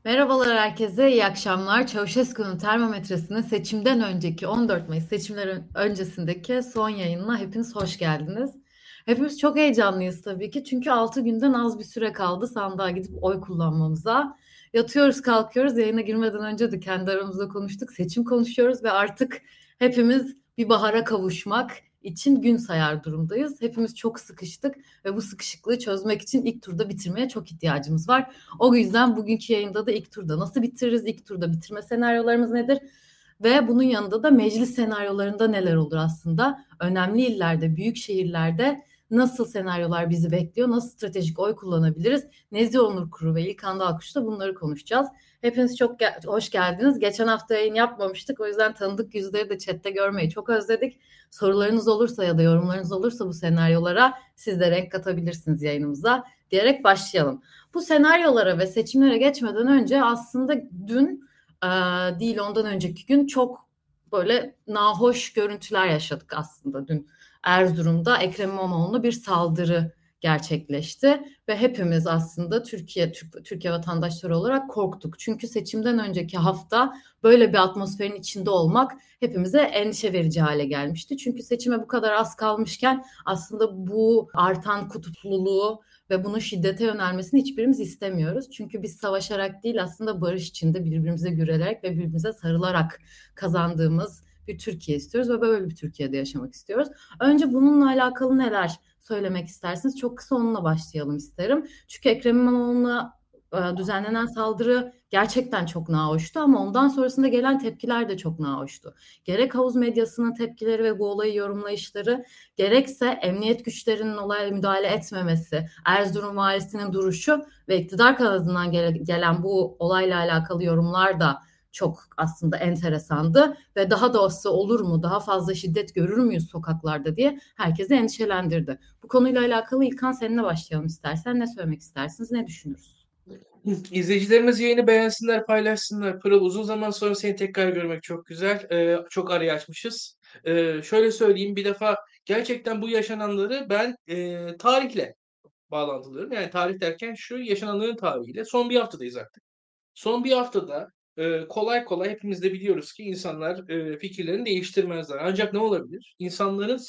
Merhabalar herkese, iyi akşamlar. Çavuşescu'nun termometresinin seçimden önceki 14 Mayıs seçimleri öncesindeki son yayınına hepiniz hoş geldiniz. Hepimiz çok heyecanlıyız tabii ki çünkü 6 günden az bir süre kaldı sandığa gidip oy kullanmamıza. Yatıyoruz kalkıyoruz, yayına girmeden önce de kendi aramızda konuştuk, seçim konuşuyoruz ve artık hepimiz bir bahara kavuşmak için gün sayar durumdayız. Hepimiz çok sıkıştık ve bu sıkışıklığı çözmek için ilk turda bitirmeye çok ihtiyacımız var. O yüzden bugünkü yayında da ilk turda nasıl bitiririz, ilk turda bitirme senaryolarımız nedir? Ve bunun yanında da meclis senaryolarında neler olur aslında? Önemli illerde, büyük şehirlerde nasıl senaryolar bizi bekliyor? Nasıl stratejik oy kullanabiliriz? Nezih Onur Kuru ve İlkan Dalkuş'ta bunları konuşacağız. Hepiniz çok hoş geldiniz. Geçen hafta yayın yapmamıştık. O yüzden tanıdık yüzleri de chatte görmeyi çok özledik. Sorularınız olursa ya da yorumlarınız olursa bu senaryolara siz de renk katabilirsiniz yayınımıza diyerek başlayalım. Bu senaryolara ve seçimlere geçmeden önce aslında dün e, değil ondan önceki gün çok böyle nahoş görüntüler yaşadık aslında. Dün Erzurum'da Ekrem İmamoğlu'na bir saldırı gerçekleşti ve hepimiz aslında Türkiye vatandaşları olarak korktuk. Çünkü seçimden önceki hafta böyle bir atmosferin içinde olmak hepimize endişe verici hale gelmişti. Çünkü seçime bu kadar az kalmışken aslında bu artan kutupluluğu ve bunun şiddete yönelmesini hiçbirimiz istemiyoruz. Çünkü biz savaşarak değil aslında barış içinde birbirimize gürelerek ve birbirimize sarılarak kazandığımız bir Türkiye istiyoruz ve böyle bir Türkiye'de yaşamak istiyoruz. Önce bununla alakalı neler söylemek istersiniz? Çok kısa onunla başlayalım isterim. Çünkü Ekrem İmamoğlu'na düzenlenen saldırı gerçekten çok nahoştu ama ondan sonrasında gelen tepkiler de çok nahoştu. Gerek havuz medyasının tepkileri ve bu olayı yorumlayışları, gerekse emniyet güçlerinin olaya müdahale etmemesi, Erzurum valisinin duruşu ve iktidar kanadından gelen bu olayla alakalı yorumlar da çok aslında enteresandı ve daha da olsa olur mu, daha fazla şiddet görür müyüz sokaklarda diye herkesi endişelendirdi. Bu konuyla alakalı İlkan seninle başlayalım istersen. Ne söylemek istersiniz, ne düşünürsünüz? İzleyicilerimiz yayını beğensinler, paylaşsınlar. Pırıl, uzun zaman sonra seni tekrar görmek çok güzel. Çok arayı açmışız. Şöyle söyleyeyim, bir defa gerçekten bu yaşananları ben tarihle bağlantılıyorum. Yani tarih derken şu yaşananların tarihiyle. Son bir haftadayız artık. Son bir haftada kolay kolay hepimiz de biliyoruz ki insanlar fikirlerini değiştirmezler. Ancak ne olabilir? İnsanların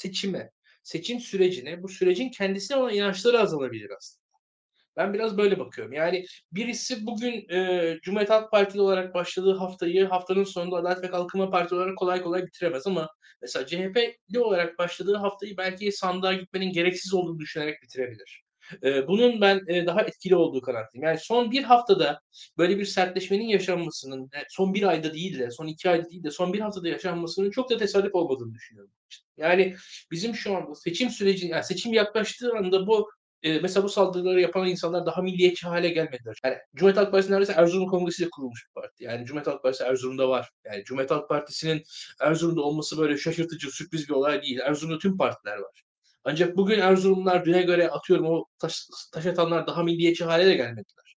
seçim sürecine, bu sürecin kendisine olan inançları azalabilir aslında. Ben biraz böyle bakıyorum. Yani birisi bugün Cumhuriyet Halk Partili olarak başladığı haftayı haftanın sonunda Adalet ve Kalkınma Partisi olarak kolay kolay bitiremez ama mesela CHP'li olarak başladığı haftayı belki sandığa gitmenin gereksiz olduğunu düşünerek bitirebilir. Bunun ben daha etkili olduğu kanaatindeyim. Yani son bir haftada böyle bir sertleşmenin yaşanmasının, son bir ayda değil de, son 2 ayda değil de son bir haftada yaşanmasının çok da tesadüf olmadığını düşünüyorum. Yani bizim şu anda seçim süreci, yani seçim yaklaştığı anda mesela bu saldırıları yapan insanlar daha milliyetçi hale gelmediler. Yani Cumhuriyet Halk Partisi neredeyse Erzurum Kongresi'yle kurulmuş bir parti. Yani Cumhuriyet Halk Partisi Erzurum'da var. Yani Cumhuriyet Halk Partisi'nin Erzurum'da olması böyle şaşırtıcı, sürpriz bir olay değil. Erzurum'da tüm partiler var. Ancak bugün Erzurumlular düne göre atıyorum o taş atanlar daha milliyetçi hale de gelmediler.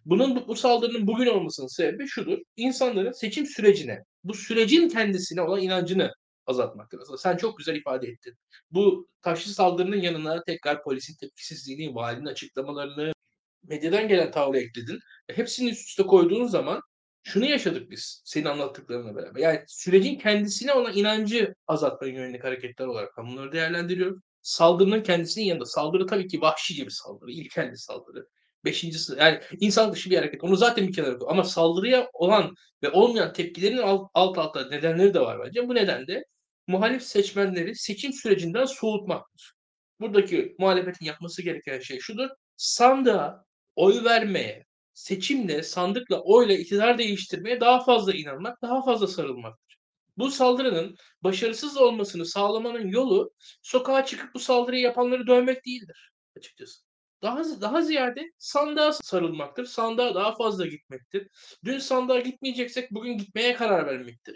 Bu saldırının bugün olmasının sebebi şudur. İnsanların seçim sürecine, bu sürecin kendisine olan inancını azaltmaktır. Aslında sen çok güzel ifade ettin. Bu taşlı saldırının yanına tekrar polisin tepkisizliğini, valinin açıklamalarını, medyadan gelen tavrı ekledin. Hepsini üst üste koyduğun zaman şunu yaşadık biz senin anlattıklarına beraber. Yani sürecin kendisine olan inancı azaltmaya yönelik hareketler olarak ben bunları değerlendiriyorum. Saldırının kendisinin yanında saldırı tabii ki vahşice bir saldırı, ilkel bir saldırı. Beşincisi yani insan dışı bir hareket. Onu zaten bir kenara koy. Ama saldırıya olan ve olmayan tepkilerin alt alta nedenleri de var bence. Bu neden de muhalif seçmenleri seçim sürecinden soğutmaktır. Buradaki muhalefetin yapması gereken şey şudur: sandığa oy vermeye, seçimle, sandıkla, oyla iktidar değiştirmeye daha fazla inanmak, daha fazla sarılmaktır. Bu saldırının başarısız olmasını sağlamanın yolu sokağa çıkıp bu saldırıyı yapanları dövmek değildir açıkçası. Daha ziyade sandığa sarılmaktır. Sandığa daha fazla gitmektir. Dün sandığa gitmeyeceksek bugün gitmeye karar vermektir.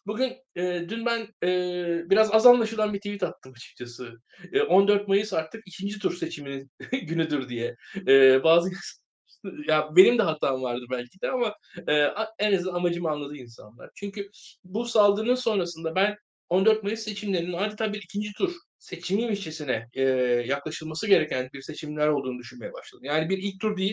Dün ben biraz az anlaşılan bir tweet attım açıkçası. 14 Mayıs artık ikinci tur seçiminin günüdür diye. Bazı ya benim de hatam vardır belki de ama en azından amacımı anladı insanlar. Çünkü bu saldırının sonrasında ben 14 Mayıs seçimlerinin adeta bir ikinci tur seçimiymişçesine yaklaşılması gereken bir seçimler olduğunu düşünmeye başladım. Yani bir ilk tur değil,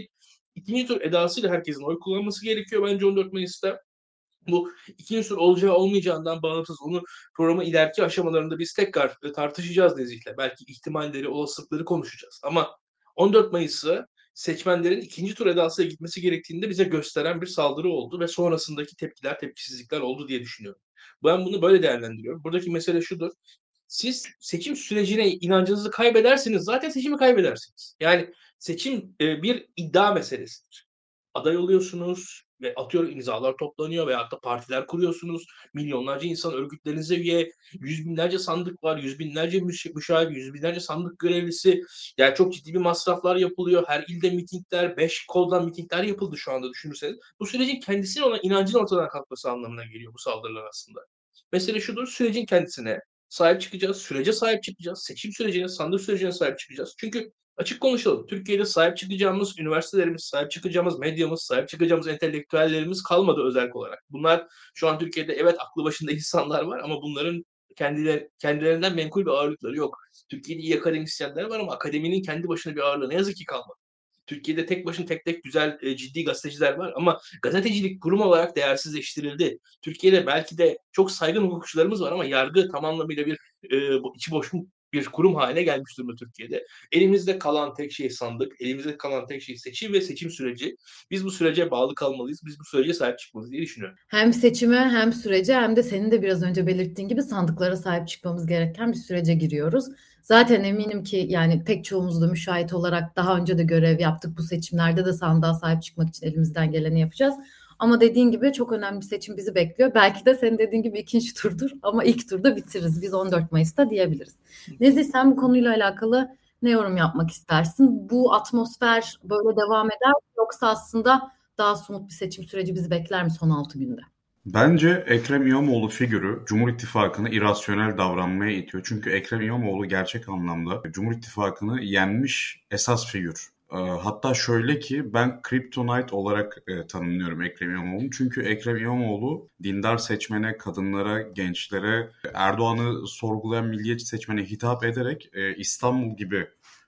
İkinci tur edasıyla herkesin oy kullanması gerekiyor bence 14 Mayıs'ta. Bu ikinci tur olacağı olmayacağından bağımsız onu programın ileriki aşamalarında biz tekrar tartışacağız Nezih'le. Belki ihtimalleri, olasılıkları konuşacağız. Ama 14 Mayıs'ı seçmenlerin ikinci tur edasıyla gitmesi gerektiğini de bize gösteren bir saldırı oldu ve sonrasındaki tepkiler, tepkisizlikler oldu diye düşünüyorum. Ben bunu böyle değerlendiriyorum. Buradaki mesele şudur. Siz seçim sürecine inancınızı kaybedersiniz, zaten seçimi kaybedersiniz. Yani seçim bir iddia meselesidir. Aday oluyorsunuz ve atıyorum imzalar toplanıyor veyahut da partiler kuruyorsunuz. Milyonlarca insan örgütlerinize üye, yüz binlerce sandık var, yüz binlerce müşavir, yüz binlerce sandık görevlisi. Yani çok ciddi bir masraflar yapılıyor. Her ilde mitingler, 5 koldan mitingler yapıldı şu anda düşünürseniz. Bu sürecin kendisine olan inancın ortadan kalkması anlamına geliyor bu saldırılar aslında. Mesele şudur, sürecin kendisine sahip çıkacağız, sürece sahip çıkacağız, seçim sürecine, sandık sürecine sahip çıkacağız. Çünkü açık konuşalım, Türkiye'de sahip çıkacağımız üniversitelerimiz, sahip çıkacağımız medyamız, sahip çıkacağımız entelektüellerimiz kalmadı özerk olarak. Bunlar şu an Türkiye'de evet aklı başında insanlar var ama bunların kendilerinden menkul bir ağırlıkları yok. Türkiye'de iyi akademisyenler var ama akademinin kendi başına bir ağırlığı ne yazık ki kalmadı. Türkiye'de tek başına tek tek güzel, ciddi gazeteciler var ama gazetecilik kurum olarak değersizleştirildi. Türkiye'de belki de çok saygın hukukçularımız var ama yargı tam anlamıyla bir içi boş bir kurum haline gelmiş durumda Türkiye'de. Elimizde kalan tek şey sandık, elimizde kalan tek şey seçim ve seçim süreci. Biz bu sürece bağlı kalmalıyız, biz bu sürece sahip çıkmalıyız diye düşünüyorum. Hem seçime hem sürece hem de senin de biraz önce belirttiğin gibi sandıklara sahip çıkmamız gereken bir sürece giriyoruz. Zaten eminim ki yani pek çoğumuz da müşahit olarak daha önce de görev yaptık. Bu seçimlerde de sandığa sahip çıkmak için elimizden geleni yapacağız. Ama dediğin gibi çok önemli bir seçim bizi bekliyor. Belki de senin dediğin gibi ikinci turdur ama ilk turda bitiririz. Biz 14 Mayıs'ta diyebiliriz. Nezih, sen bu konuyla alakalı ne yorum yapmak istersin? Bu atmosfer böyle devam eder mi? Yoksa aslında daha somut bir seçim süreci bizi bekler mi son 6 günde? Bence Ekrem İmamoğlu figürü Cumhur İttifakı'nı irrasyonel davranmaya itiyor. Çünkü Ekrem İmamoğlu gerçek anlamda Cumhur İttifakı'nı yenmiş esas figür. Hatta şöyle ki ben Kryptonite olarak tanımlıyorum Ekrem İmamoğlu'nu. Çünkü Ekrem İmamoğlu dindar seçmene, kadınlara, gençlere, Erdoğan'ı sorgulayan milliyetçi seçmene hitap ederek İstanbul gibi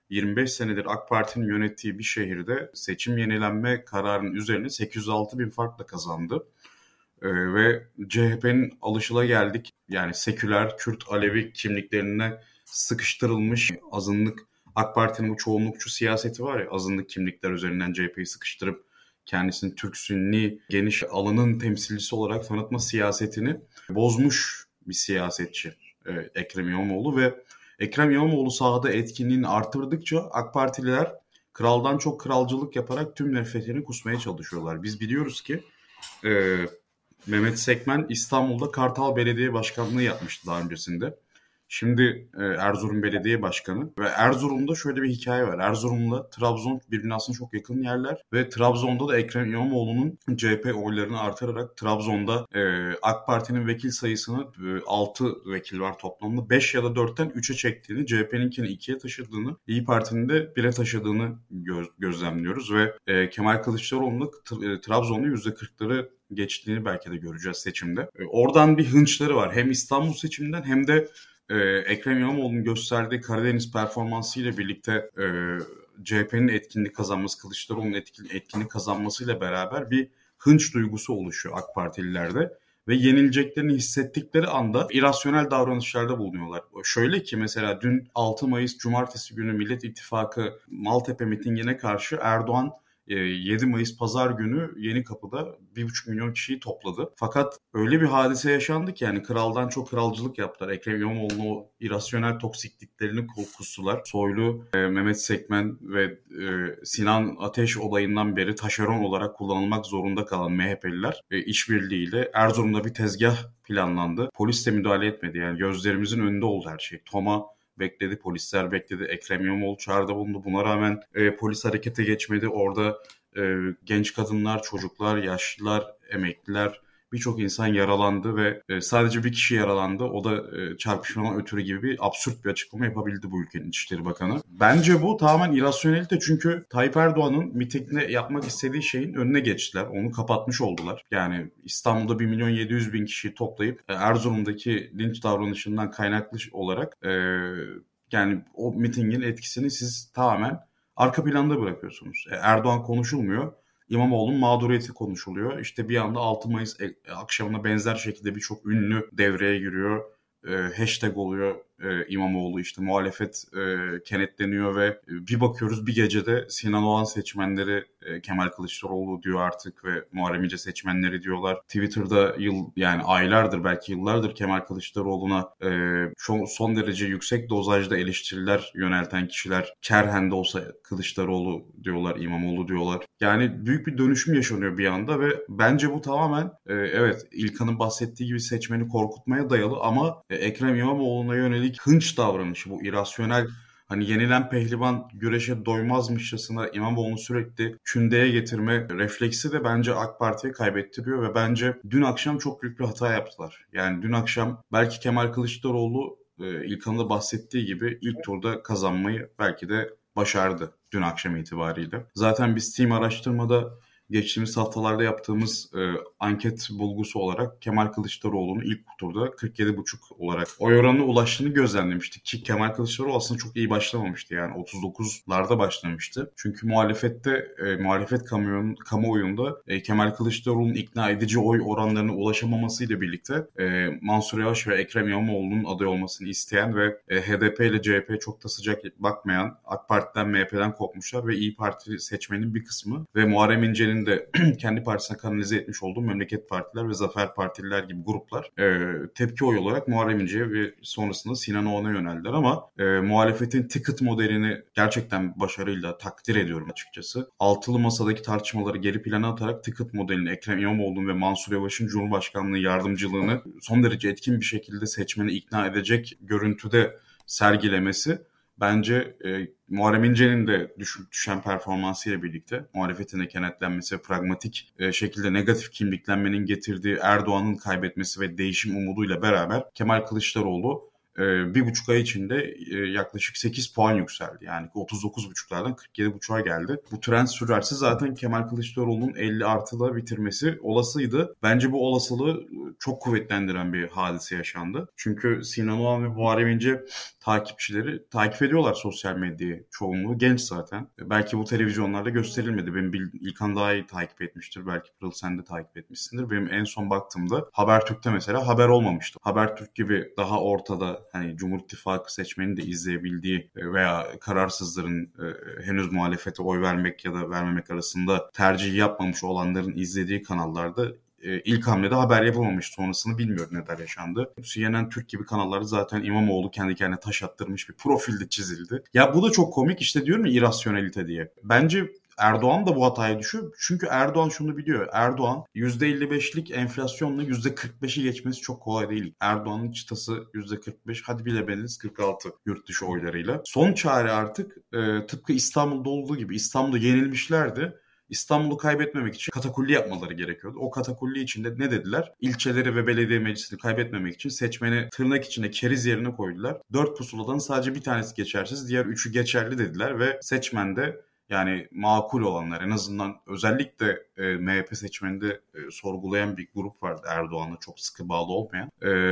25 senedir AK Parti'nin yönettiği bir şehirde seçim yenilenme kararının üzerine 806 bin farkla kazandı. Ve CHP'nin alışılageldik yani seküler, Kürt, Alevi kimliklerine sıkıştırılmış azınlık AK Parti'nin bu çoğunlukçu siyaseti var ya azınlık kimlikler üzerinden CHP'yi sıkıştırıp kendisini Türk Sünni geniş alanın temsilcisi olarak tanıtma siyasetini bozmuş bir siyasetçi Ekrem İmamoğlu ve Ekrem İmamoğlu sahada etkinliğini artırdıkça AK Partililer kraldan çok kralcılık yaparak tüm nefretini kusmaya çalışıyorlar. Biz biliyoruz ki e, Mehmet Sekmen İstanbul'da Kartal Belediye Başkanlığı yapmıştı daha öncesinde. Şimdi Erzurum Belediye Başkanı ve Erzurum'da şöyle bir hikaye var. Erzurum'la Trabzon birbirine aslında çok yakın yerler ve Trabzon'da da Ekrem İmamoğlu'nun CHP oylarını artırarak Trabzon'da AK Parti'nin vekil sayısını 6 vekil var toplamda 5 ya da 4'ten 3'e çektiğini, CHP'ninkini 2'ye taşıdığını, İyi Parti'nin de 1'e taşıdığını gözlemliyoruz ve Kemal Kılıçdaroğlu'nun Trabzon'da %40'ları geçtiğini belki de göreceğiz seçimde. Oradan bir hınçları var. Hem İstanbul seçiminden hem de Ekrem İmamoğlu'nun gösterdiği Karadeniz performansıyla birlikte CHP'nin etkinlik kazanması, Kılıçdaroğlu'nun etkinlik kazanmasıyla beraber bir hınç duygusu oluşuyor AK Partililerde. Ve yenileceklerini hissettikleri anda irrasyonel davranışlarda bulunuyorlar. Şöyle ki mesela dün 6 Mayıs Cumartesi günü Millet İttifakı Maltepe mitingine karşı Erdoğan 7 Mayıs Pazar günü Yenikapı'da 1,5 milyon kişiyi topladı. Fakat öyle bir hadise yaşandı ki yani kraldan çok kralcılık yaptılar. Ekrem İmamoğlu'nun o irrasyonel toksikliklerini kustular. Soylu, Mehmet Sekmen ve Sinan Ateş olayından beri taşeron olarak kullanılmak zorunda kalan MHP'liler işbirliğiyle Erzurum'da bir tezgah planlandı. Polis de müdahale etmedi yani gözlerimizin önünde oldu her şey. TOMA bekledi, polisler bekledi. Ekrem İmamoğlu çağrıda bulundu. Buna rağmen polis harekete geçmedi. Orada genç kadınlar, çocuklar, yaşlılar, emekliler birçok insan yaralandı ve sadece bir kişi yaralandı. O da çarpışmadan ötürü gibi bir absürt bir açıklama yapabildi bu ülkenin İçişleri Bakanı. Bence bu tamamen irrasyonelite çünkü Tayyip Erdoğan'ın mitingde yapmak istediği şeyin önüne geçtiler. Onu kapatmış oldular. Yani İstanbul'da 1.700.000 kişiyi toplayıp Erzurum'daki linç davranışından kaynaklı olarak yani o mitingin etkisini siz tamamen arka planda bırakıyorsunuz. Erdoğan konuşulmuyor. İmamoğlu'nun mağduriyeti konuşuluyor. İşte bir anda 6 Mayıs akşamına benzer şekilde birçok ünlü devreye giriyor. Hashtag oluyor İmamoğlu, işte muhalefet kenetleniyor ve bir bakıyoruz bir gecede Sinan Oğan seçmenleri Kemal Kılıçdaroğlu diyor artık ve Muharrem İnce seçmenleri diyorlar. Twitter'da yani aylardır, belki yıllardır Kemal Kılıçdaroğlu'na son derece yüksek dozajda eleştiriler yönelten kişiler kerhen de olsa Kılıçdaroğlu diyorlar, İmamoğlu diyorlar. Yani büyük bir dönüşüm yaşanıyor bir anda ve bence bu tamamen evet, İlkan'ın bahsettiği gibi seçmeni korkutmaya dayalı ama Ekrem İmamoğlu'na yönelik hınç davranışı, bu irasyonel, hani yenilen pehlivan güreşe doymazmışçasına İmamoğlu'nu sürekli kündeye getirme refleksi de bence AK Parti'ye kaybettiriyor ve bence dün akşam çok büyük bir hata yaptılar. Yani dün akşam belki Kemal Kılıçdaroğlu İlkan'ın da bahsettiği gibi ilk turda kazanmayı belki de başardı dün akşam itibariyle. Zaten biz Team araştırmada geçtiğimiz haftalarda yaptığımız anket bulgusu olarak Kemal Kılıçdaroğlu'nun ilk turda 47,5 olarak oy oranına ulaştığını gözlemlemiştik. Ki Kemal Kılıçdaroğlu aslında çok iyi başlamamıştı. Yani 39'larda başlamıştı. Çünkü muhalefet kamuoyunda Kemal Kılıçdaroğlu'nun ikna edici oy oranlarına ulaşamamasıyla birlikte Mansur Yavaş ve Ekrem İmamoğlu'nun aday olmasını isteyen ve HDP ile CHP çok da sıcak bakmayan, AK Parti'den MHP'den kopmuşlar ve İYİ Parti seçmenin bir kısmı ve Muharrem İnce'nin de kendi partisine kanalize etmiş olduğu Memleket Partiler ve Zafer Partililer gibi gruplar tepki oy olarak Muharrem İnce'ye ve sonrasında Sinan Oğan'a yöneldiler ama muhalefetin ticket modelini gerçekten başarıyla takdir ediyorum açıkçası. Altılı masadaki tartışmaları geri plana atarak ticket modelini, Ekrem İmamoğlu'nun ve Mansur Yavaş'ın Cumhurbaşkanlığı yardımcılığını son derece etkin bir şekilde seçmeni ikna edecek görüntüde sergilemesi bence Muharrem İnce'nin de düşen performansıyla birlikte muhalefetin de kenetlenmesi ve pragmatik şekilde negatif kimliklenmenin getirdiği Erdoğan'ın kaybetmesi ve değişim umuduyla beraber Kemal Kılıçdaroğlu 1,5 ay içinde yaklaşık 8 puan yükseldi. Yani 39,5'lardan 47,5'a geldi. Bu trend sürerse zaten Kemal Kılıçdaroğlu'nun 50 artıda bitirmesi olasıydı. Bence bu olasılığı çok kuvvetlendiren bir hadise yaşandı. Çünkü Sinan Oğan ve Muharrem İnce takipçileri takip ediyorlar sosyal medyayı. Çoğunluğu genç zaten. Belki bu televizyonlarda gösterilmedi. İlkan daha iyi takip etmiştir. Belki Pırıl sen de takip etmişsindir. Benim en son baktığımda Habertürk'te mesela haber olmamıştı. Habertürk gibi daha ortada, hani Cumhur İttifakı seçmeninin de izleyebildiği veya kararsızların henüz muhalefete oy vermek ya da vermemek arasında tercih yapmamış olanların izlediği kanallarda ilk hamlede haber yapılmamış. Sonrasını bilmiyorum neler yaşandı. CNN Türk gibi kanallarda zaten İmamoğlu kendi kendine taş attırmış bir profilde çizildi. Ya bu da çok komik, işte diyorum ya, irasyonelite diye. Bence Erdoğan da bu hataya düşüyor. Çünkü Erdoğan şunu biliyor. Erdoğan %55'lik enflasyonla %45'i geçmesi çok kolay değil. Erdoğan'ın çıtası %45, hadi bilemediniz 46 yurt dışı oylarıyla. Son çare artık tıpkı İstanbul'da olduğu gibi, İstanbul'da yenilmişlerdi. İstanbul'u kaybetmemek için katakulli yapmaları gerekiyordu. O katakulli içinde ne dediler? İlçeleri ve belediye meclisini kaybetmemek için seçmeni tırnak içinde keriz yerine koydular. 4 pusuladan sadece bir tanesi geçersiz, diğer 3'ü geçerli dediler ve seçmen de, yani makul olanlar, en azından özellikle MHP seçmeninde sorgulayan bir grup vardı, Erdoğan'a çok sıkı bağlı olmayan.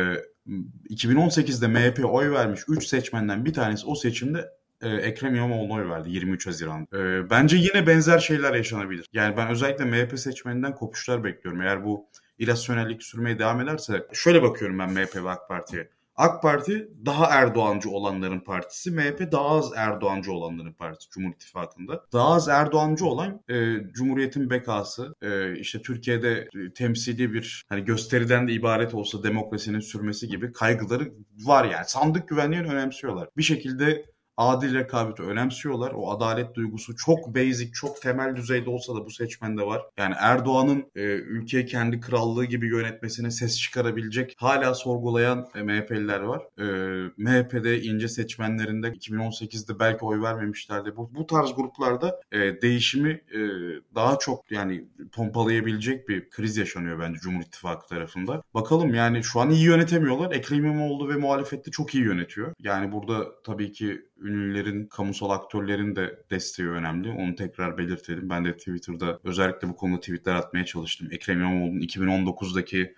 2018'de MHP'ye oy vermiş 3 seçmenden bir tanesi o seçimde Ekrem İmamoğlu'na oy verdi 23 Haziran'da. Bence yine benzer şeyler yaşanabilir. Yani ben özellikle MHP seçmeninden kopuşlar bekliyorum. Eğer bu irasyonellik sürmeye devam ederse, şöyle bakıyorum ben MHP ve AK Parti'ye. AK Parti daha Erdoğancı olanların partisi, MHP daha az Erdoğancı olanların partisi Cumhur İttifakı'nda. Daha az Erdoğancı olan Cumhuriyet'in bekası, işte Türkiye'de temsili bir, hani gösteriden de ibaret olsa demokrasinin sürmesi gibi kaygıları var yani. Sandık güvenliğini önemsiyorlar. Bir şekilde adil rekabeti önemsiyorlar. O adalet duygusu çok basic, çok temel düzeyde olsa da bu seçmende var. Yani Erdoğan'ın ülkeyi kendi krallığı gibi yönetmesine ses çıkarabilecek hala sorgulayan MHP'liler var. MHP'de ince seçmenlerinde 2018'de belki oy vermemişlerdi. Bu tarz gruplarda değişimi daha çok yani pompalayabilecek bir kriz yaşanıyor bence Cumhur İttifakı tarafında. Bakalım, yani şu an iyi yönetemiyorlar. Ekrem İmamoğlu ve muhalefette çok iyi yönetiyor. Yani burada tabii ki ünlülerin, kamusal aktörlerin de desteği önemli. Onu tekrar belirtelim. Ben de Twitter'da özellikle bu konuda tweetler atmaya çalıştım. Ekrem İmamoğlu'nun 2019'daki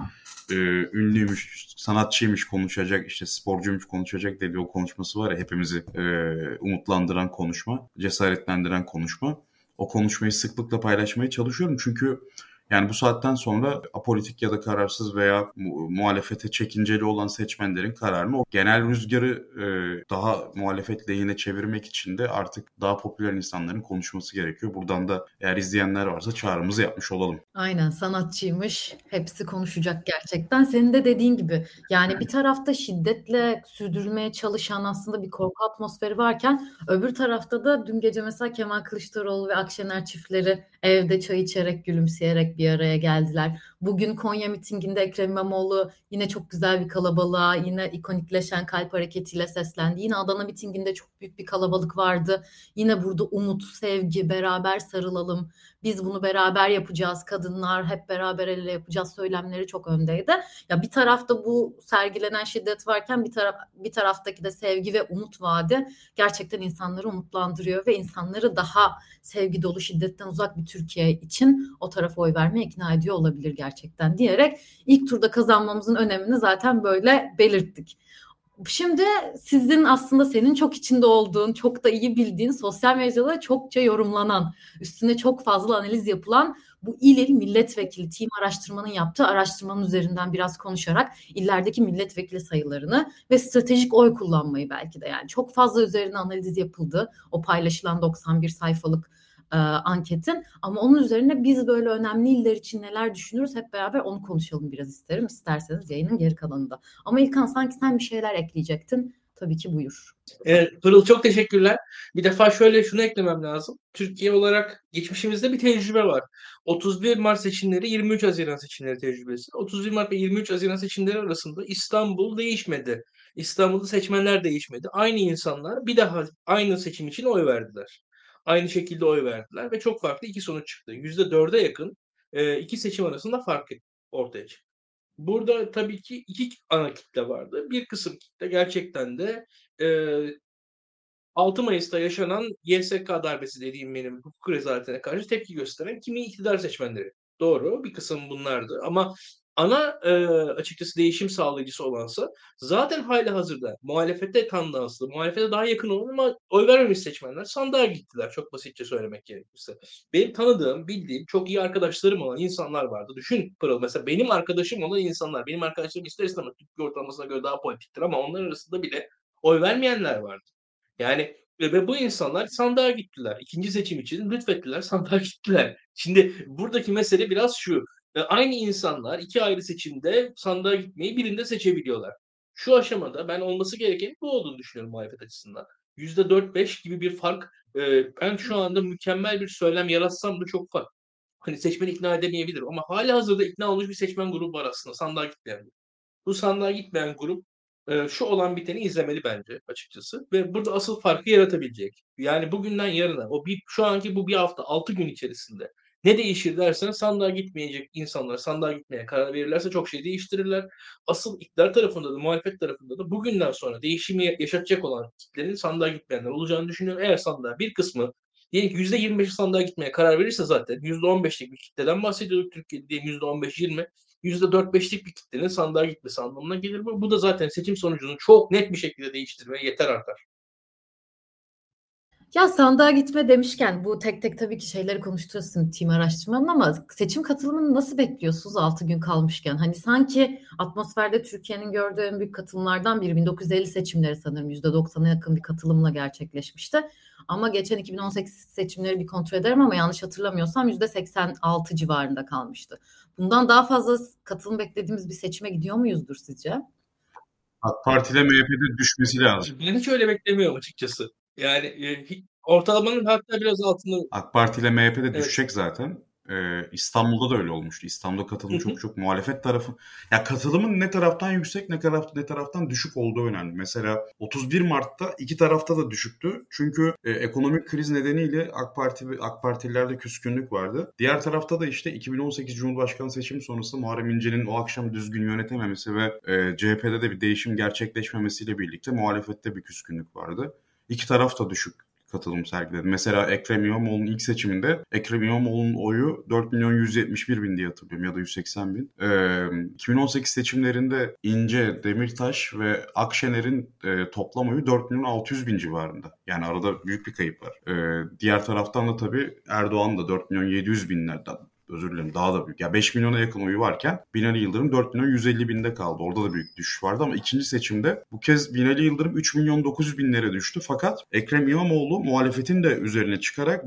ünlüymüş, sanatçıymış konuşacak, işte sporcuymuş konuşacak dediği o konuşması var ya, hepimizi umutlandıran konuşma, cesaretlendiren konuşma. O konuşmayı sıklıkla paylaşmaya çalışıyorum çünkü yani bu saatten sonra apolitik ya da kararsız veya muhalefete çekinceli olan seçmenlerin kararını, o genel rüzgarı daha muhalefet lehine çevirmek için de artık daha popüler insanların konuşması gerekiyor. Buradan da eğer izleyenler varsa çağrımızı yapmış olalım. Aynen, sanatçıymış. Hepsi konuşacak gerçekten. Senin de dediğin gibi yani bir tarafta şiddetle sürdürülmeye çalışan aslında bir korku atmosferi varken öbür tarafta da dün gece mesela Kemal Kılıçdaroğlu ve Akşener çiftleri evde çay içerek, gülümseyerek bir araya geldiler. Bugün Konya mitinginde Ekrem İmamoğlu yine çok güzel bir kalabalığa, yine ikonikleşen kalp hareketiyle seslendi. Yine Adana mitinginde çok büyük bir kalabalık vardı. Yine burada umut, sevgi, beraber sarılalım, biz bunu beraber yapacağız, kadınlar hep beraber el ele yapacağız söylemleri çok öndeydi. Ya bir tarafta bu sergilenen şiddet varken bir taraftaki de sevgi ve umut vaadi gerçekten insanları umutlandırıyor ve insanları daha sevgi dolu, şiddetten uzak bir Türkiye için o tarafa oy vermeye ikna ediyor olabilir gerçekten diyerek ilk turda kazanmamızın önemini zaten böyle belirttik. Şimdi sizin aslında senin çok içinde olduğun, çok da iyi bildiğin, sosyal medyada çokça yorumlanan, üstüne çok fazla analiz yapılan bu il milletvekili tim araştırmanın yaptığı araştırmanın üzerinden biraz konuşarak illerdeki milletvekili sayılarını ve stratejik oy kullanmayı, belki de yani çok fazla üzerine analiz yapıldı o paylaşılan 91 sayfalık anketin, ama onun üzerine biz böyle önemli iller için neler düşünürüz hep beraber onu konuşalım biraz isterim, isterseniz yayının geri kalanında. Ama İlkan, sanki sen bir şeyler ekleyecektin. Tabii ki buyur. Pırıl, çok teşekkürler. Bir defa şöyle şunu eklemem lazım. Türkiye olarak geçmişimizde bir tecrübe var. 31 Mart seçimleri, 23 Haziran seçimleri tecrübesi. 31 Mart ve 23 Haziran seçimleri arasında İstanbul değişmedi. İstanbul'da seçmenler değişmedi. Aynı insanlar bir daha aynı seçim için oy verdiler. Aynı şekilde oy verdiler ve çok farklı iki sonuç çıktı. %4'e yakın iki seçim arasında fark ortaya çıktı. Burada tabii ki iki ana kitle vardı. Bir kısım kitle gerçekten de e, 6 Mayıs'ta yaşanan YSK darbesi dediğim benim hukuk rezaletine karşı tepki gösteren kimi iktidar seçmenleri. Doğru, bir kısım bunlardı ama ana açıkçası değişim sağlayıcısı olansa zaten halihazırda muhalefete tandanslı, muhalefete daha yakın olan ama oy vermemiş seçmenler sandığa gittiler, çok basitçe söylemek gerekirse. Benim tanıdığım, bildiğim, çok iyi arkadaşlarım olan insanlar vardı. Düşün Pırıl, mesela benim arkadaşım olan insanlar, benim arkadaşlarım ister istemez Türkiye ortalamasına göre daha politiktir ama onlar arasında bile oy vermeyenler vardı. Yani ve bu insanlar sandığa gittiler. İkinci seçim için lütfettiler, sandığa gittiler. Şimdi buradaki mesele biraz şu. Aynı insanlar iki ayrı seçimde sandığa gitmeyi birinde seçebiliyorlar. Şu aşamada ben olması gerekenin bu olduğunu düşünüyorum muhalefet açısından. %4-5 gibi bir fark. Ben şu anda mükemmel bir söylem yaratsam da çok fark. Hani seçmeni ikna edemeyebilirim ama halihazırda ikna olmuş bir seçmen grubu var aslında sandığa gitmeyen. Bu sandığa gitmeyen grup şu olan biteni izlemeli bence açıkçası ve burada asıl farkı yaratabilecek. Yani bugünden yarına şu anki bu bir hafta 6 gün içerisinde ne değişir dersen, sandığa gitmeyecek insanlar sandığa gitmeye karar verirlerse çok şey değiştirirler. Asıl iktidar tarafında da muhalefet tarafında da bugünden sonra değişimi yaşatacak olan kitlenin sandığa gitmeyenler olacağını düşünüyorum. Eğer sandığa bir kısmı, diyelim ki %25'i sandığa gitmeye karar verirse, zaten %15'lik bir kitleden bahsediyorduk Türkiye'de, diyelim %15-20, %4-5'lik bir kitlenin sandığa gitmesi anlamına gelir bu. Bu da zaten seçim sonucunu çok net bir şekilde değiştirmeye yeter artar. Ya sandığa gitme demişken bu tek tek tabii ki şeyleri konuşturuyorsun tim araştırmanın, ama seçim katılımını nasıl bekliyorsunuz 6 gün kalmışken? Hani sanki atmosferde Türkiye'nin gördüğü en büyük katılımlardan biri 1950 seçimleri, sanırım %90'a yakın bir katılımla gerçekleşmişti. Ama geçen 2018 seçimleri bir kontrol ederim ama yanlış hatırlamıyorsam %86 civarında kalmıştı. Bundan daha fazla katılım beklediğimiz bir seçime gidiyor muyuzdur sizce? AK Parti ile MHP'de düşmesi lazım. Ben hiç öyle beklemiyorum açıkçası. Yani ortalamanın hatta biraz altında. AK Parti ile MHP'de Evet. düşecek zaten. İstanbul'da da öyle olmuştu. İstanbul'da katılım çok muhalefet tarafı. Ya katılımın ne taraftan yüksek ne taraftan düşük olduğu önemli. Mesela 31 Mart'ta iki tarafta da düşüktü. Çünkü ekonomik kriz nedeniyle AK Partililerde küskünlük vardı. Diğer tarafta da işte 2018 Cumhurbaşkanı seçimi sonrası Muharrem İnce'nin o akşam düzgün yönetememesi ve CHP'de de bir değişim gerçekleşmemesiyle birlikte muhalefette bir küskünlük vardı. İki taraf da düşük katılım sergiledi. Mesela Ekrem İmamoğlu'nun ilk seçiminde Ekrem İmamoğlu'nun oyu 4.171.000 diye hatırlıyorum ya da 180.000. 2018 seçimlerinde İnce, Demirtaş ve Akşener'in toplam oyu 4.600.000 civarında. Yani arada büyük bir kayıp var. Diğer taraftan da tabii Erdoğan da 4.700.000'lerden, özür dilerim, daha da büyük. Ya 5 milyona yakın oyu varken Binali Yıldırım 4.150.000'de kaldı. Orada da büyük düşüş vardı ama ikinci seçimde bu kez Binali Yıldırım 3.900.000'lere düştü. Fakat Ekrem İmamoğlu muhalefetin de üzerine çıkarak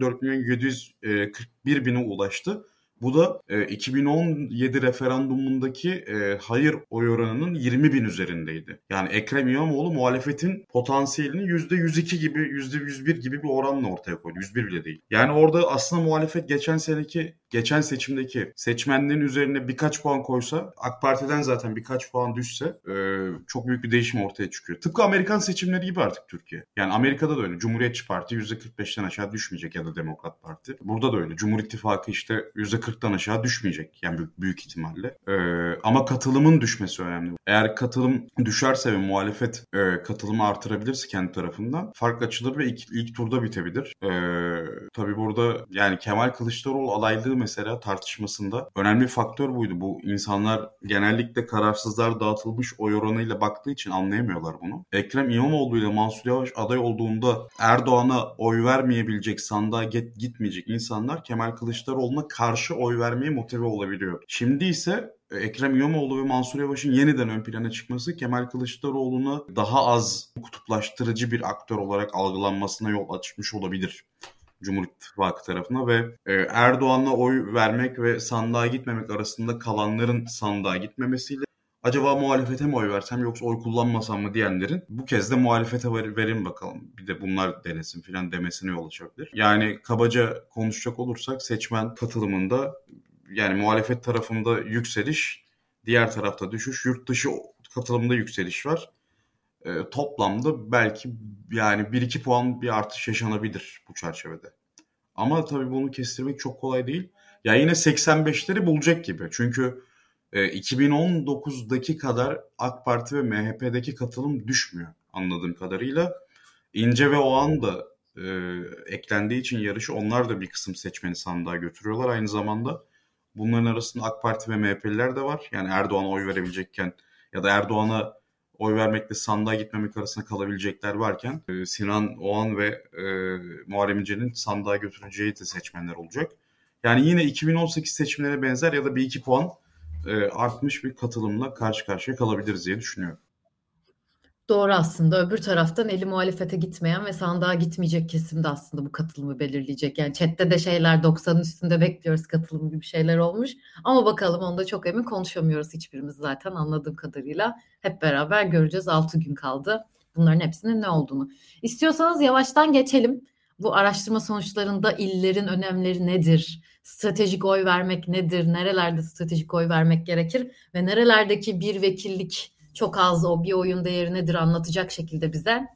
4.741.000'e ulaştı. Bu da 2017 referandumundaki hayır oy oranının 20.000 üzerindeydi. Yani Ekrem İmamoğlu muhalefetin potansiyelini %102 gibi, %101 gibi bir oranla ortaya koydu. 101 bile değil. Yani orada aslında muhalefet geçen seçimdeki seçmenlerin üzerine birkaç puan koysa, AK Parti'den zaten birkaç puan düşse çok büyük bir değişim ortaya çıkıyor. Tıpkı Amerikan seçimleri gibi artık Türkiye. Yani Amerika'da da öyle. Cumhuriyetçi Parti %45'ten aşağı düşmeyecek ya da Demokrat Parti. Burada da öyle. Cumhur İttifakı işte %40'tan aşağı düşmeyecek. Yani büyük ihtimalle. Ama katılımın düşmesi önemli. Eğer katılım düşerse ve muhalefet katılımı artırabilirse kendi tarafından fark açılır ve ilk turda bitebilir. Tabii burada yani Kemal Kılıçdaroğlu adaylığı mesela tartışmasında önemli bir faktör buydu. Bu insanlar genellikle kararsızlar dağıtılmış oy oranıyla baktığı için anlayamıyorlar bunu. Ekrem İmamoğlu ile Mansur Yavaş aday olduğunda Erdoğan'a oy vermeyebilecek, sandığa gitmeyecek insanlar Kemal Kılıçdaroğlu'na karşı oy vermeye motive olabiliyor. Şimdi ise Ekrem İmamoğlu ve Mansur Yavaş'ın yeniden ön plana çıkması Kemal Kılıçdaroğlu'na daha az kutuplaştırıcı bir aktör olarak algılanmasına yol açmış olabilir Cumhur İttifakı tarafına ve Erdoğan'a oy vermek ve sandığa gitmemek arasında kalanların sandığa gitmemesiyle acaba muhalefete mi oy versem yoksa oy kullanmasam mı diyenlerin bu kez de muhalefete verin bakalım, bir de bunlar denesin filan demesine yol açabilir. Yani kabaca konuşacak olursak seçmen katılımında yani muhalefet tarafında yükseliş, diğer tarafta düşüş, yurt dışı katılımda yükseliş var. Toplamda belki yani 1-2 puan bir artış yaşanabilir bu çerçevede. Ama tabii bunu kestirmek çok kolay değil. Ya yine 85'leri bulacak gibi. Çünkü 2019'daki kadar AK Parti ve MHP'deki katılım düşmüyor anladığım kadarıyla. İnce ve Oğan da eklendiği için yarışı, onlar da bir kısım seçmeni sandığa götürüyorlar. Aynı zamanda bunların arasında AK Parti ve MHP'liler de var. Yani Erdoğan'a oy verebilecekken ya da Erdoğan'a oy vermekle sandığa gitmemek arasında kalabilecekler varken Sinan Oğan ve Muharrem İnce'nin sandığa götüreceği de seçmenler olacak. Yani yine 2018 seçimlerine benzer ya da bir iki puan artmış bir katılımla karşı karşıya kalabiliriz diye düşünüyorum. Doğru aslında. Öbür taraftan eli muhalefete gitmeyen ve sandığa gitmeyecek kesim de aslında bu katılımı belirleyecek. Yani chatte de şeyler 90'ın üstünde bekliyoruz katılım gibi şeyler olmuş. Ama bakalım, onda çok emin konuşamıyoruz hiçbirimiz zaten anladığım kadarıyla. Hep beraber göreceğiz. 6 gün kaldı. Bunların hepsinin ne olduğunu. İstiyorsanız yavaştan geçelim. Bu araştırma sonuçlarında illerin önemleri nedir? Stratejik oy vermek nedir? Nerelerde stratejik oy vermek gerekir? Ve nerelerdeki bir vekillik çok az, o bir oyun değeri nedir anlatacak şekilde bize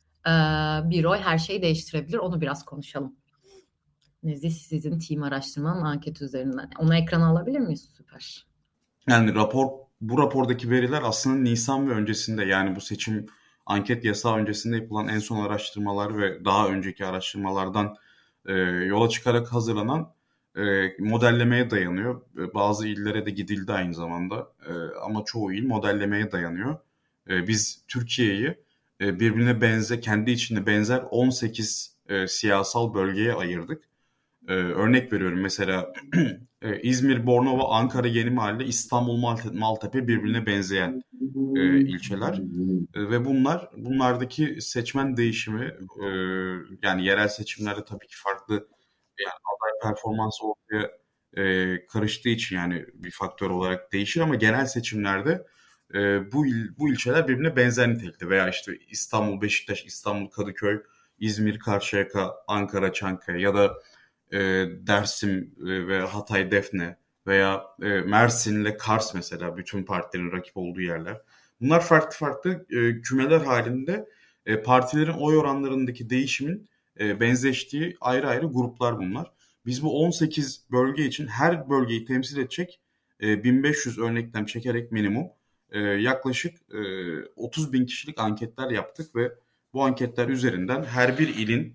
bir oy her şeyi değiştirebilir. Onu biraz konuşalım. Nezih, sizin team araştırmanın anket üzerinden. Onu ekrana alabilir miyiz? Süper. Yani bu rapordaki veriler aslında Nisan ve öncesinde, yani bu seçim anket yasağı öncesinde yapılan en son araştırmalar ve daha önceki araştırmalardan yola çıkarak hazırlanan modellemeye dayanıyor. Bazı illere de gidildi aynı zamanda ama çoğu il modellemeye dayanıyor. Biz Türkiye'yi birbirine kendi içinde benzer 18 siyasal bölgeye ayırdık. Örnek veriyorum, mesela İzmir, Bornova, Ankara, Yenimahalle, İstanbul, Maltepe birbirine benzeyen ilçeler ve bunlardaki seçmen değişimi yani yerel seçimlerde tabii ki farklı, yani aday performansı ortaya karıştığı için yani bir faktör olarak değişir ama genel seçimlerde bu ilçeler birbirine benzer nitelikte veya işte İstanbul, Beşiktaş, İstanbul, Kadıköy, İzmir, Karşıyaka, Ankara, Çankaya ya da Dersim ve Hatay, Defne veya Mersin'le Kars mesela, bütün partilerin rakip olduğu yerler. Bunlar farklı farklı kümeler halinde partilerin oy oranlarındaki değişimin benzeştiği ayrı ayrı gruplar bunlar. Biz bu 18 bölge için her bölgeyi temsil edecek 1500 örneklem çekerek minimum yaklaşık 30 bin kişilik anketler yaptık ve Bu anketler üzerinden her bir ilin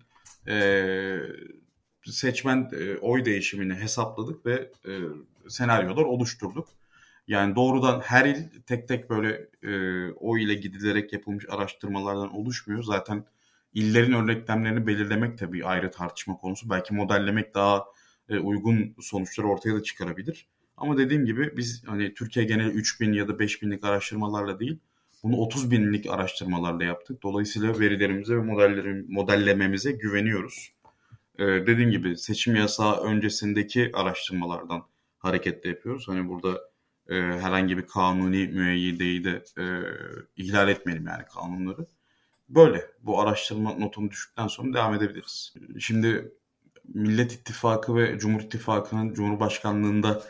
seçmen oy değişimini hesapladık ve senaryolar oluşturduk. Yani doğrudan her il tek tek böyle oy ile gidilerek yapılmış araştırmalardan oluşmuyor. Zaten illerin örneklemlerini belirlemek tabii ayrı tartışma konusu. Belki modellemek daha uygun sonuçlar ortaya da çıkarabilir. Ama dediğim gibi biz hani Türkiye geneli 3000 ya da 5000'lik araştırmalarla değil, bunu 30 binlik araştırmalarla yaptık. Dolayısıyla verilerimize ve modellememize güveniyoruz. Dediğim gibi seçim yasağı öncesindeki araştırmalardan hareketle yapıyoruz. Hani burada herhangi bir kanuni müeyyideyi de ihlal etmeyelim yani kanunları. Böyle bu araştırma notunu düştükten sonra devam edebiliriz. Şimdi Millet İttifakı ve Cumhur İttifakı'nın Cumhurbaşkanlığında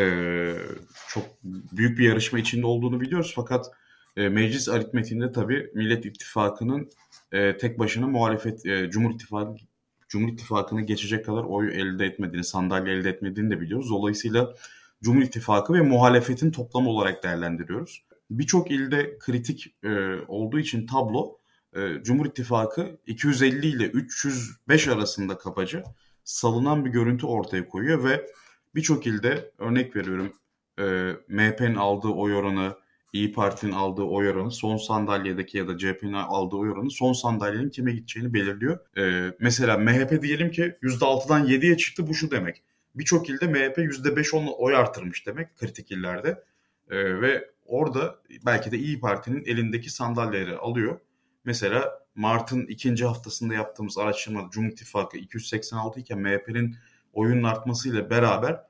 çok büyük bir yarışma içinde olduğunu biliyoruz. Fakat meclis aritmetiğinde tabii Millet İttifakı'nın tek başına muhalefet Cumhur İttifakı'nı geçecek kadar oy elde etmediğini, sandalye elde etmediğini de biliyoruz. Dolayısıyla Cumhur İttifakı ve muhalefetin toplamı olarak değerlendiriyoruz. Birçok ilde kritik olduğu için tablo Cumhur İttifakı 250 ile 305 arasında kabaca salınan bir görüntü ortaya koyuyor ve birçok ilde örnek veriyorum MHP'nin aldığı oy oranı, İyi Parti'nin aldığı oy oranı, son sandalyedeki ya da CHP'nin aldığı oy oranı son sandalyenin kime gideceğini belirliyor. Mesela MHP diyelim ki %6'dan 7'ye çıktı, bu şu demek. Birçok ilde MHP %5-10 oy artırmış demek kritik illerde. Ve orada belki de İyi Parti'nin elindeki sandalyeleri alıyor. Mesela Mart'ın ikinci haftasında yaptığımız araştırmada Cumhur İttifakı 286 iken MHP'nin oyunun artmasıyla beraber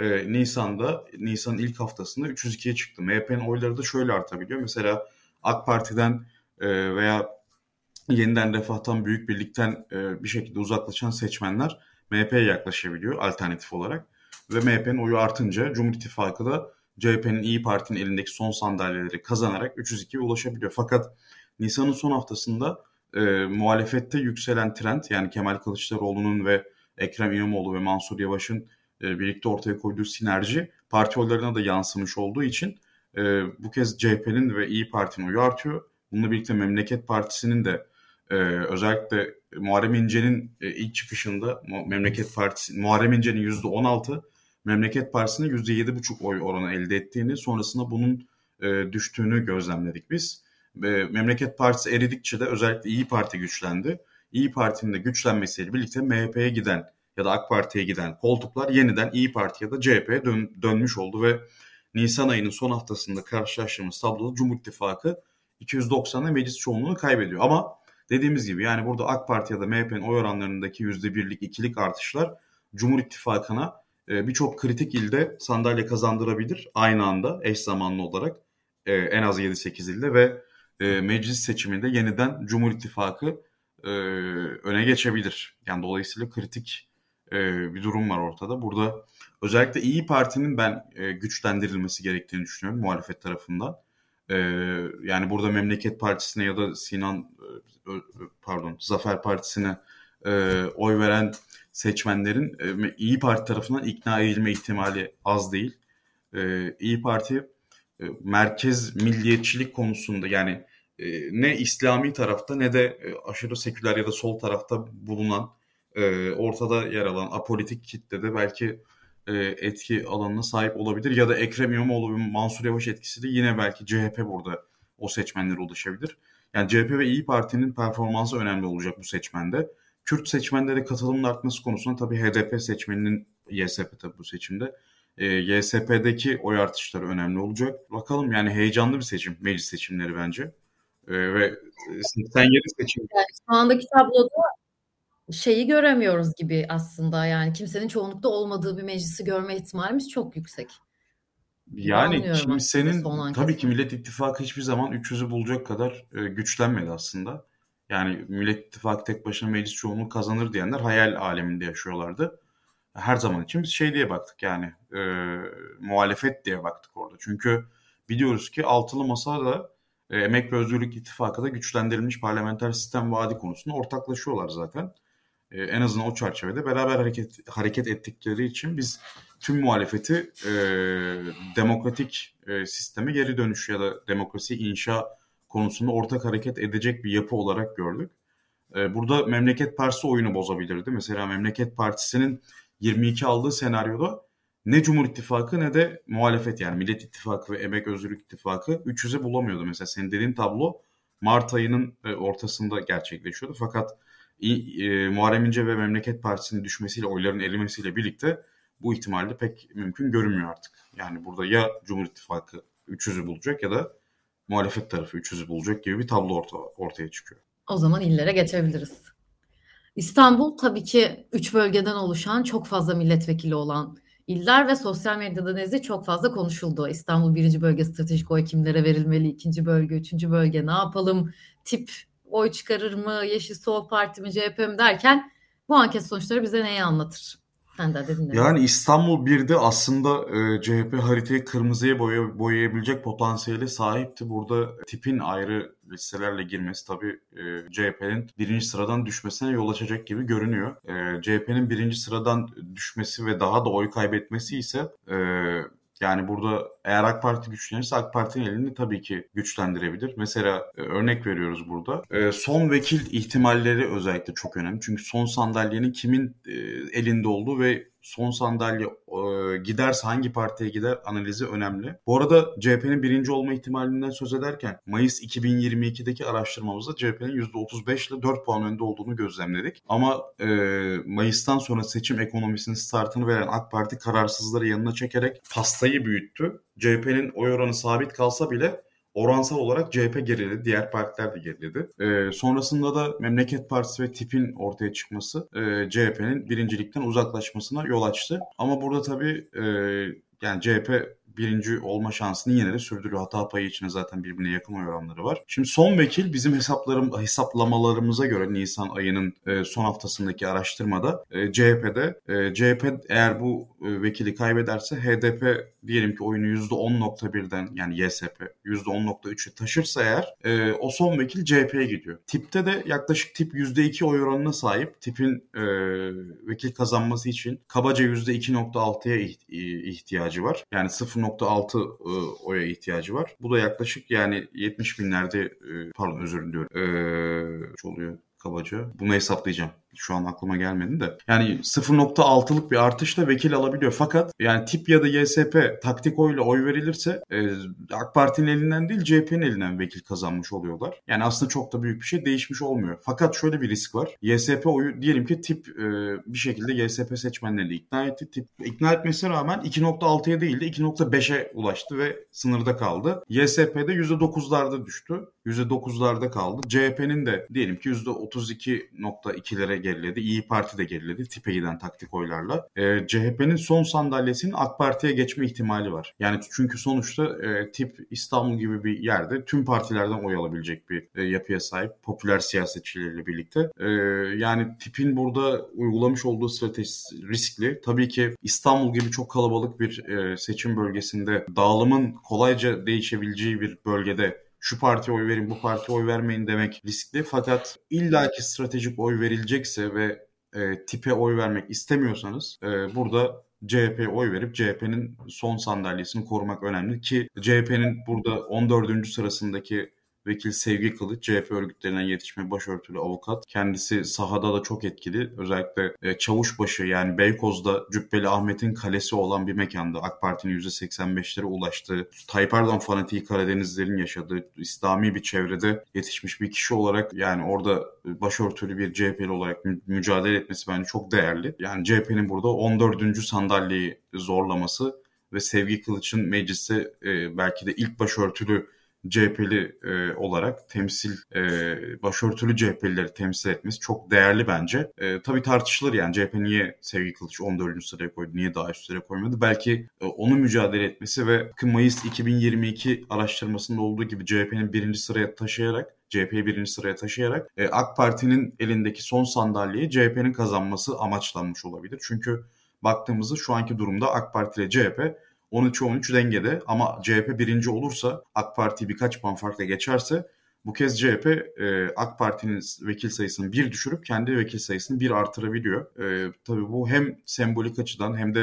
Nisan'ın ilk haftasında 302'ye çıktı. MHP'nin oyları da şöyle artabiliyor. Mesela AK Parti'den veya Yeniden Refah'tan, Büyük Birlik'ten bir şekilde uzaklaşan seçmenler MHP'ye yaklaşabiliyor alternatif olarak. Ve MHP'nin oyu artınca Cumhur İttifakı da CHP'nin, İyi Parti'nin elindeki son sandalyeleri kazanarak 302'ye ulaşabiliyor. Fakat Nisan'ın son haftasında muhalefette yükselen trend, yani Kemal Kılıçdaroğlu'nun ve Ekrem İmamoğlu ve Mansur Yavaş'ın birlikte ortaya koyduğu sinerji parti oylarına da yansımış olduğu için bu kez CHP'nin ve İyi Parti'nin oyu artıyor. Bununla birlikte Memleket Partisi'nin de özellikle Muharrem İnce'nin ilk çıkışında Muharrem İnce'nin %16, Memleket Partisi'nin %7,5 oy oranı elde ettiğini, sonrasında bunun düştüğünü gözlemledik biz. Memleket Partisi eridikçe de özellikle İyi Parti güçlendi. İyi Parti'nin de güçlenmesiyle birlikte MHP'ye giden ya da AK Parti'ye giden koltuklar yeniden İyi Parti ya da CHP'ye dönmüş oldu ve Nisan ayının son haftasında karşılaştığımız tabloda Cumhur İttifakı 290'da meclis çoğunluğunu kaybediyor. Ama dediğimiz gibi yani burada AK Parti ya da MHP'nin oy oranlarındaki %1'lik, 2'lik artışlar Cumhur İttifakı'na birçok kritik ilde sandalye kazandırabilir aynı anda, eş zamanlı olarak en az 7-8 ilde ve meclis seçiminde yeniden Cumhur İttifakı öne geçebilir. Yani dolayısıyla kritik bir durum var ortada. Burada özellikle İyi Parti'nin ben güçlendirilmesi gerektiğini düşünüyorum muhalefet tarafından. Yani burada Memleket Partisi'ne ya da Zafer Partisi'ne oy veren seçmenlerin İyi Parti tarafından ikna edilme ihtimali az değil. İyi Parti merkez milliyetçilik konusunda yani ne İslami tarafta ne de aşırı seküler ya da sol tarafta bulunan ortada yer alan apolitik kitlede belki etki alanına sahip olabilir. Ya da Ekrem İmamoğlu ve Mansur Yavaş etkisi de yine belki CHP burada o seçmenlere ulaşabilir. Yani CHP ve İyi Parti'nin performansı önemli olacak bu seçmende. Kürt seçmenlere katılımın artması konusunda tabii HDP seçmeninin, YSP tabii bu seçimde, YSP'deki oy artışları önemli olacak. Bakalım yani heyecanlı bir seçim, meclis seçimleri bence. Ve 87 seçim. Yani şu andaki tabloda şeyi göremiyoruz gibi aslında, yani kimsenin çoğunlukta olmadığı bir meclisi görme ihtimalimiz çok yüksek gibi Yani anlıyorum aslında son kimsenin, tabii ki anketlerden. Millet İttifakı hiçbir zaman 300'ü bulacak kadar güçlenmedi aslında. Yani Millet İttifakı tek başına meclis çoğunluğu kazanır diyenler hayal aleminde yaşıyorlardı. Her zaman için biz şey diye baktık yani muhalefet diye baktık orada. Çünkü biliyoruz ki Altılı Masa da Emek ve Özgürlük İttifakı da güçlendirilmiş parlamenter sistem vaadi konusunda ortaklaşıyorlar zaten. En azından o çerçevede beraber hareket ettikleri için biz tüm muhalefeti demokratik sisteme geri dönüş ya da demokrasi inşa konusunda ortak hareket edecek bir yapı olarak gördük. Burada Memleket Partisi oyunu bozabilirdi. Mesela Memleket Partisi'nin 22 aldığı senaryoda ne Cumhur İttifakı ne de muhalefet, yani Millet İttifakı ve Emek Özgürlük İttifakı 300'e bulamıyordu. Mesela senin dediğin tablo Mart ayının ortasında gerçekleşiyordu. Fakat Muharrem İnce ve Memleket Partisi'nin düşmesiyle, oyların erimesiyle birlikte bu ihtimalle pek mümkün görünmüyor artık. Yani burada ya Cumhur İttifakı 300'ü bulacak ya da muhalefet tarafı 300'ü bulacak gibi bir tablo ortaya çıkıyor. O zaman illere geçebiliriz. İstanbul tabii ki 3 bölgeden oluşan, çok fazla milletvekili olan iller ve sosyal medyada nezli çok fazla konuşuldu. İstanbul 1. bölge stratejik oy kimlere verilmeli, 2. bölge, 3. bölge ne yapalım, tip oy çıkarır mı, Yeşil Sol Parti mi, CHP mi derken bu anket sonuçları bize neyi anlatır? Sen de dedin. Yani İstanbul 1'de aslında CHP haritayı kırmızıya boyayabilecek potansiyele sahipti. Burada tipin ayrı listelerle girmesi tabii CHP'nin birinci sıradan düşmesine yol açacak gibi görünüyor. CHP'nin birinci sıradan düşmesi ve daha da oy kaybetmesi ise yani burada eğer AK Parti güçlenirse AK Parti'nin elini tabii ki güçlendirebilir. Mesela örnek veriyoruz burada. Son vekil ihtimalleri özellikle çok önemli. Çünkü son sandalyenin kimin elinde olduğu ve son sandalye giderse hangi partiye gider analizi önemli. Bu arada CHP'nin birinci olma ihtimalinden söz ederken Mayıs 2022'deki araştırmamızda CHP'nin %35 ile 4 puan önde olduğunu gözlemledik. Ama Mayıs'tan sonra seçim ekonomisinin startını veren AK Parti kararsızları yanına çekerek pastayı büyüttü. CHP'nin oy oranı sabit kalsa bile oransal olarak CHP geriledi. Diğer partiler de geriledi. Sonrasında da Memleket Partisi ve tipin ortaya çıkması CHP'nin birincilikten uzaklaşmasına yol açtı. Ama burada tabii yani CHP birinci olma şansını yine de sürdürüyor. Hata payı içinde zaten birbirine yakın oy oranları var. Şimdi son vekil bizim hesaplamalarımıza göre Nisan ayının son haftasındaki araştırmada CHP'de. CHP eğer bu vekili kaybederse HDP diyelim ki oyunu %10.1'den yani YSP %10.3'e taşırsa eğer o son vekil CHP'ye gidiyor. Tipte de yaklaşık tip %2 oy oranına sahip. Tipin vekil kazanması için kabaca %2.6'ya ihtiyacı var. Yani 0.6 oya ihtiyacı var. Bu da yaklaşık yani 70 binlerde pardon özür diliyorum. Oluyor kabaca. Bunu hesaplayacağım. Şu an aklıma gelmedi de. Yani 0.6'lık bir artışla vekil alabiliyor. Fakat yani tip ya da YSP taktik oyla oy verilirse AK Parti'nin elinden değil CHP'nin elinden vekil kazanmış oluyorlar. Yani aslında çok da büyük bir şey değişmiş olmuyor. Fakat şöyle bir risk var. YSP oyu diyelim ki tip bir şekilde YSP seçmenlerini ikna etti. Tip ikna etmesine rağmen 2.6'ya değil de 2.5'e ulaştı ve sınırda kaldı. YSP'de %9'larda düştü. %9'larda kaldı. CHP'nin de diyelim ki %32.2'lere geriledi. İyi Parti de geriledi. Tipe giden taktik oylarla. CHP'nin son sandalyesinin AK Parti'ye geçme ihtimali var. Yani çünkü sonuçta tip İstanbul gibi bir yerde tüm partilerden oy alabilecek bir yapıya sahip. Popüler siyasetçileriyle birlikte. Yani tipin burada uygulamış olduğu stratejisi riskli. Tabii ki İstanbul gibi çok kalabalık bir seçim bölgesinde dağılımın kolayca değişebileceği bir bölgede şu partiye oy verin, bu partiye oy vermeyin demek riskli. Fakat illaki stratejik oy verilecekse ve tipe oy vermek istemiyorsanız burada CHP'ye oy verip CHP'nin son sandalyesini korumak önemli ki CHP'nin burada 14. sırasındaki vekil Sevgi Kılıç, CHP örgütlerinden yetişme başörtülü avukat. Kendisi sahada da çok etkili. Özellikle Çavuşbaşı yani Beykoz'da Cübbeli Ahmet'in kalesi olan bir mekanda AK Parti'nin %85'lere ulaştığı, Tayyip Erdoğan fanatiği Karadenizlerin yaşadığı İslami bir çevrede yetişmiş bir kişi olarak yani orada başörtülü bir CHP'li olarak mücadele etmesi bence çok değerli. Yani CHP'nin burada 14. sandalyeyi zorlaması ve Sevgi Kılıç'ın mecliste belki de ilk başörtülü CHP'li olarak başörtülü CHP'lileri temsil etmesi çok değerli bence. Tabii tartışılır yani CHP niye Sevgi Kılıç 14. sıraya koydu, niye daha üst sıraya koymadı? Belki onu mücadele etmesi ve Mayıs 2022 araştırmasında olduğu gibi CHP'yi birinci sıraya taşıyarak AK Parti'nin elindeki son sandalyeyi CHP'nin kazanması amaçlanmış olabilir. Çünkü baktığımızda şu anki durumda AK Parti ile CHP 13-13 dengede ama CHP birinci olursa AK Parti birkaç puan farkla geçerse bu kez CHP AK Parti'nin vekil sayısını bir düşürüp kendi vekil sayısını bir artırabiliyor. Tabii bu hem sembolik açıdan hem de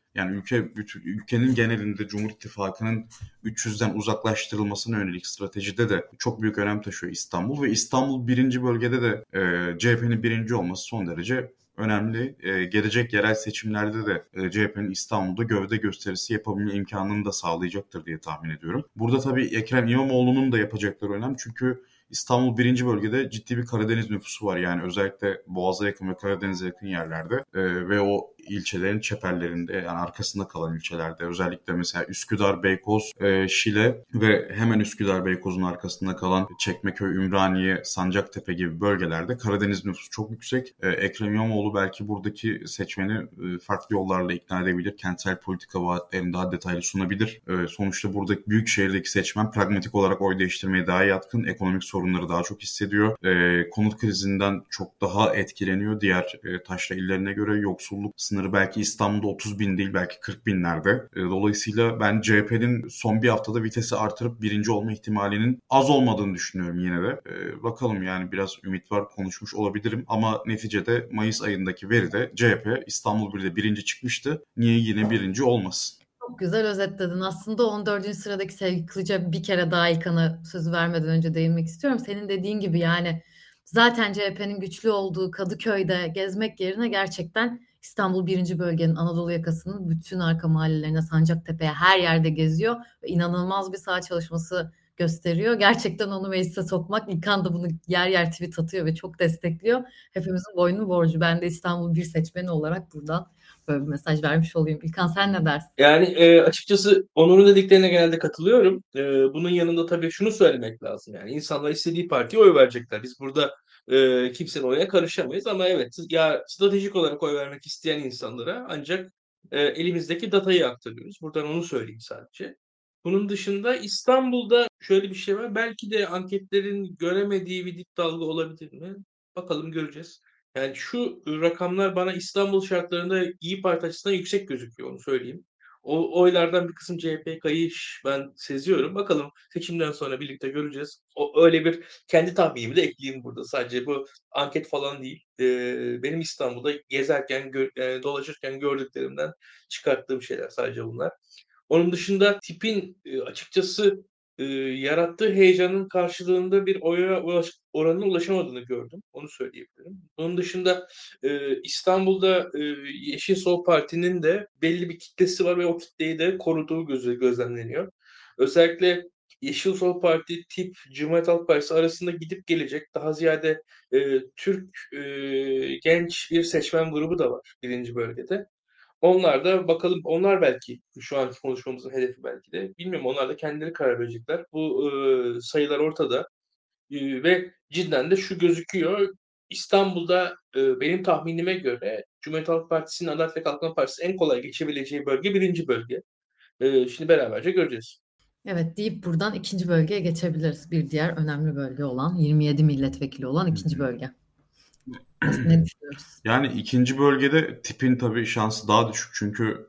Yani ülkenin genelinde Cumhur İttifakı'nın 300'den uzaklaştırılmasına yönelik stratejide de çok büyük önem taşıyor İstanbul ve İstanbul birinci bölgede de CHP'nin birinci olması son derece önemli. Gelecek yerel seçimlerde de CHP'nin İstanbul'da gövde gösterisi yapabilme imkanını da sağlayacaktır diye tahmin ediyorum. Burada tabii Ekrem İmamoğlu'nun da yapacakları önemli çünkü İstanbul birinci bölgede ciddi bir Karadeniz nüfusu var. Yani özellikle Boğaz'a yakın ve Karadeniz'e yakın yerlerde ve o ilçelerin çeperlerinde yani arkasında kalan ilçelerde özellikle mesela Üsküdar, Beykoz, Şile ve hemen Üsküdar, Beykoz'un arkasında kalan Çekmeköy, Ümraniye, Sancaktepe gibi bölgelerde Karadeniz nüfusu çok yüksek. Ekrem İmamoğlu belki buradaki seçmeni farklı yollarla ikna edebilir. Kentsel politika vaatlerini daha detaylı sunabilir. Sonuçta buradaki büyük şehirdeki seçmen pragmatik olarak oy değiştirmeye daha yatkın, ekonomik sorunları daha çok hissediyor. Konut krizinden çok daha etkileniyor. Diğer taşra illerine göre yoksulluk sınırı belki İstanbul'da 30 bin değil belki 40 binlerde. Dolayısıyla ben CHP'nin son bir haftada vitesi artırıp birinci olma ihtimalinin az olmadığını düşünüyorum yine de. Bakalım yani biraz ümit var konuşmuş olabilirim ama neticede Mayıs ayındaki veride CHP İstanbul 1'de birinci çıkmıştı. Niye yine birinci olmasın? Çok güzel özetledin. Aslında 14. sıradaki Sevgi Kılıç'a bir kere daha İlkan'a söz vermeden önce değinmek istiyorum. Senin dediğin gibi yani zaten CHP'nin güçlü olduğu Kadıköy'de gezmek yerine gerçekten İstanbul birinci bölgenin Anadolu yakasının bütün arka mahallelerine, Sancaktepe'ye her yerde geziyor. Ve inanılmaz bir saha çalışması gösteriyor. Gerçekten onu meclise sokmak, İlkan da bunu yer yer tweet atıyor ve çok destekliyor. Hepimizin boynu borcu. Ben de İstanbul bir seçmeni olarak buradan böyle bir mesaj vermiş olayım. İlkan sen ne dersin? Yani açıkçası Onur'un dediklerine genelde katılıyorum. Bunun yanında tabii şunu söylemek lazım. Yani insanlar istediği partiye oy verecekler. Biz burada kimsenin oyuna karışamayız ama evet ya stratejik olarak oy vermek isteyen insanlara ancak elimizdeki datayı aktarıyoruz. Buradan onu söyleyeyim sadece. Bunun dışında İstanbul'da şöyle bir şey var. Belki de anketlerin göremediği bir dip dalga olabilir mi? Bakalım göreceğiz. Yani şu rakamlar bana İstanbul şartlarında İyi Parti açısından yüksek gözüküyor onu söyleyeyim. O oylardan bir kısım CHP'ye kayış ben seziyorum. Bakalım seçimden sonra birlikte göreceğiz. Öyle bir kendi tahminimi de ekleyeyim burada. Sadece bu anket falan değil. Benim İstanbul'da gezerken, dolaşırken gördüklerimden çıkarttığım şeyler sadece bunlar. Onun dışında tipin açıkçası yarattığı heyecanın karşılığında bir oranına ulaşamadığını gördüm. Onu söyleyebilirim. Onun dışında İstanbul'da Yeşil Sol Parti'nin de belli bir kitlesi var ve o kitleyi de koruduğu gözlemleniyor. Özellikle Yeşil Sol Parti, tip Cumhuriyet Halk Partisi arasında gidip gelecek daha ziyade Türk genç bir seçmen grubu da var birinci bölgede. Onlar da bakalım onlar belki şu anki konuşmamızın hedefi belki de. Bilmiyorum onlar da kendileri karar verecekler. Bu sayılar ortada. Ve cidden de şu gözüküyor. İstanbul'da benim tahminime göre Cumhuriyet Halk Partisi'nin Adalet ve Kalkınma Partisi en kolay geçebileceği bölge birinci bölge. Şimdi beraberce göreceğiz. Evet deyip buradan ikinci bölgeye geçebiliriz. Bir diğer önemli bölge olan 27 milletvekili olan ikinci bölge. Nasıl ne düşünüyoruz? Yani ikinci bölgede tipin tabii şansı daha düşük çünkü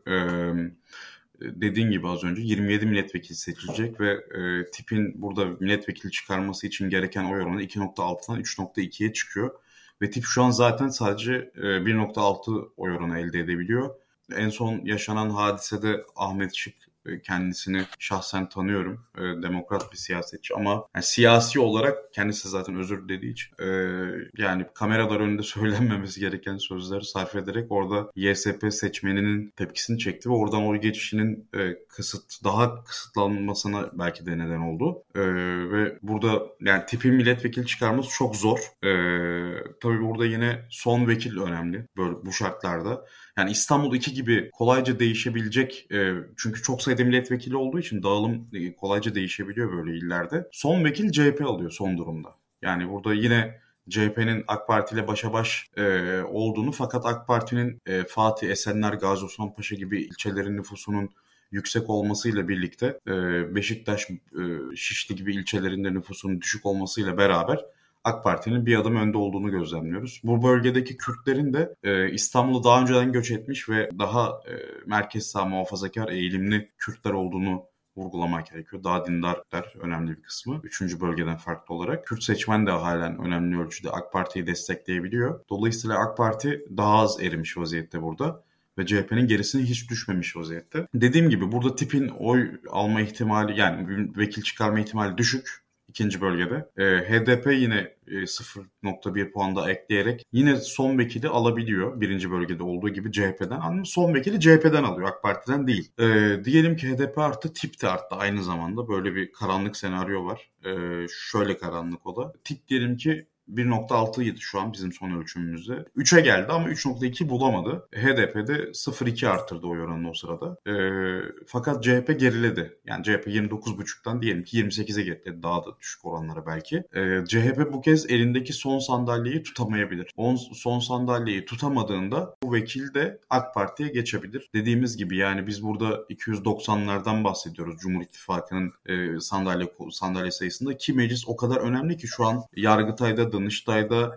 dediğin gibi az önce 27 milletvekili seçilecek ve tipin burada milletvekili çıkarması için gereken oy oranı 2.6'dan 3.2'ye çıkıyor. Ve tip şu an zaten sadece 1.6 oy oranı elde edebiliyor. En son yaşanan hadisede Ahmet Şık kendisini şahsen tanıyorum. Demokrat bir siyasetçi ama yani siyasi olarak kendisi zaten özür dilediği için yani kameralar önünde söylenmemesi gereken sözleri sarf ederek orada YSP seçmeninin tepkisini çekti ve oradan oy geçişinin daha kısıtlanmasına belki de neden oldu. Ve burada yani tipin milletvekili çıkarması çok zor. Tabii burada yine son vekil önemli böyle bu şartlarda. Yani İstanbul 2 gibi kolayca değişebilecek çünkü çok sayıda milletvekili olduğu için dağılım kolayca değişebiliyor böyle illerde. Son vekil CHP alıyor son durumda. Yani burada yine CHP'nin AK Parti ile başa baş olduğunu fakat AK Parti'nin Fatih, Esenler, Gazi Osman Paşa gibi ilçelerin nüfusunun yüksek olmasıyla birlikte Beşiktaş, Şişli gibi ilçelerinde nüfusunun düşük olmasıyla beraber AK Parti'nin bir adım önde olduğunu gözlemliyoruz. Bu bölgedeki Kürtlerin de İstanbul'a daha önceden göç etmiş ve daha merkez sağ muhafazakar eğilimli Kürtler olduğunu vurgulamak gerekiyor. Daha dindarlar önemli bir kısmı. Üçüncü bölgeden farklı olarak. Kürt seçmen de halen önemli ölçüde AK Parti'yi destekleyebiliyor. Dolayısıyla AK Parti daha az erimiş vaziyette burada. ve CHP'nin gerisine hiç düşmemiş vaziyette. Dediğim gibi burada tipin oy alma ihtimali, yani vekil çıkarma ihtimali düşük. İkinci bölgede. HDP yine 0.1 puan da ekleyerek yine son vekili alabiliyor. Birinci bölgede olduğu gibi CHP'den. Ama son vekili CHP'den alıyor. AK Parti'den değil. Diyelim ki HDP arttı, tip de arttı aynı zamanda. Böyle bir karanlık senaryo var. Şöyle karanlık o da. Tip diyelim ki 1.67 şu an bizim son ölçümümüzde. 3'e geldi ama 3.2 bulamadı. HDP'de 0.2 arttırdı oy oranını o sırada. Fakat CHP geriledi. Yani CHP 29.5'tan diyelim ki 28'e geriledi. Daha da düşük oranlara belki. CHP bu kez elindeki son sandalyeyi tutamayabilir. Son sandalyeyi tutamadığında bu vekil de AK Parti'ye geçebilir. Dediğimiz gibi yani biz burada 290'lardan bahsediyoruz Cumhur İttifakı'nın sandalye sayısında, ki meclis o kadar önemli ki şu an Yargıtay'da, Danıştay'da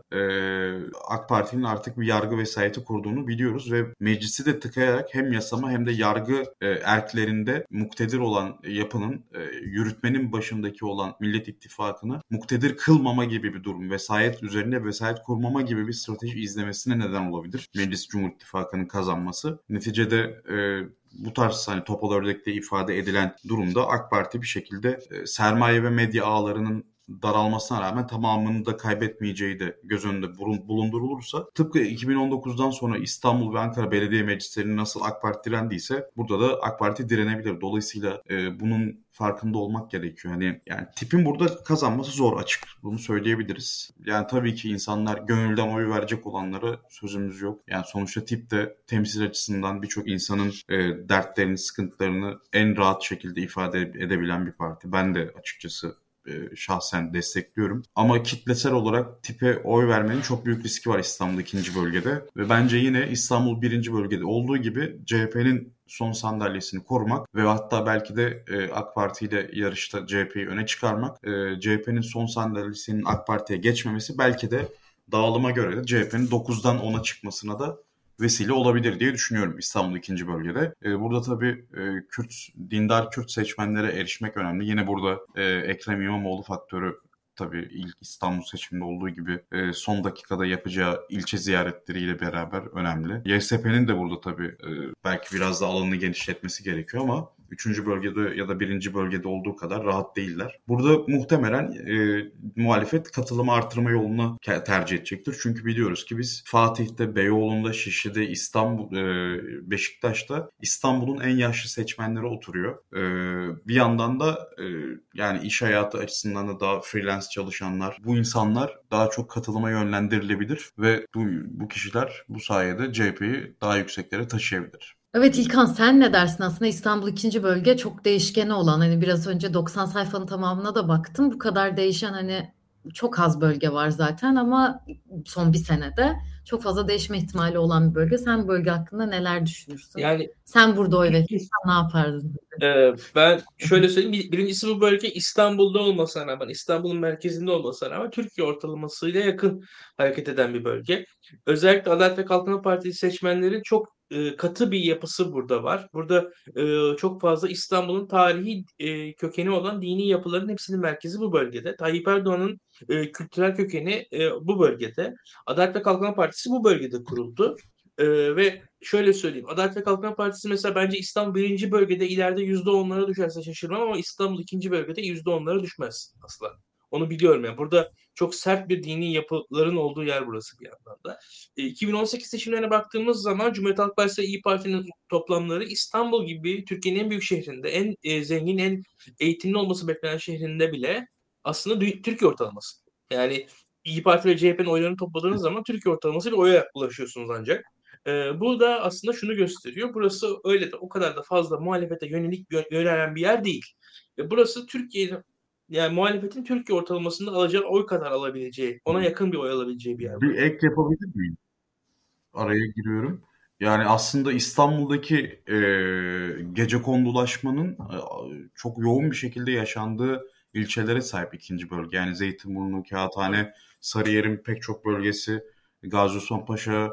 AK Parti'nin artık bir yargı vesayeti kurduğunu biliyoruz ve meclisi de tıkayarak hem yasama hem de yargı erklerinde muktedir olan yapının, yürütmenin başındaki olan Millet İttifakı'nı muktedir kılmama gibi bir durum, vesayet üzerine vesayet kurmama gibi bir strateji izlemesine neden olabilir Meclis Cumhur İttifakı'nın kazanması. Neticede bu tarz hani topal ördekte ifade edilen durumda AK Parti bir şekilde sermaye ve medya ağlarının daralmasına rağmen tamamını da kaybetmeyeceği de göz önünde bulundurulursa, tıpkı 2019'dan sonra İstanbul ve Ankara belediye meclislerinin nasıl AK Parti direndiyse burada da AK Parti direnebilir. Dolayısıyla bunun farkında olmak gerekiyor. Yani tipin burada kazanması zor, açık. Bunu söyleyebiliriz. Yani tabii ki insanlar gönülden oy verecek olanlara sözümüz yok. Yani sonuçta tip de temsil açısından birçok insanın dertlerini, sıkıntılarını en rahat şekilde ifade edebilen bir parti. Ben de açıkçası şahsen destekliyorum. Ama kitlesel olarak tipe oy vermenin çok büyük riski var İstanbul 2. bölgede. Ve bence yine İstanbul 1. bölgede olduğu gibi CHP'nin son sandalyesini korumak ve hatta belki de AK Parti ile yarışta CHP'yi öne çıkarmak, CHP'nin son sandalyesinin AK Parti'ye geçmemesi belki de dağılıma göre de CHP'nin 9'dan 10'a çıkmasına da vesile olabilir diye düşünüyorum İstanbul 2. bölgede. Burada tabii dindar Kürt seçmenlere erişmek önemli. Yine burada Ekrem İmamoğlu faktörü tabii ilk İstanbul seçiminde olduğu gibi son dakikada yapacağı ilçe ziyaretleriyle beraber önemli. YSP'nin de burada tabii belki biraz da alanını genişletmesi gerekiyor ama 3. bölgede ya da 1. bölgede olduğu kadar rahat değiller. Burada muhtemelen muhalefet katılımı artırma yolunu tercih edecektir. Çünkü biliyoruz ki biz Fatih'te, Beyoğlu'nda, Şişli'de, Beşiktaş'ta İstanbul'un en yaşlı seçmenleri oturuyor. Bir yandan da yani iş hayatı açısından da daha freelance çalışanlar, bu insanlar daha çok katılıma yönlendirilebilir ve bu kişiler bu sayede CHP'yi daha yükseklere taşıyabilir. Evet İlkan, sen ne dersin? Aslında İstanbul 2. bölge çok değişkeni olan, hani biraz önce 90 sayfanın tamamına da baktım. Bu kadar değişen hani çok az bölge var zaten ama son bir senede çok fazla değişme ihtimali olan bir bölge. Sen bu bölge hakkında neler düşünürsün? Yani Sen burada oy verirsen ne yapardın? ben şöyle söyleyeyim. Birincisi, bu bölge İstanbul'da olmasına rağmen, İstanbul'un merkezinde olmasına rağmen Türkiye ortalamasıyla yakın hareket eden bir bölge. Özellikle Adalet ve Kalkınma Partisi seçmenlerin çok katı bir yapısı burada var. Burada çok fazla İstanbul'un tarihi kökeni olan dini yapıların hepsinin merkezi bu bölgede. Tayyip Erdoğan'ın kültürel kökeni bu bölgede. Adalet ve Kalkınma Partisi bu bölgede kuruldu. Ve şöyle söyleyeyim. Adalet ve Kalkınma Partisi mesela bence İstanbul 1. bölgede ileride %10'lara düşerse şaşırmam ama İstanbul 2. bölgede %10'lara düşmez asla. Onu biliyorum yani. Burada çok sert bir dini yapıların olduğu yer burası bir yandan da. 2018 seçimlerine baktığımız zaman Cumhuriyet Halk Partisi ve İYİ Parti'nin toplamları İstanbul gibi Türkiye'nin en büyük şehrinde, en zengin, en eğitimli olması beklenen şehrinde bile aslında Türkiye ortalaması. Yani İYİ Parti ve CHP'nin oylarını topladığınız zaman Türkiye ortalaması bir oya ulaşıyorsunuz ancak. Bu da aslında şunu gösteriyor. Burası öyle de o kadar da fazla muhalefete yönelen bir yer değil. Burası Türkiye'nin, yani muhalefetin Türkiye ortalamasında alacağı oy kadar alabileceği, ona yakın bir oy alabileceği bir yer Bir burası. ek yapabilir miyim? Araya giriyorum. Yani aslında İstanbul'daki gecekondulaşmanın çok yoğun bir şekilde yaşandığı ilçelere sahip 2. bölge. Yani Zeytinburnu, Kağıthane, Sarıyer'in pek çok bölgesi, Gazi Osman Paşa,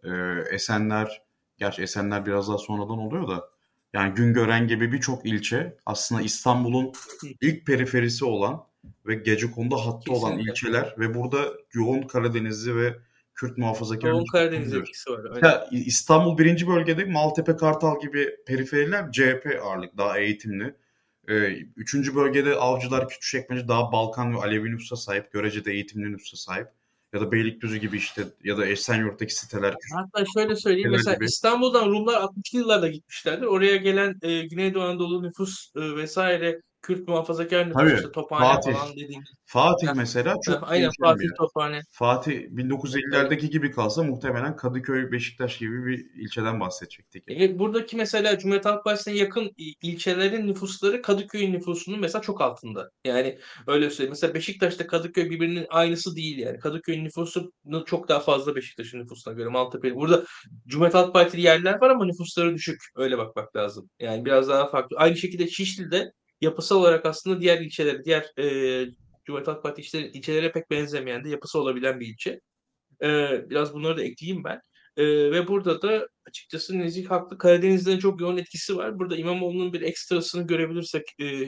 Esenler, gerçi Esenler biraz daha sonradan oluyor da, yani Güngören gibi birçok ilçe aslında İstanbul'un ilk periferisi olan ve gecekondu hattı olan Kesinlikle. ilçeler ve burada yoğun Karadenizli ve Kürt muhafazakar Doğu Karadeniz biliyor. etkisi var. Aynen. Ya, İstanbul birinci bölgede Maltepe, Kartal gibi periferiler CHP ağırlık, daha eğitimli. Üçüncü bölgede Avcılar, Küçükçekmece daha Balkan ve Alevi nüfusa sahip, görece de eğitimli nüfusa sahip. Ya da Beylikdüzü gibi işte, ya da Esenyurt'taki siteler, küçük Hatta şöyle söyleyeyim, siteler mesela gibi. İstanbul'dan Rumlar 60'lı yıllarda gitmişlerdir. Oraya gelen Güneydoğu Anadolu nüfus vesaire, Kürt muhafazakar nüfus, Tabii işte Tophane Fatih. falan dediğimiz. Fatih Heh, mesela çok aynen, değişen bir Fatih yer. Tophane. Fatih Evet. 1950'lerdeki gibi kalsa muhtemelen Kadıköy, Beşiktaş gibi bir ilçeden bahsedecektik. Buradaki mesela Cumhuriyet Halk Partisi'ne yakın ilçelerin nüfusları Kadıköy'ün nüfusunun mesela çok altında. Yani öyle söyleyeyim. Mesela Beşiktaş'ta Kadıköy birbirinin aynısı değil yani. Kadıköy'ün nüfusu çok daha fazla Beşiktaş'ın nüfusuna göre, Maltepe. Burada Cumhuriyet Halk Partili yerler var ama nüfusları düşük. Öyle bakmak lazım. Yani biraz daha farklı. Aynı şekilde Şişli'de yapısal olarak aslında diğer ilçeler, diğer Cumhuriyet Halk Parti ilçelere pek benzemeyen de yapısı olabilen bir ilçe. Biraz bunları da ekleyeyim ben. Ve burada da açıkçası Nezih haklı. Karadeniz'den çok yoğun etkisi var. Burada İmamoğlu'nun bir ekstrasını görebilirsek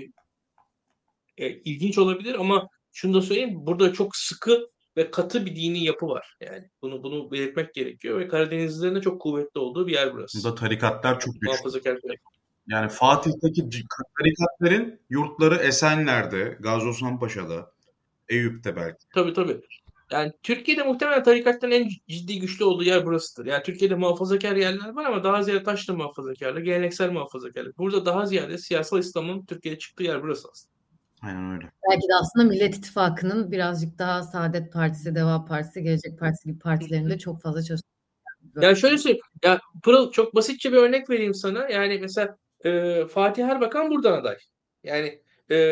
ilginç olabilir, ama şunu da söyleyeyim. Burada çok sıkı ve katı bir dini yapı var. Yani bunu belirtmek gerekiyor ve Karadenizlilerin de çok kuvvetli olduğu bir yer burası. Burada tarikatlar çok güçlü. Muhafazakar. Yani Fatih'teki tarikatların yurtları Esenler'de, Gazi Osman Paşa'da, Eyüp'te belki. Tabii, tabii. Yani Türkiye'de muhtemelen tarikatların en ciddi güçlü olduğu yer burasıdır. Yani Türkiye'de muhafazakar yerler var ama daha ziyade taşra muhafazakarlığı, geleneksel muhafazakarlık. Burada daha ziyade siyasal İslam'ın Türkiye'de çıktığı yer burası aslında. Aynen öyle. Belki de aslında Millet İttifakı'nın birazcık daha Saadet Partisi, Deva Partisi, Gelecek Partisi gibi partilerinde çok fazla çalıştığı bir Yani bölge. şöyle söyleyeyim. Ya Pırıl, çok basitçe bir örnek vereyim sana. Yani mesela Fatih Erbakan buradan aday. Yani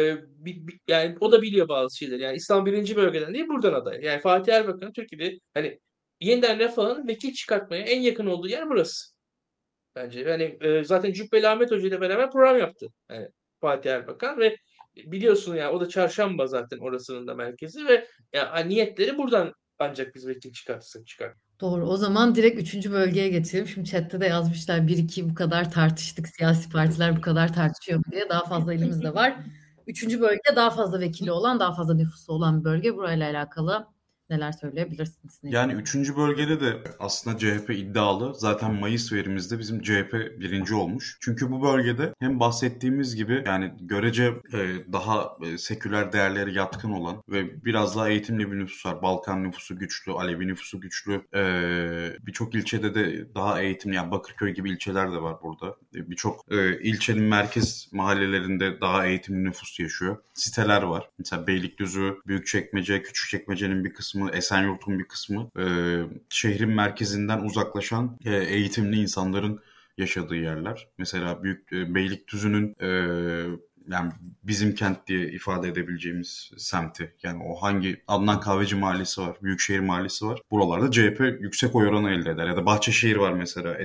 yani o da biliyor bazı şeyleri. Yani İslam birinci bölgeden değil, buradan aday. Yani Fatih Erbakan Türkiye'de hani yeniden Refah'ın vekil çıkartmaya en yakın olduğu yer burası. Bence. Yani zaten Cübbeli Ahmet Hoca ile beraber program yaptı. Yani Fatih Erbakan ve biliyorsun ya, o da Çarşamba zaten orasının da merkezi ve ya, niyetleri buradan ancak biz vekil çıkar. Doğru. O zaman direkt üçüncü bölgeye geçelim. Şimdi chatte de yazmışlar 1-2 bu kadar tartıştık. Siyasi partiler bu kadar tartışıyor mu diye. Daha fazla elimizde var. Üçüncü bölge daha fazla vekili olan, daha fazla nüfusu olan bir bölge. Burayla alakalı neler söyleyebilirsiniz? Yani üçüncü bölgede de aslında CHP iddialı. Zaten Mayıs verimizde bizim CHP birinci olmuş. Çünkü bu bölgede hem bahsettiğimiz gibi yani görece daha seküler değerleri yatkın olan ve biraz daha eğitimli bir nüfus var. Balkan nüfusu güçlü, Alevi nüfusu güçlü. Birçok ilçede de daha eğitimli, yani Bakırköy gibi ilçeler de var burada. Birçok ilçenin merkez mahallelerinde daha eğitimli nüfus yaşıyor. Siteler var. Mesela Beylikdüzü, Büyükçekmece, Küçükçekmece'nin bir kısmı, Esenyurt'un bir kısmı şehrin merkezinden uzaklaşan eğitimli insanların yaşadığı yerler. Mesela Beylikdüzü'nün yani bizim kent diye ifade edebileceğimiz semti. Yani o hangi Adnan Kahveci Mahallesi var, Büyükşehir Mahallesi var. Buralarda CHP yüksek oy oranı elde eder. Ya da Bahçeşehir var mesela,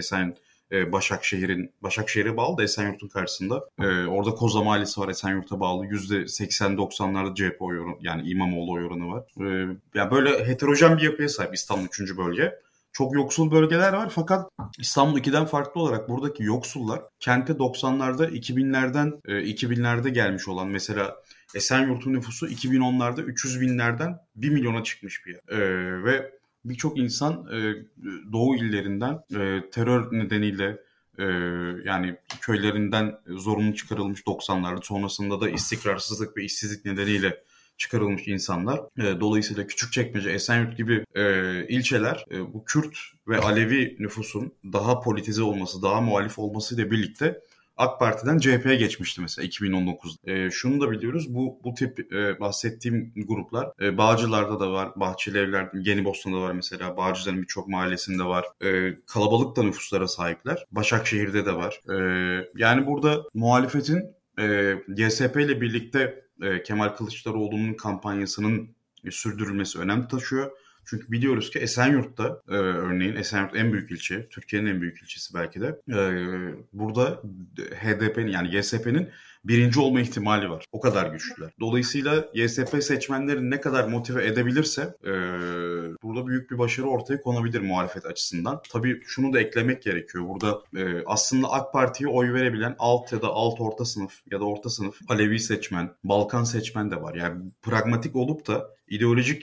Başakşehir'e bağlı da Esenyurt'un karşısında. Orada Koza Mahallesi var, Esenyurt'a bağlı. %80-90'larda CHP oy oranı, yani İmamoğlu oy oranı var. Yani böyle heterojen bir yapıya sahip İstanbul 3. bölge. Çok yoksul bölgeler var fakat İstanbul 2'den farklı olarak buradaki yoksullar kente 90'larda 2000'lerde gelmiş olan, mesela Esenyurt'un nüfusu 2010'larda 300 binlerden 1 milyona çıkmış bir yer. Ve birçok insan doğu illerinden terör nedeniyle yani köylerinden zorunlu çıkarılmış 90'larda, sonrasında da istikrarsızlık ve işsizlik nedeniyle çıkarılmış insanlar. Dolayısıyla Küçükçekmece, Esenyurt gibi ilçeler bu Kürt ve Alevi nüfusun daha politize olması, daha muhalif olmasıyla birlikte AK Parti'den CHP'ye geçmişti mesela 2019'da. Şunu da biliyoruz, bu tip bahsettiğim gruplar Bağcılar'da da var, Bahçelievler, Yenibosna'da var mesela, Bağcılar'ın birçok mahallesinde var. Kalabalık da nüfuslara sahipler. Başakşehir'de de var. Yani burada muhalefetin GSP ile birlikte Kemal Kılıçdaroğlu'nun kampanyasının sürdürülmesi önem taşıyor. Çünkü biliyoruz ki Esenyurt'ta örneğin, Esenyurt en büyük ilçe, Türkiye'nin en büyük ilçesi belki de. Burada HDP'nin, yani YSP'nin birinci olma ihtimali var. O kadar güçlüler. Dolayısıyla YSP seçmenlerini ne kadar motive edebilirse burada büyük bir başarı ortaya konabilir muhalefet açısından. Tabii şunu da eklemek gerekiyor. Burada aslında AK Parti'ye oy verebilen alt ya da alt orta sınıf ya da orta sınıf Alevi seçmen, Balkan seçmen de var. Yani pragmatik olup da ideolojik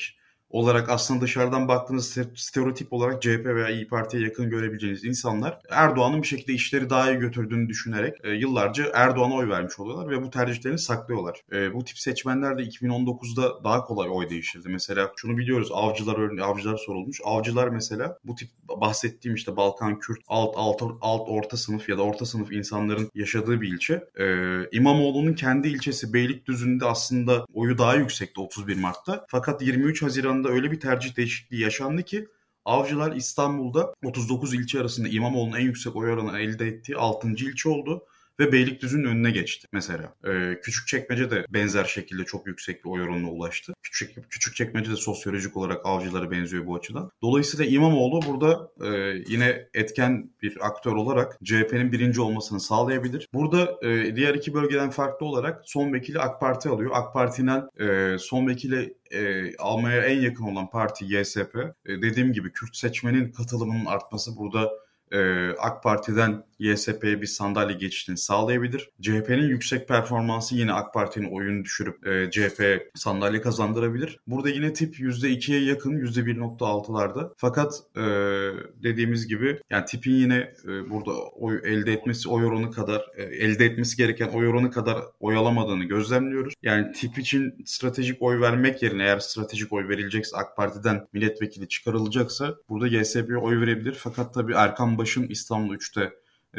olarak aslında dışarıdan baktığınız stereotip olarak CHP veya İyi Parti'ye yakın görebileceğiniz insanlar Erdoğan'ın bir şekilde işleri daha iyi götürdüğünü düşünerek yıllarca Erdoğan'a oy vermiş oluyorlar ve bu tercihlerini saklıyorlar. Bu tip seçmenler de 2019'da daha kolay oy değiştirdi. Mesela şunu biliyoruz, avcılar sorulmuş. Avcılar mesela bu tip bahsettiğim işte Balkan, Kürt, alt orta sınıf ya da orta sınıf insanların yaşadığı bir ilçe. İmamoğlu'nun kendi ilçesi Beylikdüzü'nde aslında oyu daha yüksekti 31 Mart'ta. Fakat 23 Haziran'da öyle bir tercih değişikliği yaşandı ki Avcılar İstanbul'da 39 ilçe arasında İmamoğlu'nun en yüksek oy oranı elde ettiği 6. ilçe oldu. Ve Beylikdüzü'nün önüne geçti mesela. Küçükçekmece de benzer şekilde çok yüksek bir oy oranına ulaştı. Küçükçekmece de sosyolojik olarak avcılara benziyor bu açıdan. Dolayısıyla İmamoğlu burada yine etken bir aktör olarak CHP'nin birinci olmasını sağlayabilir. Burada diğer iki bölgeden farklı olarak son vekili AK Parti alıyor. AK Parti'nin son vekili almaya en yakın olan parti YSP. Dediğim gibi Kürt seçmenin katılımının artması burada AK Parti'den YSP'ye bir sandalye geçişini sağlayabilir. CHP'nin yüksek performansı yine AK Parti'nin oyunu düşürüp CHP'ye sandalye kazandırabilir. Burada yine tip %2'ye yakın, %1.6'larda. Fakat dediğimiz gibi yani tipin yine burada elde etmesi gereken oy oranı kadar oy alamadığını gözlemliyoruz. Yani tip için stratejik oy vermek yerine, eğer stratejik oy verilecekse, AK Parti'den milletvekili çıkarılacaksa burada YSP'ye oy verebilir. Fakat tabii Erkan Baş'ın İstanbul 3'te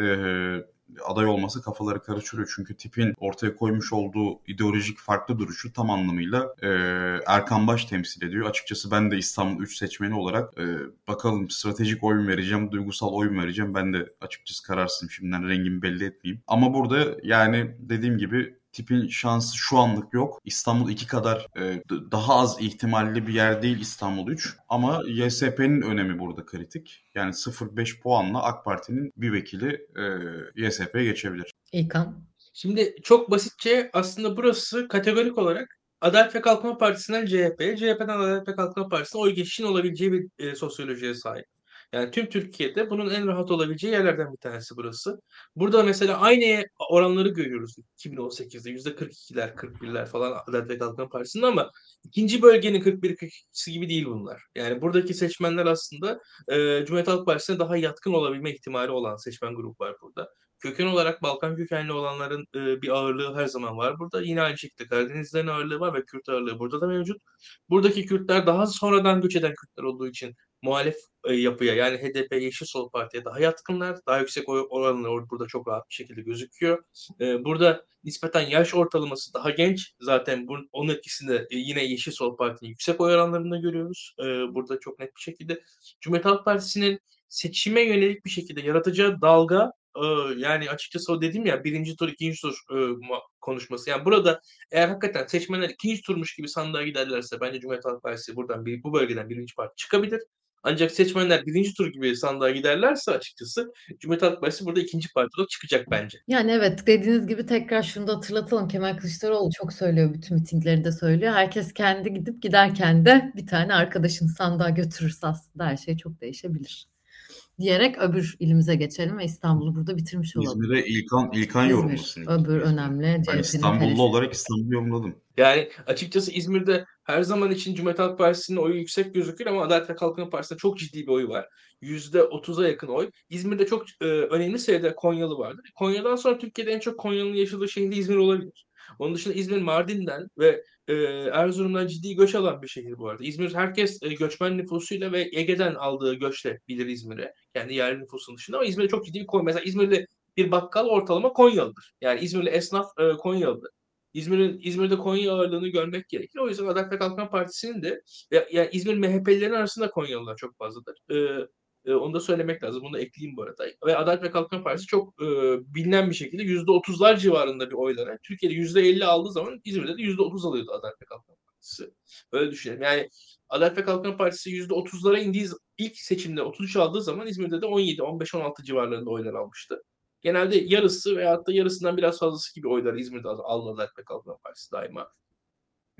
aday olması kafaları karıştırıyor. Çünkü tipin ortaya koymuş olduğu ideolojik farklı duruşu tam anlamıyla Erkan Baş temsil ediyor. Açıkçası ben de İstanbul 3 seçmeni olarak bakalım stratejik oy mu vereceğim, duygusal oy mu vereceğim, ben de açıkçası kararsızım. Şimdiden rengimi belli etmeyeyim. Ama burada yani dediğim gibi tipin şansı şu anlık yok. İstanbul 2 kadar daha az ihtimalli bir yer değil İstanbul 3. Ama YSP'nin önemi burada kritik. Yani 0,5 puanla AK Parti'nin bir vekili YSP'ye geçebilir. İlkan. Şimdi çok basitçe aslında burası kategorik olarak Adalet ve Kalkınma Partisi'nden CHP'ye, CHP'den Adalet ve Kalkınma Partisi'ne oy geçişin olabileceği bir sosyolojiye sahip. Yani tüm Türkiye'de bunun en rahat olabileceği yerlerden bir tanesi burası. Burada mesela aynı oranları görüyoruz 2018'de %42'ler, 41'ler falan Adalet ve Kalkınma Partisi'nde, ama ikinci bölgenin 41-42'si gibi değil bunlar. Yani buradaki seçmenler aslında Cumhuriyet Halk Partisi'ne daha yatkın olabilme ihtimali olan seçmen grubu var burada. Köken olarak Balkan kökenli olanların bir ağırlığı her zaman var burada. Yine aynı şekilde Karadenizlerin ağırlığı var ve Kürt ağırlığı burada da mevcut. Buradaki Kürtler daha sonradan göç eden Kürtler olduğu için muhalif yapıya, yani HDP, Yeşil Sol Parti'ye daha yatkınlar. Daha yüksek oy oranları burada çok rahat bir şekilde gözüküyor. Burada nispeten yaş ortalaması daha genç. Zaten onun etkisinde yine Yeşil Sol Parti'nin yüksek oy oranlarında görüyoruz. Burada çok net bir şekilde Cumhuriyet Halk Partisi'nin seçime yönelik bir şekilde yaratacağı dalga, yani açıkçası o dedim ya, birinci tur, ikinci tur konuşması. Yani burada eğer hakikaten seçmenler ikinci turmuş gibi sandığa giderlerse bence Cumhuriyet Halk Partisi buradan bu bölgeden birinci parti çıkabilir. Ancak seçmenler birinci tur gibi sandığa giderlerse açıkçası Cumhuriyet Halk Partisi burada ikinci parti olarak çıkacak bence. Yani evet, dediğiniz gibi tekrar şunu da hatırlatalım. Kemal Kılıçdaroğlu çok söylüyor, bütün mitinglerinde söylüyor. Herkes kendi gidip giderken de bir tane arkadaşını sandığa götürürse aslında her şey çok değişebilir. Diyerek öbür ilimize geçelim ve İstanbul'u burada bitirmiş olalım. İzmir'e İlkan İzmir, yorumlasın. öbür önemli Ben CHP'nin İstanbullu kalesi. olarak İstanbul'u yorumladım. Yani açıkçası İzmir'de her zaman için Cumhuriyet Halk Partisi'nin oyu yüksek gözükür ama Adalet ve Kalkınma Partisi'nde çok ciddi bir oy var. %30'a yakın oy. İzmir'de çok önemli sayıda Konyalı vardır. Konya'dan sonra Türkiye'de en çok Konyalı'nın yaşadığı şehir de İzmir olabilir. Onun dışında İzmir, Mardin'den ve Erzurum'dan ciddi göç alan bir şehir bu arada. İzmir herkes göçmen nüfusuyla ve Ege'den aldığı göçle bilir İzmir'e. Yani yerli nüfusun dışında, ama İzmir'de çok ciddi bir Konya. Mesela İzmir'de bir bakkal ortalama Konyalıdır. Yani İzmirli esnaf Konyalıdır. İzmir'de Konya ağırlığını görmek gerekir. O yüzden Adalet ve Kalkınma Partisi'nin de yani İzmir MHP'lilerin arasında Konyalılar çok fazladır. Onu da söylemek lazım. Bunu da ekleyeyim bu arada. Ve Adalet ve Kalkınma Partisi çok bilinen bir şekilde %30'lar civarında bir oylara, Türkiye'de %50 aldığı zaman İzmir'de de %30 alıyordu Adalet ve Kalkınma Partisi. Öyle düşünelim. Yani Adalet ve Kalkınma Partisi %30'lara indiği ilk seçimde 33 aldığı zaman İzmir'de de 17, 15, 16 civarlarında oylar almıştı. Genelde yarısı veyahut da yarısından biraz fazlası gibi oyları İzmir'de aldı Adalet ve Kalkınma Partisi daima.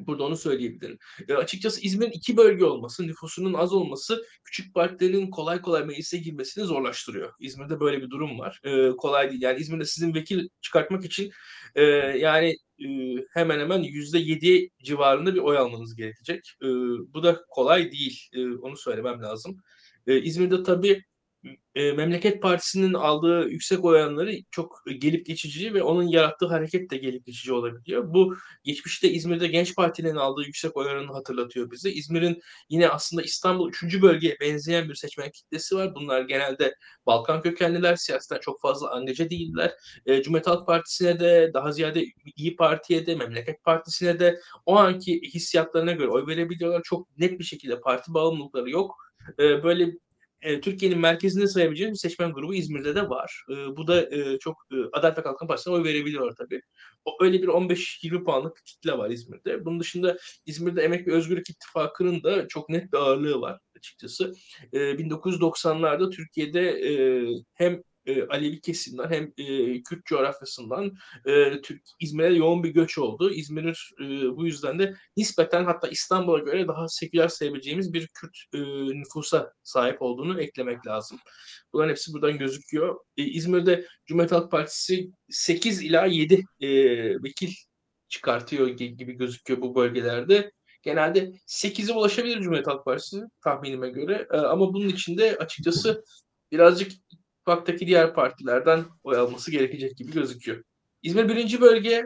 Burada onu söyleyebilirim. Açıkçası İzmir'in iki bölge olması, nüfusunun az olması küçük partilerin kolay kolay meclise girmesini zorlaştırıyor. İzmir'de böyle bir durum var. Kolay değil. Yani İzmir'de sizin vekil çıkartmak için yani hemen hemen %7 civarında bir oy almanız gerekecek. Bu da kolay değil. Onu söylemem lazım. İzmir'de tabii Memleket Partisi'nin aldığı yüksek oy oranları çok gelip geçici ve onun yarattığı hareket de gelip geçici olabiliyor. Bu geçmişte İzmir'de Genç Parti'nin aldığı yüksek oy oranını hatırlatıyor bize. İzmir'in yine aslında İstanbul 3. bölgeye benzeyen bir seçmen kitlesi var. Bunlar genelde Balkan kökenliler, siyasetten çok fazla angaja değiller. Cumhuriyet Halk Partisi'ne de, daha ziyade İyi Parti'ye de, Memleket Partisi'ne de o anki hissiyatlarına göre oy verebiliyorlar. Çok net bir şekilde parti bağımlılıkları yok. Böyle Türkiye'nin merkezinde sayabileceğimiz bir seçmen grubu İzmir'de de var. Bu da çok Adalet ve Kalkınma Partisi'ne oy verebiliyor tabii. Öyle bir 15-20 puanlık kitle var İzmir'de. Bunun dışında İzmir'de Emek ve Özgürlük İttifakı'nın da çok net bir ağırlığı var açıkçası. 1990'larda Türkiye'de hem Alevi kesimden hem Kürt coğrafyasından İzmir'e yoğun bir göç oldu. İzmir bu yüzden de nispeten, hatta İstanbul'a göre daha seküler sayabileceğimiz bir Kürt nüfusa sahip olduğunu eklemek lazım. Bunların hepsi buradan gözüküyor. İzmir'de Cumhuriyet Halk Partisi 8 ila 7 vekil çıkartıyor gibi gözüküyor bu bölgelerde. Genelde 8'e ulaşabilir Cumhuriyet Halk Partisi tahminime göre. Ama bunun için de açıkçası birazcık ittifaktaki diğer partilerden oy alması gerekecek gibi gözüküyor. İzmir birinci bölge,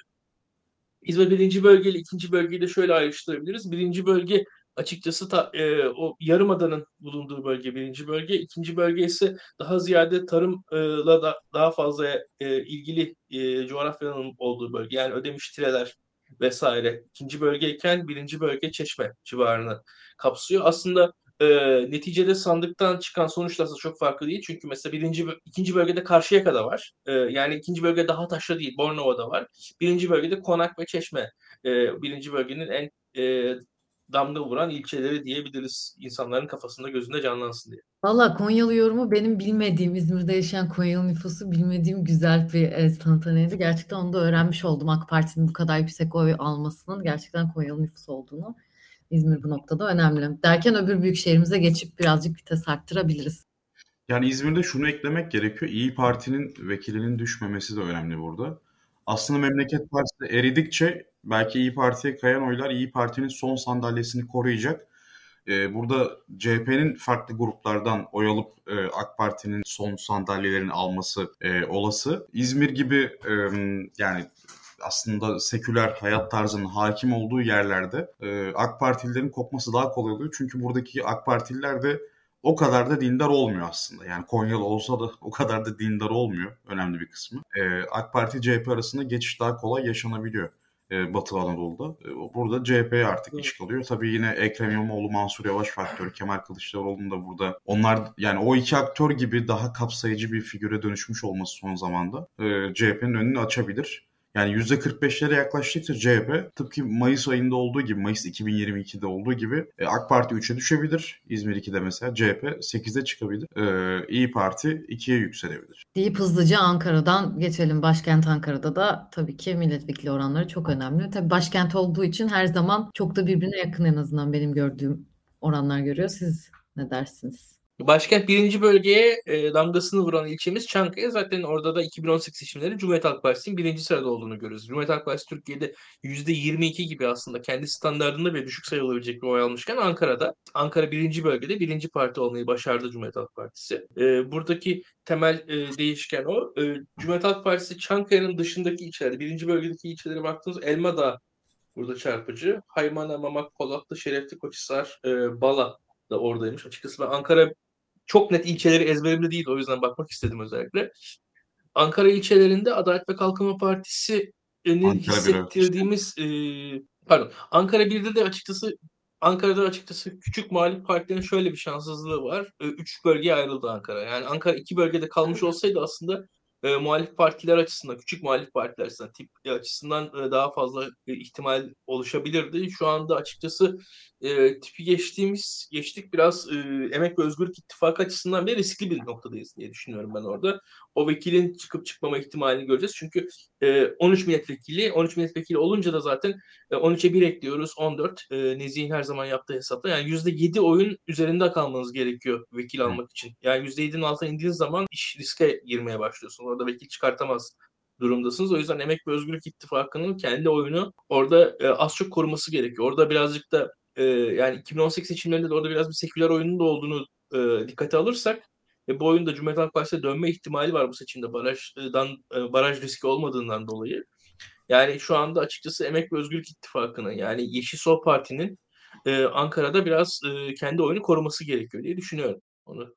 İzmir birinci bölge ile ikinci bölgeyi de şöyle ayrıştırabiliriz. Birinci bölge açıkçası o yarımadanın bulunduğu bölge birinci bölge. İkinci bölge ise daha ziyade tarımla da daha fazla ilgili coğrafyanın olduğu bölge. Yani Ödemiş, Tireler vesaire. İkinci bölgeyken birinci bölge Çeşme civarını kapsıyor. Aslında e, neticede sandıktan çıkan sonuçlar da çok farklı değil. Çünkü mesela ikinci bölgede Karşıyaka'da var. Yani ikinci bölge daha taşra değil, Bornova'da var. Birinci bölgede Konak ve Çeşme. Birinci bölgenin en damga vuran ilçeleri diyebiliriz. İnsanların kafasında gözünde canlansın diye. Valla Konyalı yorumu benim bilmediğim, İzmir'de yaşayan Konyalı nüfusu bilmediğim güzel bir tanıtımıydı. Gerçekten onu da öğrenmiş oldum. AK Parti'nin bu kadar yüksek oy almasının gerçekten Konyalı nüfus olduğunu. İzmir bu noktada önemli. Derken öbür büyük şehrimize geçip birazcık vites arttırabiliriz. Yani İzmir'de şunu eklemek gerekiyor. İyi Parti'nin vekilinin düşmemesi de önemli burada. Aslında Memleket Partisi eridikçe belki İyi Parti'ye kayan oylar İyi Parti'nin son sandalyesini koruyacak. Burada CHP'nin farklı gruplardan oy alıp AK Parti'nin son sandalyelerini alması olası. İzmir gibi yani aslında seküler hayat tarzının hakim olduğu yerlerde AK Partililerin kopması daha kolay oluyor. Çünkü buradaki AK Partililer de o kadar da dindar olmuyor aslında. Yani Konyalı olsa da o kadar da dindar olmuyor önemli bir kısmı. AK Parti CHP arasında geçiş daha kolay yaşanabiliyor. Batı Anadolu'da. Burada CHP'ye artık iş kalıyor. Tabii yine Ekrem İmamoğlu, Mansur Yavaş faktörü, Kemal Kılıçdaroğlu'nun da burada. Onlar yani o iki aktör gibi daha kapsayıcı bir figüre dönüşmüş olması son zamanda CHP'nin önünü açabilir. Yani %45'lere yaklaştıkça CHP tıpkı Mayıs ayında olduğu gibi, Mayıs 2022'de olduğu gibi AK Parti 3'e düşebilir. İzmir 2'de mesela CHP 8'e çıkabilir. İyi Parti 2'ye yükselebilir. Deyip hızlıca Ankara'dan geçelim. Başkent Ankara'da da tabii ki milletvekili oranları çok önemli. Tabii başkent olduğu için her zaman çok da birbirine yakın, en azından benim gördüğüm oranlar görüyor. Siz ne dersiniz? Başkent birinci bölgeye damgasını vuran ilçemiz Çankaya. Zaten orada da 2018 seçimleri Cumhuriyet Halk Partisi'nin birinci sırada olduğunu görüyoruz. Cumhuriyet Halk Partisi Türkiye'de %22 gibi aslında kendi standartında ve düşük sayılabilecek bir oy almışken Ankara birinci bölgede birinci parti olmayı başardı Cumhuriyet Halk Partisi. Buradaki temel değişken o. Cumhuriyet Halk Partisi Çankaya'nın dışındaki ilçelerde, birinci bölgedeki ilçelere baktığınız Elmadağ burada çarpıcı. Haymana, Mamak, Polatlı, Şerefli, Koçhisar, Bala da oradaymış. Açıkçası ben Ankara çok net ilçeleri ezberimde değil. O yüzden bakmak istedim özellikle. Ankara ilçelerinde Adalet ve Kalkınma Partisi'nin Ankara bir hissettirdiğimiz Ankara birde de Ankara'da açıkçası küçük muhalif partilerin şöyle bir şanssızlığı var. Üç bölgeye ayrıldı Ankara. Yani Ankara iki bölgede kalmış olsaydı aslında muhalif partiler açısından, küçük muhalif partiler açısından, tip açısından daha fazla ihtimal oluşabilirdi. Şu anda açıkçası tipi geçtik biraz Emek ve Özgürlük İttifakı açısından bile riskli bir noktadayız diye düşünüyorum ben orada. O vekilin çıkıp çıkmama ihtimalini göreceğiz. Çünkü 13 milletvekili olunca da zaten 13'e 1 ekliyoruz 14. Nezih'in her zaman yaptığı hesapla. Yani %7 oyun üzerinde kalmanız gerekiyor vekil almak için. Yani %7'nin altına indiğiniz zaman iş riske girmeye başlıyorsunuz. Orada vekil çıkartamaz durumdasınız. O yüzden Emek ve Özgürlük İttifakı'nın kendi oyunu orada az çok koruması gerekiyor. Orada birazcık da yani 2018 seçimlerinde de orada biraz bir seküler oyunun da olduğunu dikkate alırsak bu oyunda Cumhuriyet Halk Partisi'ne dönme ihtimali var bu seçimde baraj riski olmadığından dolayı. Yani şu anda açıkçası Emek ve Özgürlük İttifakı'nın yani Yeşil Sol Parti'nin Ankara'da biraz kendi oyunu koruması gerekiyor diye düşünüyorum. Onu.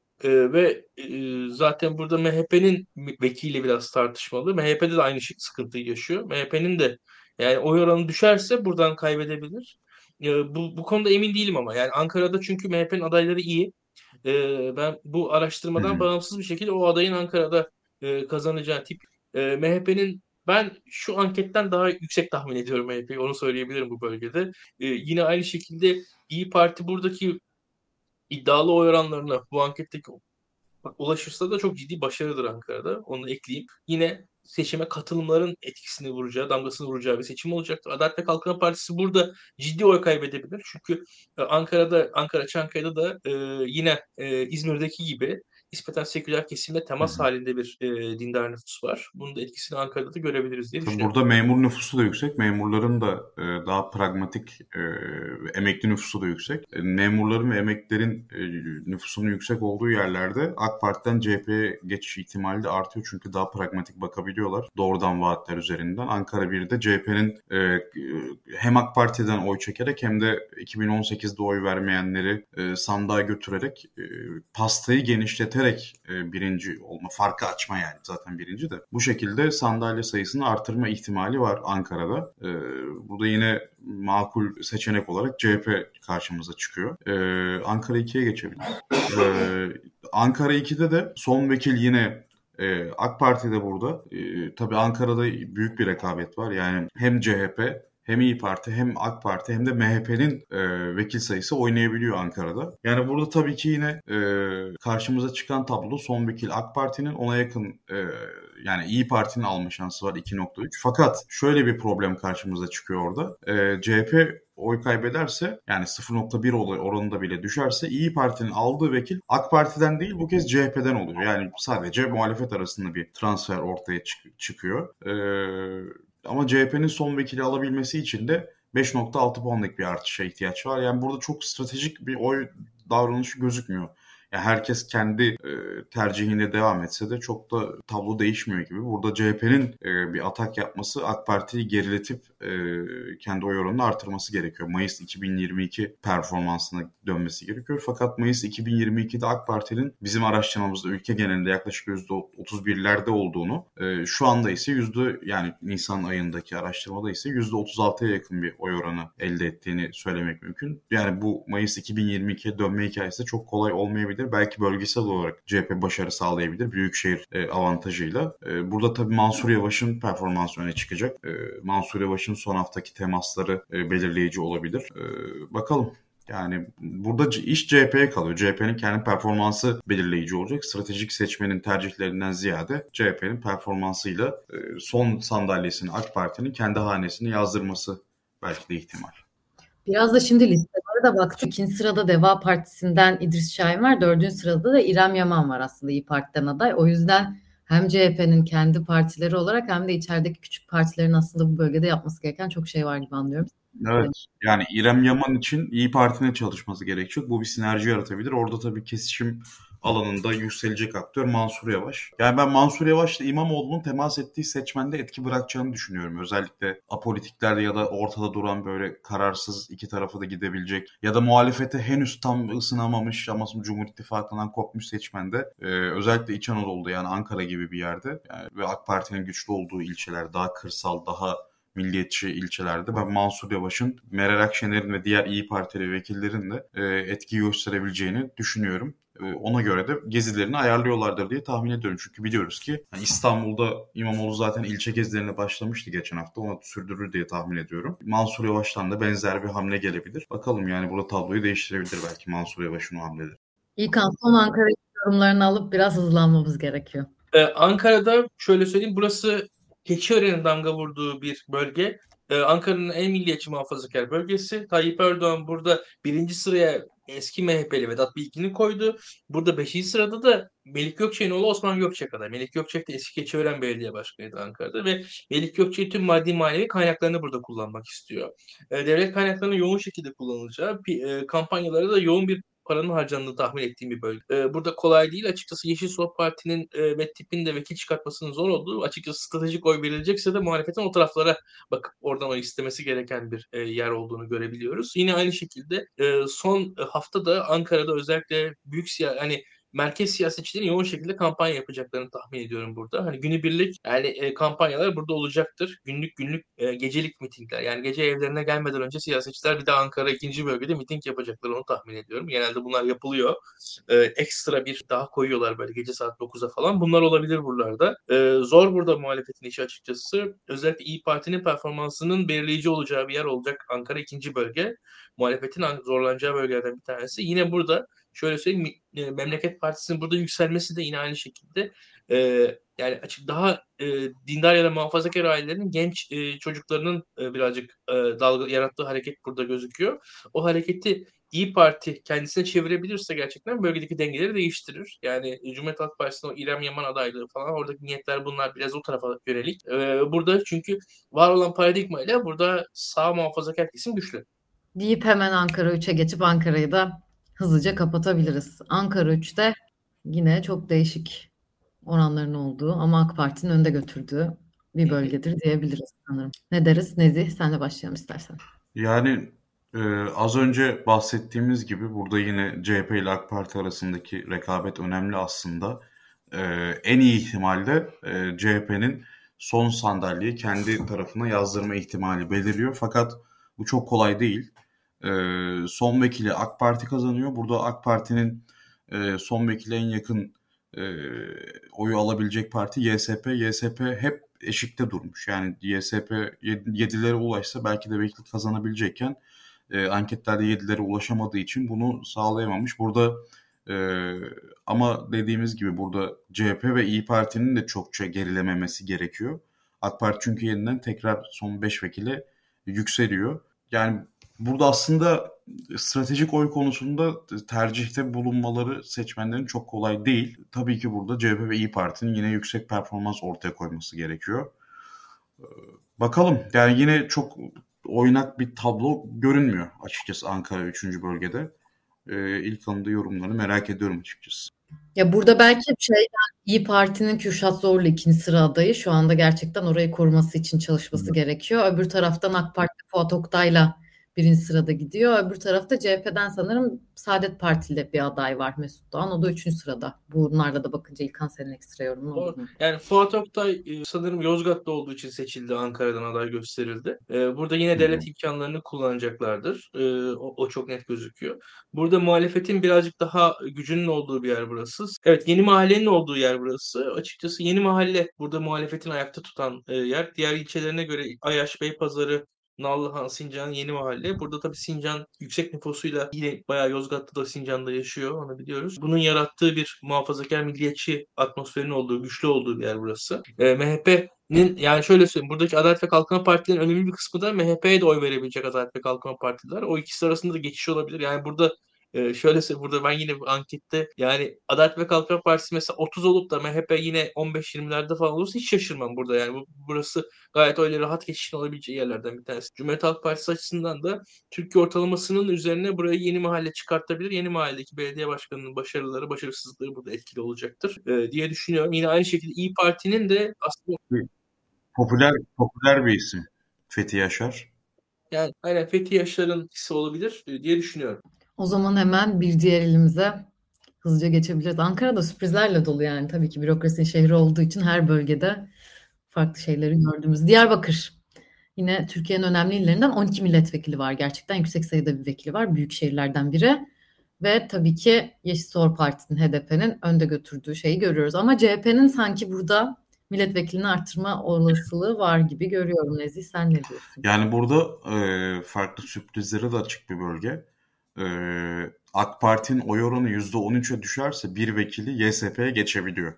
Zaten burada MHP'nin vekili biraz tartışmalı. MHP'de de aynı sıkıntıyı yaşıyor. MHP'nin de yani oy oranı düşerse buradan kaybedebilir. Bu konuda emin değilim ama yani Ankara'da çünkü MHP'nin adayları iyi. Ben bu Hı araştırmadan hı. bağımsız bir şekilde o adayın Ankara'da kazanacağı tip MHP'nin ben şu anketten daha yüksek tahmin ediyorum MHP'yi. Onu söyleyebilirim bu bölgede. Yine aynı şekilde İyi Parti buradaki iddialı oy oranlarına bu anketteki ulaşırsa da çok ciddi başarıdır Ankara'da. Onu ekleyeyim. Yine seçime katılımların etkisini vuracağı, damgasını vuracağı bir seçim olacaktır. Adalet ve Kalkınma Partisi burada ciddi oy kaybedebilir. Çünkü Ankara Çankaya'da da yine İzmir'deki gibi nispeten seküler kesimle Hı temas hı. halinde bir dindar nüfus var. Bunun da etkisini Ankara'da da görebiliriz diye Tabii düşünüyorum. burada memur nüfusu da yüksek. Memurların da daha pragmatik, emekli nüfusu da yüksek. Memurların ve emeklilerin nüfusunun yüksek olduğu yerlerde AK Parti'den CHP'ye geçiş ihtimali de artıyor. Çünkü daha pragmatik bakabiliyorlar. Doğrudan vaatler üzerinden. Ankara 1'de CHP'nin hem AK Parti'den oy çekerek hem de 2018'de oy vermeyenleri sandığa götürerek pastayı genişleterek birinci olma, farkı açma yani zaten birinci de. Bu şekilde sandalye sayısını artırma ihtimali var Ankara'da. Burada yine makul seçenek olarak CHP karşımıza çıkıyor. Ankara 2'ye geçebiliriz. Ankara 2'de de son vekil yine AK Parti'de burada. Tabii Ankara'da büyük bir rekabet var. Yani hem CHP hem İyi Parti hem AK Parti hem de MHP'nin vekil sayısı oynayabiliyor Ankara'da. Yani burada tabii ki yine karşımıza çıkan tablo son vekil AK Parti'nin, ona yakın yani İyi Parti'nin alma şansı var 2.3. Fakat şöyle bir problem karşımıza çıkıyor orada. CHP oy kaybederse yani 0.1 oranında bile düşerse İyi Parti'nin aldığı vekil AK Parti'den değil bu kez CHP'den oluyor. Yani sadece muhalefet arasında bir transfer ortaya çıkıyor. Ama CHP'nin son vekili alabilmesi için de 5.6 puanlık bir artışa ihtiyaç var. Yani burada çok stratejik bir oy davranışı gözükmüyor. Yani herkes kendi tercihine devam etse de çok da tablo değişmiyor gibi. Burada CHP'nin bir atak yapması AK Parti'yi geriletip kendi oy oranını artırması gerekiyor. Mayıs 2022 performansına dönmesi gerekiyor. Fakat Mayıs 2022'de AK Parti'nin bizim araştırmamızda ülke genelinde yaklaşık %31'lerde olduğunu, şu anda ise yani Nisan ayındaki araştırmada ise %36'ya yakın bir oy oranı elde ettiğini söylemek mümkün. Yani bu Mayıs 2022'ye dönme hikayesi de çok kolay olmayabilir. Belki bölgesel olarak CHP başarı sağlayabilir büyükşehir avantajıyla. Burada tabii Mansur Yavaş'ın performansı öne çıkacak. Mansur Yavaş'ın son haftaki temasları belirleyici olabilir. Bakalım. Yani burada iş CHP'ye kalıyor. CHP'nin kendi performansı belirleyici olacak. Stratejik seçmenin tercihlerinden ziyade CHP'nin performansıyla son sandalyesini AK Parti'nin kendi hanesine yazdırması belki de ihtimal. Biraz da şimdi listelere de baktık. 2. sırada Deva Partisi'nden İdris Şahin var. 4. sırada da İrem Yaman var aslında İyi Parti'den aday. O yüzden hem CHP'nin kendi partileri olarak hem de içerideki küçük partilerin aslında bu bölgede yapması gereken çok şey var gibi anlıyorum. Evet. Yani İrem Yaman için İyi Parti'nin çalışması gerekecek. Bu bir sinerji yaratabilir. Orada tabii kesişim alanında yükselecek aktör Mansur Yavaş. Yani ben Mansur Yavaş'la İmamoğlu'nun temas ettiği seçmende etki bırakacağını düşünüyorum. Özellikle apolitiklerde ya da ortada duran böyle kararsız iki tarafa da gidebilecek ya da muhalefete henüz tam ısınamamış ama Cumhur İttifakı'ndan kopmuş seçmende özellikle İç Anadolu'da yani Ankara gibi bir yerde yani ve AK Parti'nin güçlü olduğu ilçeler daha kırsal, daha milliyetçi ilçelerde ben Mansur Yavaş'ın Meral Akşener'in ve diğer İyi Partili vekillerin de etki gösterebileceğini düşünüyorum. Ona göre de gezilerini ayarlıyorlardır diye tahmin ediyorum. Çünkü biliyoruz ki İstanbul'da İmamoğlu zaten ilçe gezilerine başlamıştı geçen hafta. Onu sürdürür diye tahmin ediyorum. Mansur Yavaş'tan da benzer bir hamle gelebilir. Bakalım yani burada tabloyu değiştirebilir belki Mansur Yavaş'ın o hamleleri. İlkan, son Ankara yorumlarını alıp biraz hızlanmamız gerekiyor. Ankara'da şöyle söyleyeyim, burası Keçiören'in damga vurduğu bir bölge. Ankara'nın en milliyetçi muhafazakar bölgesi. Tayyip Erdoğan burada birinci sıraya eski MHP'li Vedat Bilgin'i koydu. Burada beşinci sırada da Melik Gökçek'in oğlu Osman Gökçek aday. Melik Gökçek de eski Keçiören Belediye Başkanıydı Ankara'da ve Melik Gökçek tüm maddi manevi kaynaklarını burada kullanmak istiyor. Devlet kaynaklarının yoğun şekilde kullanılacağı, kampanyalara da yoğun bir paranın harcandığını tahmin ettiğim bir bölge. Burada kolay değil. Açıkçası Yeşil Sol Parti'nin MİT'in de vekil çıkartmasının zor olduğu, açıkçası stratejik oy verilecekse de muhalefetin o taraflara bakıp oradan oy istemesi gereken bir yer olduğunu görebiliyoruz. Yine aynı şekilde son haftada Ankara'da özellikle hani merkez siyasetçilerin yoğun şekilde kampanya yapacaklarını tahmin ediyorum burada. Hani günübirlik yani kampanyalar burada olacaktır. Günlük gecelik mitingler. Yani gece evlerine gelmeden önce siyasetçiler bir de Ankara 2. bölgede miting yapacaklar, onu tahmin ediyorum. Genelde bunlar yapılıyor. Ekstra bir daha koyuyorlar böyle gece saat 9'a falan. Bunlar olabilir buralarda. Zor burada muhalefetin işi açıkçası. Özellikle İYİ Parti'nin performansının belirleyici olacağı bir yer olacak Ankara 2. bölge. Muhalefetin zorlanacağı bölgelerden bir tanesi. Yine burada şöyle söyleyeyim, Memleket Partisi'nin burada yükselmesi de yine aynı şekilde yani açık daha dindar ya da muhafazakar ailelerin genç çocuklarının birazcık dalga yarattığı hareket burada gözüküyor. O hareketi İYİ Parti kendisine çevirebilirse gerçekten bölgedeki dengeleri değiştirir. Yani Cumhuriyet Halk Partisi'nin o İrem Yaman adaylığı falan, oradaki niyetler bunlar biraz o tarafa yönelik. Burada çünkü var olan paradigmayla burada sağ muhafazakar kesim güçlü. Deyip hemen Ankara 3'e geçip Ankara'yı da hızlıca kapatabiliriz. Ankara 3'te yine çok değişik oranların olduğu ama AK Parti'nin önde götürdüğü bir bölgedir diyebiliriz sanırım. Ne deriz? Nezih, senle başlayalım istersen. Yani az önce bahsettiğimiz gibi burada yine CHP ile AK Parti arasındaki rekabet önemli aslında. En iyi ihtimalle CHP'nin son sandalyeyi kendi tarafına yazdırma ihtimali beliriyor. Fakat bu çok kolay değil. Son vekili AK Parti kazanıyor. Burada AK Parti'nin son vekile en yakın oyu alabilecek parti YSP. YSP hep eşikte durmuş. Yani YSP 7'lere ulaşsa belki de vekil kazanabilecekken anketlerde 7'lere ulaşamadığı için bunu sağlayamamış. Burada ama dediğimiz gibi burada CHP ve İYİ Parti'nin de çokça gerilememesi gerekiyor. AK Parti çünkü yeniden tekrar son 5 vekile yükseliyor. Yani burada aslında stratejik oy konusunda tercihte bulunmaları seçmenlerin çok kolay değil. Tabii ki burada CHP ve İYİ Parti'nin yine yüksek performans ortaya koyması gerekiyor. Bakalım yani yine çok oynak bir tablo görünmüyor açıkçası Ankara 3. bölgede. İlk anda yorumlarını merak ediyorum açıkçası. Ya burada belki İYİ Parti'nin Kürşat Zorlu 2. sıra adayı, şu anda gerçekten orayı koruması için çalışması gerekiyor. Öbür taraftan AK Parti Fuat Oktay'la 1. sırada gidiyor. Öbür tarafta CHP'den sanırım Saadet Partili bir aday var, Mesut Doğan. O da 3. sırada. Bunlarla da bakınca İlkan, senin ekstra yorumun olur mu? Yani Fuat Oktay sanırım Yozgat'ta olduğu için seçildi, Ankara'dan aday gösterildi. Burada yine devlet imkanlarını kullanacaklardır. O çok net gözüküyor. Burada muhalefetin birazcık daha gücünün olduğu bir yer burası. Evet, Yeni Mahalle'nin olduğu yer burası. Açıkçası Yeni Mahalle burada muhalefetin ayakta tutan yer. Diğer ilçelerine göre Ayaş, Beypazarı, Nallıhan, Sincan, Yeni Mahalle. Burada tabii Sincan yüksek nüfusuyla yine bayağı Yozgat'ta da Sincan'da yaşıyor. Onu biliyoruz. Bunun yarattığı bir muhafazakar milliyetçi atmosferin olduğu, güçlü olduğu bir yer burası. MHP'nin yani şöyle söyleyeyim. Buradaki Adalet ve Kalkınma Partilerin önemli bir kısmı da MHP'ye de oy verebilecek Adalet ve Kalkınma Partiler. O ikisi arasında da geçiş olabilir. Yani burada şöyle söyleyeyim, burada ben yine bu ankette yani Adalet ve Kalkınma Partisi mesela 30 olup da MHP yine 15-20'lerde falan olursa hiç şaşırmam burada. Yani burası gayet öyle rahat geçişin olabileceği yerlerden bir tanesi. Cumhuriyet Halk Partisi açısından da Türkiye ortalamasının üzerine burayı Yeni Mahalle çıkartabilir. Yeni Mahalle'deki belediye başkanının başarıları, başarısızlıkları burada etkili olacaktır diye düşünüyorum. Yine aynı şekilde İYİ Parti'nin de aslında Popüler bir isim Fethi Yaşar. yani aynen Fethi Yaşar'ın hissi olabilir diye düşünüyorum. O zaman hemen bir diğer ilimize hızlıca geçebiliriz. Ankara'da sürprizlerle dolu yani. Tabii ki bürokrasinin şehri olduğu için her bölgede farklı şeyleri gördüğümüz. Diyarbakır. Yine Türkiye'nin önemli illerinden 12 milletvekili var. Gerçekten yüksek sayıda bir vekili var. Büyük şehirlerden biri. Ve tabii ki Yeşil Sol Parti'nin, HDP'nin önde götürdüğü şeyi görüyoruz. Ama CHP'nin sanki burada milletvekilini artırma olasılığı var gibi görüyorum. Nezih, sen ne diyorsun? Yani burada farklı sürprizlere de açık bir bölge. AK Parti'nin oy oranı %13'e düşerse bir vekili YSP'ye geçebiliyor.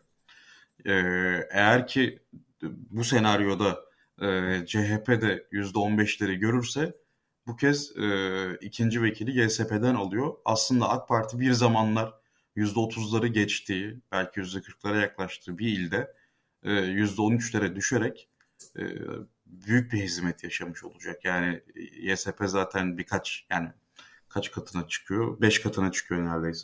Eğer ki bu senaryoda CHP de %15'leri görürse bu kez ikinci vekili YSP'den alıyor. Aslında AK Parti bir zamanlar %30'ları geçtiği, belki %40'lara yaklaştığı bir ilde %13'lere düşerek e, büyük bir hizmet yaşamış olacak. Yani YSP zaten yani kaç katına çıkıyor? 5 katına çıkıyor neredeyse.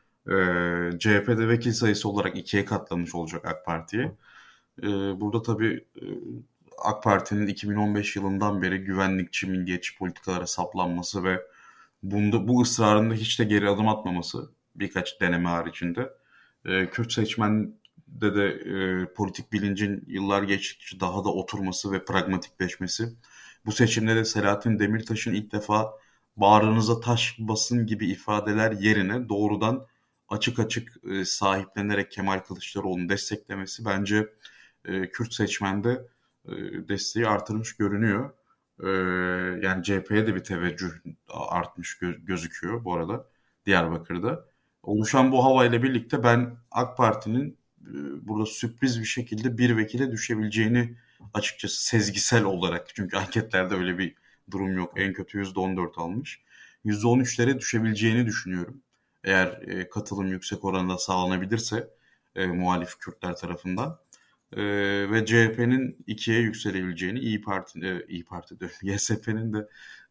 CHP'de vekil sayısı olarak ikiye katlamış olacak AK Parti'ye. Burada tabii AK Parti'nin 2015 yılından beri güvenlikçi, milliyetçi politikalara saplanması ve bu ısrarında hiç de geri adım atmaması, birkaç deneme haricinde. Kürt seçmende de politik bilincin yıllar geçtikçe daha da oturması ve pragmatikleşmesi. Bu seçimde de Selahattin Demirtaş'ın ilk defa bağrınıza taş basın gibi ifadeler yerine doğrudan açık açık sahiplenerek Kemal Kılıçdaroğlu'nu desteklemesi bence Kürt seçmende desteği artırmış görünüyor. Yani CHP'ye de bir teveccüh artmış gözüküyor bu arada Diyarbakır'da. Oluşan bu havayla birlikte ben AK Parti'nin burada sürpriz bir şekilde bir vekile düşebileceğini açıkçası sezgisel olarak, çünkü anketlerde öyle bir durum yok. En kötü %14 almış. %13'lere düşebileceğini düşünüyorum. Eğer katılım yüksek oranda sağlanabilirse muhalif Kürtler tarafından. Ve CHP'nin 2'ye yükselebileceğini, İyi Parti diyorum, YSP'nin de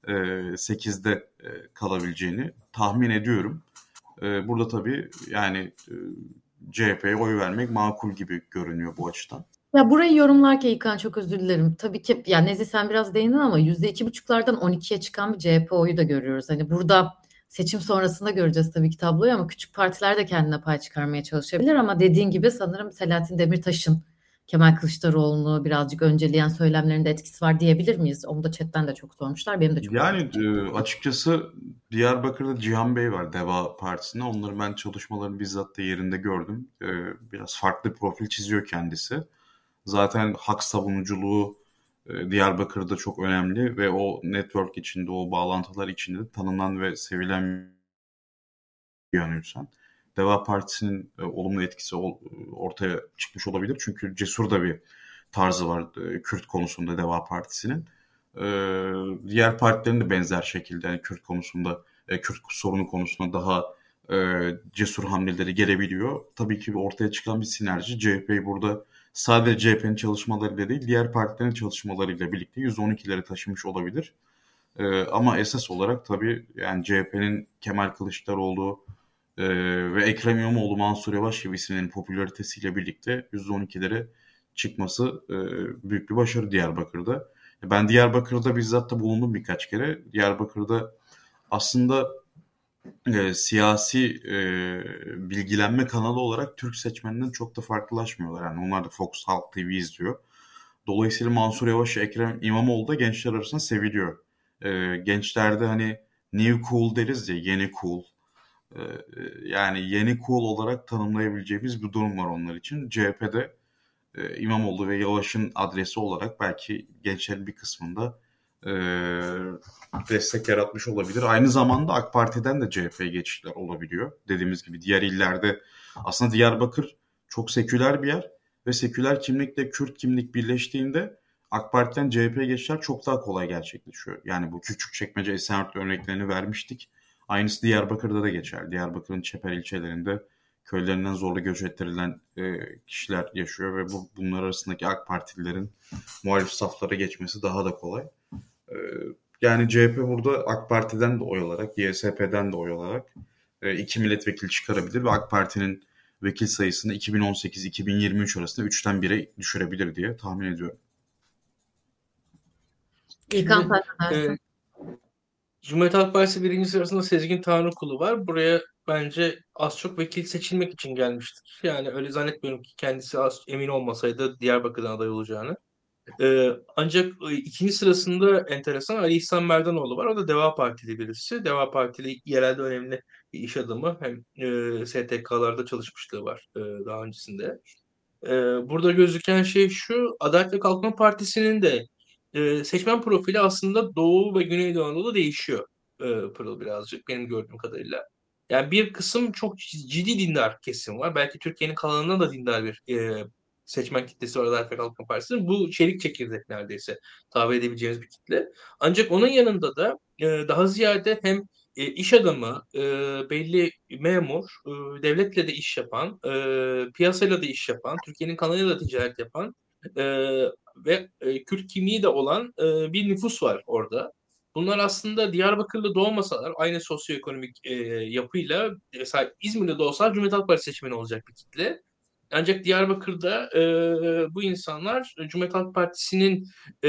8'de kalabileceğini tahmin ediyorum. Burada tabii yani CHP'ye oy vermek makul gibi görünüyor bu açıdan. Ya burayı yorumlarken İlkan, çok özür dilerim. Tabii ki ya Nezih, sen biraz değindin ama %2,5'lardan 12'ye çıkan bir CHP oyu da görüyoruz. Hani burada seçim sonrasında göreceğiz tabii ki tabloyu, ama küçük partiler de kendine pay çıkarmaya çalışabilir. Ama dediğin gibi sanırım Selahattin Demirtaş'ın Kemal Kılıçdaroğlu'nu birazcık önceleyen söylemlerinde etkisi var diyebilir miyiz? Onu da chatten de çok sormuşlar. Benim de çok Yani açıkçası Diyarbakır'da Cihan Bey var Deva Partisi'nde. Onları ben çalışmalarını bizzat da yerinde gördüm. Biraz farklı bir profil çiziyor kendisi. Zaten hak savunuculuğu Diyarbakır'da çok önemli ve o network içinde, o bağlantılar içinde tanınan ve sevilen bir yanıysan. Deva Partisi'nin olumlu etkisi ortaya çıkmış olabilir. Çünkü cesur da bir tarzı var Kürt konusunda Deva Partisi'nin. Diğer partilerin de benzer şekilde yani Kürt konusunda, Kürt sorunu konusunda daha cesur hamleleri gelebiliyor. Tabii ki ortaya çıkan bir sinerji CHP'yi burada sadece CHP'nin çalışmalarıyla değil, diğer partilerin çalışmalarıyla birlikte %12'lere taşımış olabilir. Ama esas olarak tabii yani CHP'nin Kemal Kılıçdaroğlu ve Ekrem İmamoğlu, Mansur Yavaş gibi isimlerin popülaritesiyle birlikte %12'lere çıkması büyük bir başarı Diyarbakır'da. Ben Diyarbakır'da bizzat da bulundum birkaç kere. Diyarbakır'da aslında siyasi bilgilenme kanalı olarak Türk seçmeninden çok da farklılaşmıyorlar. Yani onlar da Fox Halk TV izliyor. Dolayısıyla Mansur Yavaş, Ekrem İmamoğlu da gençler arasında seviliyor. Gençlerde hani new cool deriz ya, yeni cool. Ee, Yani yeni cool olarak tanımlayabileceğimiz bir durum var onlar için. CHP'de İmamoğlu ve Yavaş'ın adresi olarak belki gençlerin bir kısmında e, destek yaratmış olabilir. Aynı zamanda AK Parti'den de CHP'ye geçişler olabiliyor. Dediğimiz gibi diğer illerde aslında Diyarbakır çok seküler bir yer ve seküler kimlikle Kürt kimlik birleştiğinde AK Parti'den CHP'ye geçişler çok daha kolay gerçekleşiyor. Yani bu Küçükçekmece, Esenyurt örneklerini vermiştik. Aynısı Diyarbakır'da da geçer. Diyarbakır'ın Çeper ilçelerinde köylerinden zorla göç ettirilen kişiler yaşıyor ve bunlar arasındaki AK Partililerin muhalif saflara geçmesi daha da kolay. E, Yani CHP burada AK Parti'den de oy alarak, YSP'den de oy alarak iki milletvekili çıkarabilir ve AK Parti'nin vekil sayısını 2018-2023 arasında 3'ten 1'e düşürebilir diye tahmin ediyorum. İlkan, Şimdi sen ne dersin? Cumhuriyet Halk Partisi birinci sırasında Sezgin Tanrıkulu var. Buraya bence az çok vekil seçilmek için gelmiştir. Yani öyle zannetmiyorum ki kendisi emin olmasaydı Diyarbakır'dan aday olacağını. Ancak ikinci sırasında enteresan Ali İhsan Merdanoğlu var. O da Deva Partili birisi. Deva Partili yerelde önemli bir iş adamı. Hem STK'larda çalışmışlığı var daha öncesinde. Burada gözüken şey şu, Adalet ve Kalkınma Partisi'nin de seçmen profili aslında Doğu ve Güneydoğu Anadolu'da değişiyor Pırıl birazcık benim gördüğüm kadarıyla. Yani bir kısım çok ciddi dindar kesim var. Belki Türkiye'nin kalanında da dindar bir seçmen kitlesi var Adalet ve Kalkınma Partisi'nin. Bu çelik çekirdek neredeyse tabir edebileceğimiz bir kitle. Ancak onun yanında da daha ziyade hem iş adamı, belli memur, devletle de iş yapan, piyasayla da iş yapan, Türkiye'nin kalanıyla da ticaret yapan e, ve Kürt kimliği de olan bir nüfus var orada. Bunlar aslında Diyarbakır'da doğmasalar aynı sosyoekonomik yapıyla mesela İzmir'de doğsalar Cumhuriyet Halk Partisi seçmeni olacak bir kitle. Ancak Diyarbakır'da bu insanlar Cumhuriyet Halk Partisi'nin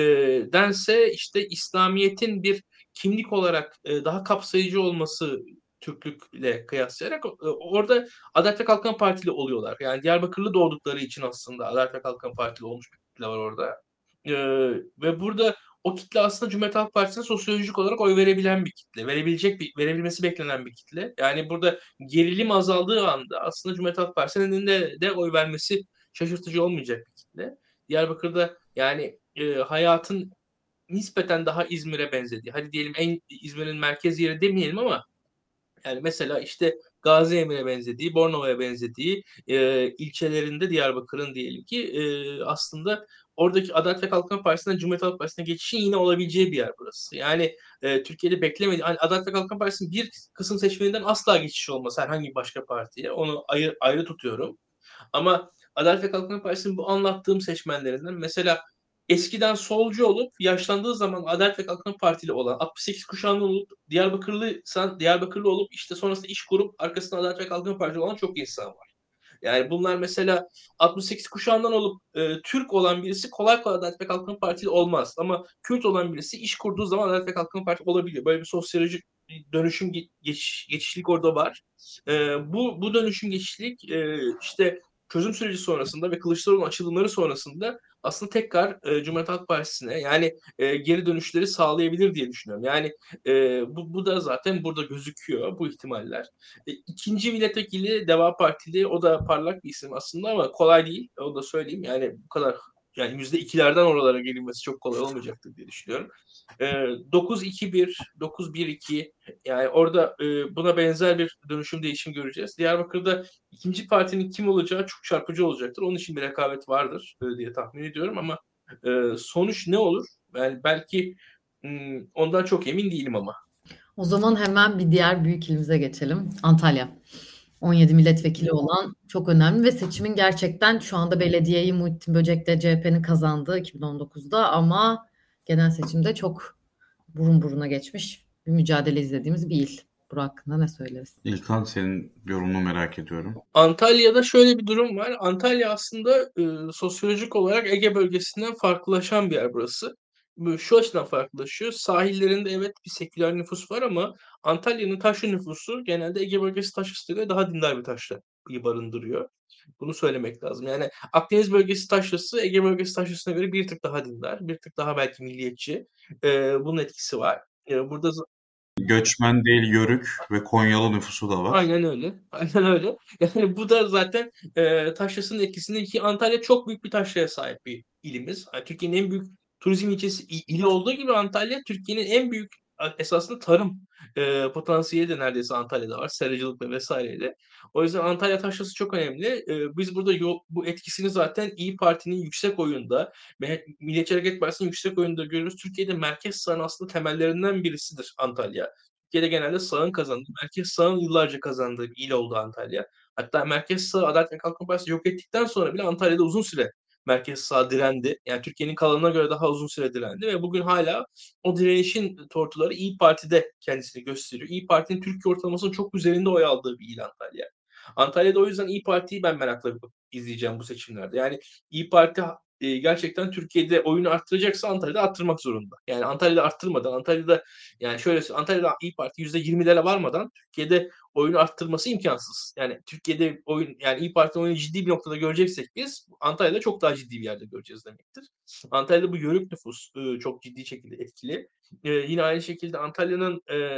dense işte İslamiyet'in bir kimlik olarak daha kapsayıcı olması Türklükle kıyaslayarak orada Adalet ve Kalkınma Partili oluyorlar. Yani Diyarbakırlı doğdukları için aslında Adalet ve Kalkınma Partili olmuş bir kitle var orada. E, Ve burada o kitle aslında Cumhuriyet Halk Partisi'ne sosyolojik olarak oy verebilen bir kitle. Verebilmesi beklenen bir kitle. Yani burada gerilim azaldığı anda aslında Cumhuriyet Halk Partisi'nin de oy vermesi şaşırtıcı olmayacak bir kitle. Diyarbakır'da yani hayatın nispeten daha İzmir'e benzediği. Hadi diyelim İzmir'in merkez yeri demeyelim ama yani mesela işte Gaziemir'e benzediği, Bornova'ya benzediği ilçelerinde Diyarbakır'ın diyelim ki aslında oradaki Adalet ve Kalkınma Partisi'nden Cumhuriyet Halk Partisi'ne geçişin yine olabileceği bir yer burası. Yani Türkiye'de beklemedi. Hani Adalet ve Kalkınma Partisi'nin bir kısım seçmeninden asla geçiş olmaz herhangi bir başka partiye. Onu ayrı tutuyorum. Ama Adalet ve Kalkınma Partisi'nin bu anlattığım seçmenlerinden mesela eskiden solcu olup yaşlandığı zaman Adalet ve Kalkınma Partili olan 68 kuşağından olup Diyarbakırlı olup işte sonrasında iş kurup arkasında Adalet ve Kalkınma Partili olan çok insan var. Yani bunlar mesela 68 kuşağından olup Türk olan birisi kolay kolay Adalet ve Kalkınma Partili olmaz. Ama Kürt olan birisi iş kurduğu zaman Adalet ve Kalkınma Partili olabiliyor. Böyle bir sosyolojik dönüşüm geçişlik orada var. Bu dönüşüm geçişlik işte çözüm süreci sonrasında ve Kılıçdaroğlu'nun açılımları sonrasında aslında tekrar Cumhuriyet Halk Partisi'ne yani geri dönüşleri sağlayabilir diye düşünüyorum. Yani bu da zaten burada gözüküyor bu ihtimaller. İkinci milletvekili Deva Partili o da parlak bir isim aslında ama kolay değil. Onu da söyleyeyim. Yani bu kadar yani %2'lerden oralara gelinmesi çok kolay olmayacaktır diye düşünüyorum. 9-2-1, 9-1-2 yani orada buna benzer bir dönüşüm değişim göreceğiz. Diyarbakır'da ikinci partinin kim olacağı çok çarpıcı olacaktır. Onun için bir rekabet vardır diye tahmin ediyorum ama sonuç ne olur? Yani belki ondan çok emin değilim ama. O zaman hemen bir diğer büyük ilimize geçelim. Antalya. 17 milletvekili olan çok önemli ve seçimin gerçekten şu anda belediyeyi Muhittin Böcek'le CHP'nin kazandığı 2019'da ama genel seçimde çok burun buruna geçmiş bir mücadele izlediğimiz bir il. Burak hakkında ne söyleriz? İlkan, senin yorumunu merak ediyorum. Antalya'da şöyle bir durum var. Antalya aslında sosyolojik olarak Ege bölgesinden farklılaşan bir yer burası. Şu açıdan farklılaşıyor. Sahillerinde evet bir seküler nüfus var ama Antalya'nın taşra nüfusu genelde Ege bölgesi taşrasına göre daha dindar bir taşrayı barındırıyor. Bunu söylemek lazım. Yani Akdeniz bölgesi taşrası Ege bölgesi taşrasına göre bir tık daha dindar, bir tık daha belki milliyetçi. Bunun etkisi var. Burada Göçmen değil, yörük ve Konyalı nüfusu da var. aynen öyle. Aynen öyle. Yani bu da zaten taşrasının etkisinde ki Antalya çok büyük bir taşraya sahip bir ilimiz. Yani Türkiye'nin en büyük turizm ilçesi ili olduğu gibi Antalya Türkiye'nin en büyük esasında tarım potansiyeli de neredeyse Antalya'da var. Seracılıkla vesaireyle. O yüzden Antalya taşrası çok önemli. Biz burada bu etkisini zaten İyi Parti'nin yüksek oyunda ve Milliyetçi Hareket Partisi'nin yüksek oyunda görüyoruz. Türkiye'de merkez sağın aslında temellerinden birisidir Antalya. Türkiye'de genelde sağın kazandığı, merkez sağın yıllarca kazandığı bir il oldu Antalya. Hatta merkez sağ Adalet ve Kalkınma Partisi yok ettikten sonra bile Antalya'da uzun süre merkez sağ direndi. Yani Türkiye'nin kalanına göre daha uzun süre direndi ve bugün hala o direnişin tortuları İyi Parti'de kendisini gösteriyor. İyi Parti'nin Türkiye ortalamasının çok üzerinde oy aldığı bir il Antalya. Antalya'da o yüzden İyi Parti'yi ben merakla izleyeceğim bu seçimlerde. Yani İyi Parti gerçekten Türkiye'de oyunu arttıracaksa Antalya'da arttırmak zorunda. Yani Antalya'da arttırmadan, Antalya'da yani şöyle Antalya'da İyi Parti %20'lere varmadan Türkiye'de oyunu arttırması imkansız. Yani Türkiye'de oyun yani İyi Parti oyunu ciddi bir noktada göreceksek biz Antalya'da çok daha ciddi bir yerde göreceğiz demektir. Antalya'da bu yörük nüfus çok ciddi şekilde etkili. Yine aynı şekilde Antalya'nın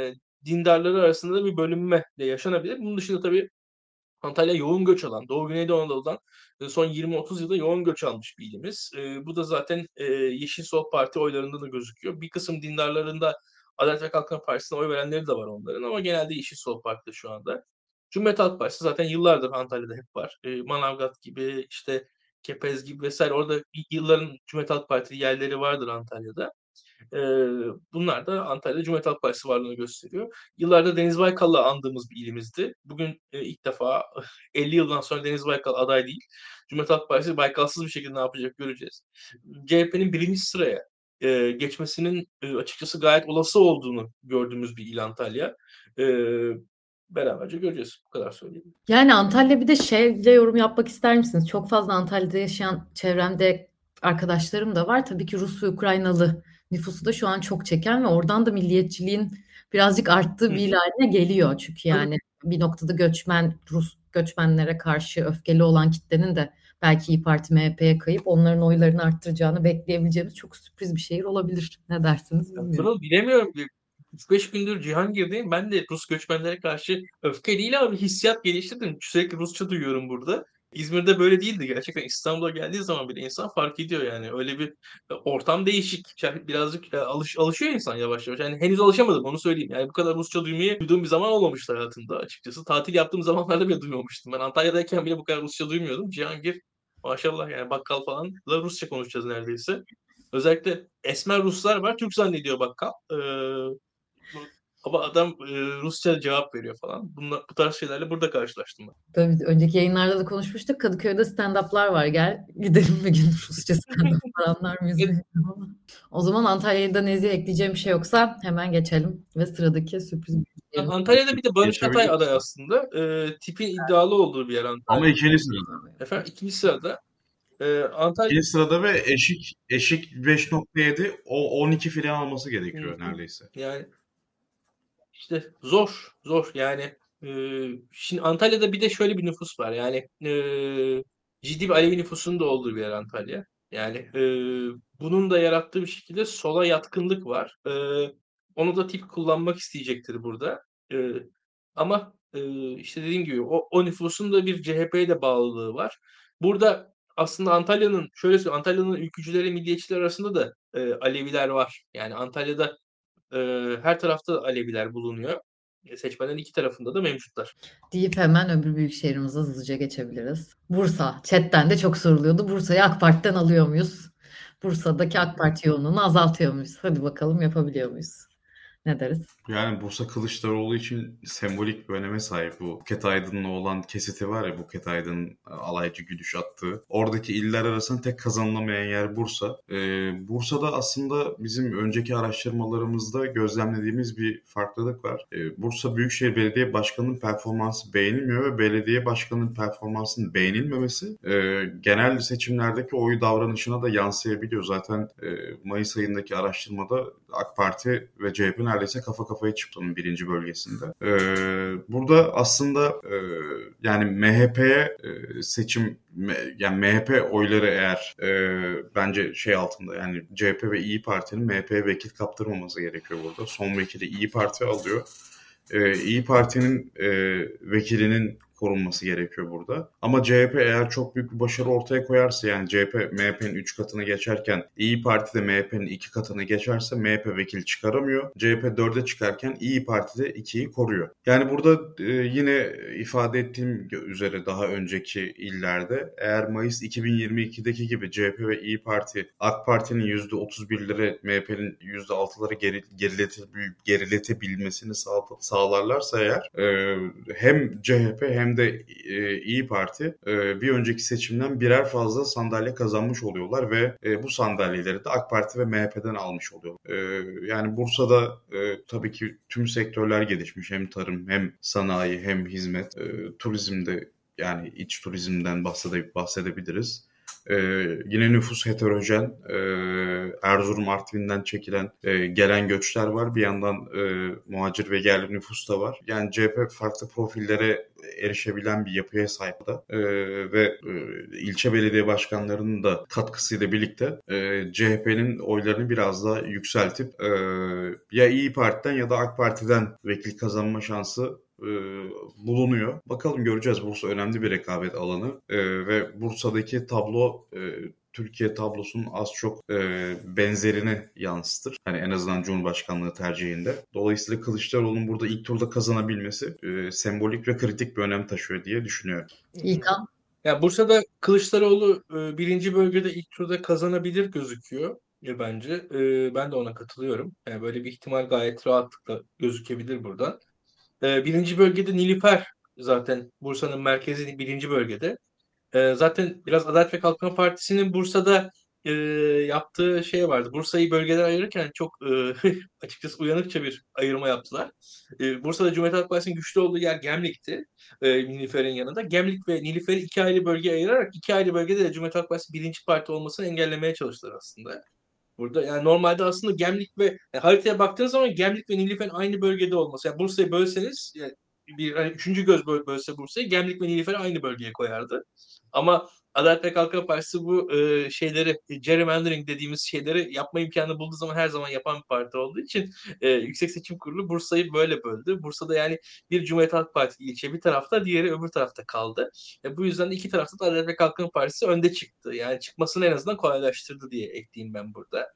dindarları arasında bir bölünme de yaşanabilir. Bunun dışında tabii Antalya yoğun göç alan, Doğu Güneydoğu Anadolu'dan son 20-30 yılda yoğun göç almış bir ilimiz. Bu da zaten Yeşil Sol Parti oylarında da gözüküyor. Bir kısım dindarlarında Adalet ve Kalkınma Partisi'ne oy verenleri de var onların ama genelde Yeşil Sol Parti'de şu anda. Cumhuriyet Halk Partisi zaten yıllardır Antalya'da hep var. Manavgat gibi, işte Kepez gibi vesaire orada yılların Cumhuriyet Halk Partili yerleri vardır Antalya'da. Bunlar da Antalya'da Cumhuriyet Halk Partisi varlığını gösteriyor. Yıllardır Deniz Baykal'la andığımız bir ilimizdi. Bugün ilk defa 50 yıldan sonra Deniz Baykal aday değil. Cumhuriyet Halk Partisi Baykalsız bir şekilde ne yapacak göreceğiz. CHP'nin birinci sıraya geçmesinin açıkçası gayet olası olduğunu gördüğümüz bir il Antalya. Beraberce göreceğiz. Bu kadar söyleyeyim. Yani Antalya bir de şeyle yorum yapmak ister misiniz? Çok fazla Antalya'da yaşayan çevremde arkadaşlarım da var. Tabii ki Rus ve Ukraynalı nüfusu da şu an çok çeken ve oradan da milliyetçiliğin birazcık arttığı bir il haline geliyor. Çünkü yani bir noktada Rus göçmenlere karşı öfkeli olan kitlenin de belki İYİ Parti MHP'ye kayıp onların oylarını arttıracağını bekleyebileceğimiz çok sürpriz bir şehir olabilir. Ne dersiniz bilmiyorum. Bilemiyorum. 3-5 gündür Cihangir'deyim. Ben de Rus göçmenlere karşı öfke değil ama bir hissiyat geliştirdim. Sürekli Rusça duyuyorum burada. İzmir'de böyle değildi gerçekten. İstanbul'a geldiği zaman bile insan fark ediyor yani. Öyle bir ortam değişik. Birazcık alışıyor insan yavaş yavaş. Yani henüz alışamadım onu söyleyeyim. Yani bu kadar Rusça duyduğum bir zaman olmamıştı hayatımda açıkçası. Tatil yaptığım zamanlarda bile duymamıştım. Ben Antalya'dayken bile bu kadar Rusça duymuyordum. Cihangir maşallah yani bakkal falan da Rusça konuşacağız neredeyse. Özellikle esmer Ruslar var. Türk zannediyor bakkal. Ama adam Rusça cevap veriyor falan. Bu tarz şeylerle burada karşılaştım ben. Tabii önceki yayınlarda da konuşmuştuk. Kadıköy'de stand-up'lar var. Gel gidelim bir gün Rusça stand-up'lar anlar mıyız Evet. bilmiyorum ama. O zaman Antalya'da Nezih'e ekleyeceğim bir şey yoksa hemen geçelim ve sıradaki sürpriz bir diyelim. Antalya'da bir de Barış Atay Geçebiliriz. aday aslında. Tipin iddialı olduğu bir yer Antalya. Ama ikinci sırada. Efendim ikinci sırada. Antalya İkinci sırada ve eşik 5.7 o 12 filan alması gerekiyor neredeyse. yani işte zor yani şimdi Antalya'da bir de şöyle bir nüfus var yani ciddi bir Alevi nüfusunun da olduğu bir yer Antalya. Yani bunun da yarattığı bir şekilde sola yatkınlık var. Onu da tip kullanmak isteyecektir burada. E, ama işte dediğim gibi o nüfusun da bir CHP'ye de bağlılığı var. Burada aslında Antalya'nın şöyle söyleyeyim, Antalya'nın ülkücüleri, milliyetçiler arasında da Aleviler var. Yani Antalya'da her tarafta Aleviler bulunuyor. Seçmenlerin iki tarafında da mevcutlar. Deyip hemen öbür büyük şehrimize hızlıca geçebiliriz. Bursa. Chatten de çok soruluyordu. Bursa'yı AK Parti'den alıyor muyuz? Bursa'daki AK Parti yoğunluğunu azaltıyor muyuz? Hadi bakalım yapabiliyor muyuz? Ne deriz? Yani Bursa Kılıçdaroğlu için sembolik bir öneme sahip bu. Buket Aydın'la olan kesiti var ya, Buket Aydın alaycı güdüş attığı. Oradaki iller arasında tek kazanılamayan yer Bursa. Bursa'da aslında bizim önceki araştırmalarımızda gözlemlediğimiz bir farklılık var. Bursa Büyükşehir Belediye Başkanı'nın performansı beğenilmiyor ve belediye başkanının performansının beğenilmemesi genel seçimlerdeki oy davranışına da yansıyabiliyor. Zaten Mayıs ayındaki araştırmada AK Parti ve CHP neredeyse kafa kafaya çıktı onun birinci bölgesinde. Burada aslında yani MHP'ye yani MHP oyları eğer bence şey altında, yani CHP ve İYİ Parti'nin MHP'ye vekil kaptırmaması gerekiyor burada. Son vekili İYİ Parti alıyor. İYİ Parti'nin vekilinin korunması gerekiyor burada. Ama CHP eğer çok büyük bir başarı ortaya koyarsa, yani CHP MHP'nin 3 katını geçerken İYİ Parti de MHP'nin 2 katını geçerse MHP vekil çıkaramıyor. CHP 4'e çıkarken İYİ Parti de 2'yi koruyor. Yani burada yine ifade ettiğim üzere daha önceki illerde eğer Mayıs 2022'deki gibi CHP ve İYİ Parti AK Parti'nin %31'lere MHP'nin %6'ları geriletebilmesini sağlarlarsa eğer hem CHP hem de İYİ Parti bir önceki seçimden birer fazla sandalye kazanmış oluyorlar ve bu sandalyeleri de AK Parti ve MHP'den almış oluyor. Yani Bursa'da tabii ki tüm sektörler gelişmiş. Hem tarım hem sanayi hem hizmet. Turizmde, yani iç turizmden bahsedebiliriz. Yine nüfus heterojen. Erzurum, Artvin'den çekilen gelen göçler var. Bir yandan muhacir ve yerli nüfus da var. Yani CHP farklı profillere erişebilen bir yapıya sahip da. Ve ilçe belediye başkanlarının da katkısıyla birlikte CHP'nin oylarını biraz daha yükseltip ya İYİ Parti'den ya da AK Parti'den vekil kazanma şansı bulunuyor. Bakalım, göreceğiz. Bursa önemli bir rekabet alanı ve Bursa'daki tablo Türkiye tablosunun az çok benzerini yansıtır. Hani en azından Cumhurbaşkanlığı tercihinde. Dolayısıyla Kılıçdaroğlu'nun burada ilk turda kazanabilmesi sembolik ve kritik bir önem taşıyor diye düşünüyorum. İlkan. Ya Bursa'da Kılıçdaroğlu birinci bölgede ilk turda kazanabilir gözüküyor bence. Ben de ona katılıyorum. Yani böyle bir ihtimal gayet rahatlıkla gözükebilir buradan. Birinci bölgede Nilüfer zaten Bursa'nın merkezi birinci bölgede. Zaten biraz Adalet ve Kalkınma Partisi'nin Bursa'da yaptığı şey vardı. Bursa'yı bölgeler ayırırken çok açıkçası uyanıkça bir ayırma yaptılar. Bursa'da Cumhuriyet Halk Partisi'nin güçlü olduğu yer Gemlik'ti. Nilüfer'in yanında. Gemlik ve Nilüfer'i iki ayrı bölgeye ayırarak iki ayrı bölgede de Cumhuriyet Halk Partisi birinci parti olmasını engellemeye çalıştılar aslında. Burada yani normalde aslında Gemlik ve haritaya baktığınız zaman Gemlik ve Nilüfer'in aynı bölgede olması. Yani Bursa'yı bölseniz yani bir hani üçüncü göz bölse Bursa'yı Gemlik ve Nilüfer'i aynı bölgeye koyardı. Ama Adalet ve Kalkınma Partisi bu şeyleri gerrymandering dediğimiz şeyleri yapma imkanı bulduğu zaman her zaman yapan bir parti olduğu için Yüksek Seçim Kurulu Bursa'yı böyle böldü. Bursa'da yani bir Cumhuriyet Halk Partisi ilçe bir tarafta, diğeri öbür tarafta kaldı. Bu yüzden de iki tarafta da Adalet ve Kalkınma Partisi önde çıktı. Yani çıkmasını en azından kolaylaştırdı diye ekleyeyim ben burada.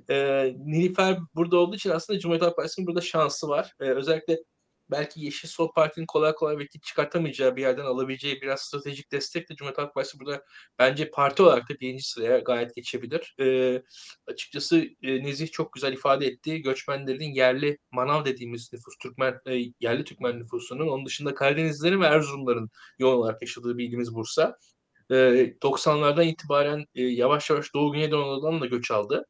Nilüfer burada olduğu için aslında Cumhuriyet Halk Partisi'nin burada şansı var. Özellikle belki Yeşil Sol Parti'nin kolay kolay vekil çıkartamayacağı bir yerden alabileceği biraz stratejik destekle Cumhuriyet Halk Partisi burada bence parti olarak da birinci sıraya gayet geçebilir. Açıkçası Nezih çok güzel ifade etti. Göçmenlerin yerli manav dediğimiz nüfus, Türkmen yerli Türkmen nüfusunun, onun dışında Karadenizlilerin ve Erzurumların yoğun olarak yaşadığı bir ilimiz Bursa. 90'lardan itibaren yavaş yavaş Doğu Güneydoğu Anadolu'dan da göç aldı.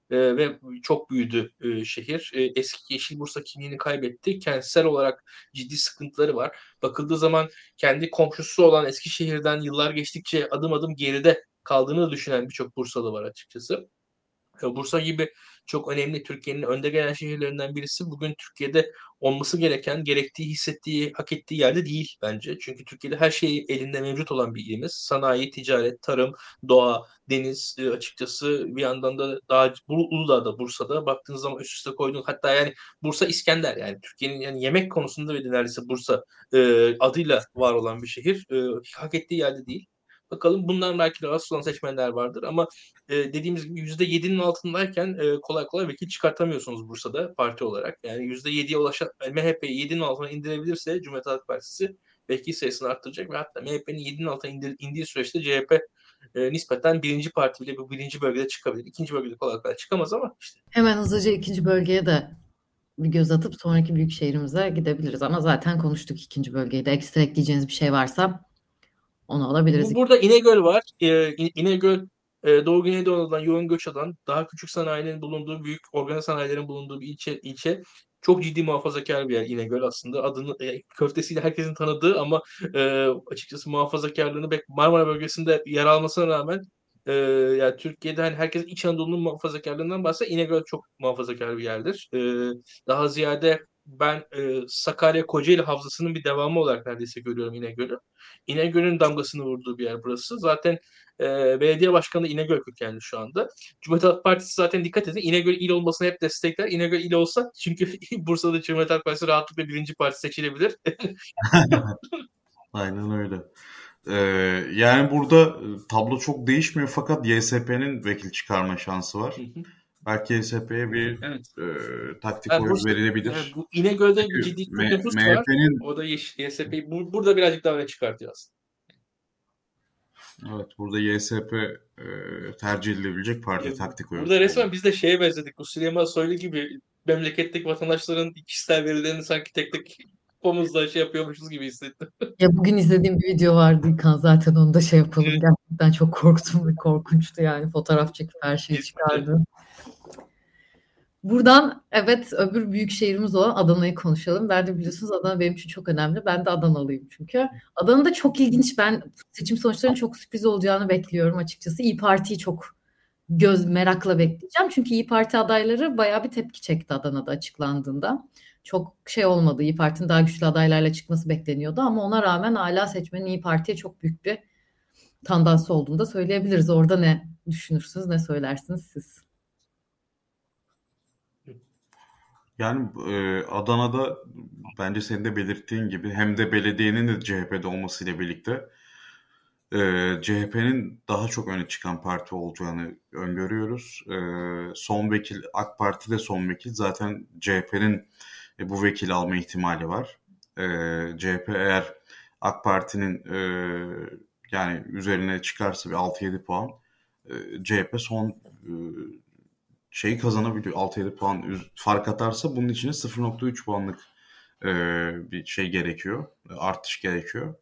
Ve çok büyüdü şehir. Eski Yeşil Bursa kimliğini kaybetti. Kentsel olarak ciddi sıkıntıları var. Bakıldığı zaman kendi komşusu olan Eskişehir'den yıllar geçtikçe adım adım geride kaldığını düşünen birçok Bursalı var açıkçası. Bursa gibi çok önemli Türkiye'nin önde gelen şehirlerinden birisi bugün Türkiye'de olması gereken, gerektiği, hissettiği, hak ettiği yerde değil bence. Çünkü Türkiye'de her şey elinde mevcut olan bir ilimiz. Sanayi, ticaret, tarım, doğa, deniz, açıkçası bir yandan da Uludağ'da, Bursa'da baktığınız zaman üst üste koyduğunuz, hatta yani Bursa İskender, yani Türkiye'nin yani yemek konusunda ve neredeyse Bursa adıyla var olan bir şehir. Hak ettiği yerde değil. Bakalım, bundan belki rahatsız olan seçmenler vardır ama dediğimiz gibi %7'nin altındayken kolay kolay vekil çıkartamıyorsunuz Bursa'da parti olarak. Yani %7'ye ulaşan MHP'yi 7'nin altına indirebilirse Cumhuriyet Halk Partisi vekil sayısını arttıracak ve hatta MHP'nin 7'nin altına indiği süreçte CHP nispeten birinci parti bile bu birinci bölgede çıkabilir. İkinci bölgede kolay kolay çıkamaz ama işte. Hemen hızlıca ikinci bölgeye de bir göz atıp sonraki büyük şehrimize gidebiliriz. Ama zaten konuştuk ikinci bölgeyi de. Ekstra ekleyeceğiniz bir şey varsa onu alabiliriz. Burada İnegöl var. İnegöl Doğu Güneydoğu'dan yoğun göç alan, daha küçük sanayinin bulunduğu, büyük organize sanayilerin bulunduğu bir ilçe. Çok ciddi muhafazakar bir yer İnegöl aslında. Adını köftesiyle herkesin tanıdığı ama açıkçası muhafazakarlığını Marmara bölgesinde yer almasına rağmen yani Türkiye'de hani herkes İç Anadolu'nun muhafazakarlığından bahseder. İnegöl çok muhafazakar bir yerdir. Daha ziyade ben Sakarya Kocaeli Havzası'nın bir devamı olarak neredeyse görüyorum İnegöl'ü. İnegöl'ün damgasını vurduğu bir yer burası. Zaten belediye başkanı İnegöl kökenli şu anda. Cumhuriyet Halk Partisi zaten, dikkat edin, İnegöl il olmasını hep destekler. İnegöl il olsa çünkü Bursa'da Cumhuriyet Halk Partisi rahatlıkla birinci parti seçilebilir. Aynen öyle. Yani burada tablo çok değişmiyor fakat YSP'nin vekil çıkarma şansı var. Belki YSP'ye bir taktik oyu verilebilir. Bu İnegöl'de bir ciddi nüfus var. MHP'nin... O da YSP'yi burada birazcık daha öne çıkartıyor aslında. Evet, burada YSP tercih edilebilecek parti taktik oyu. Burada resmen biz de şeye benzedik. Bu Süleyman Soylu gibi memleketteki vatandaşların kişisel verilerini sanki tek tek omuzla şey yapıyormuşuz gibi hissettim. Ya bugün izlediğim bir video vardı İlkan, zaten onu da şey yapalım. Gerçekten çok korktum ve korkunçtu yani. Fotoğraf çekip her şeyi çıkardı. Buradan evet öbür büyük şehrimiz olan Adana'yı konuşalım. Ben de biliyorsunuz Adana benim için çok önemli. Ben de Adanalıyım çünkü. Adana'da çok ilginç. Ben seçim sonuçlarının çok sürpriz olacağını bekliyorum açıkçası. İYİ Parti'yi çok merakla bekleyeceğim. Çünkü İYİ Parti adayları bayağı bir tepki çekti Adana'da açıklandığında. Çok şey olmadı. İYİ Parti'nin daha güçlü adaylarla çıkması bekleniyordu ama ona rağmen hala seçmenin İYİ Parti'ye çok büyük bir tandansı olduğunu da söyleyebiliriz. Orada ne düşünürsünüz, ne söylersiniz siz? Yani Adana'da bence senin de belirttiğin gibi hem de belediyenin de CHP'de olmasıyla birlikte CHP'nin daha çok öne çıkan parti olacağını öngörüyoruz. Son vekil AK Parti'de son vekil zaten CHP'nin bu vekili alma ihtimali var. CHP eğer AK Parti'nin yani üzerine çıkarsa bir 6-7 puan CHP son şeyi kazanabiliyor. 6-7 puan fark atarsa bunun için 0.3 puanlık bir şey gerekiyor. Artış gerekiyor.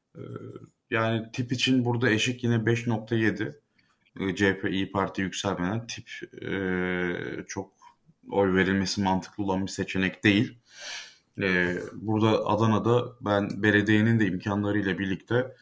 Yani tip için burada eşik yine 5.7. CHP İYİ Parti yükselmeden tip çok oy verilmesi mantıklı olan bir seçenek değil. Burada Adana'da ben belediyenin de imkanlarıyla birlikte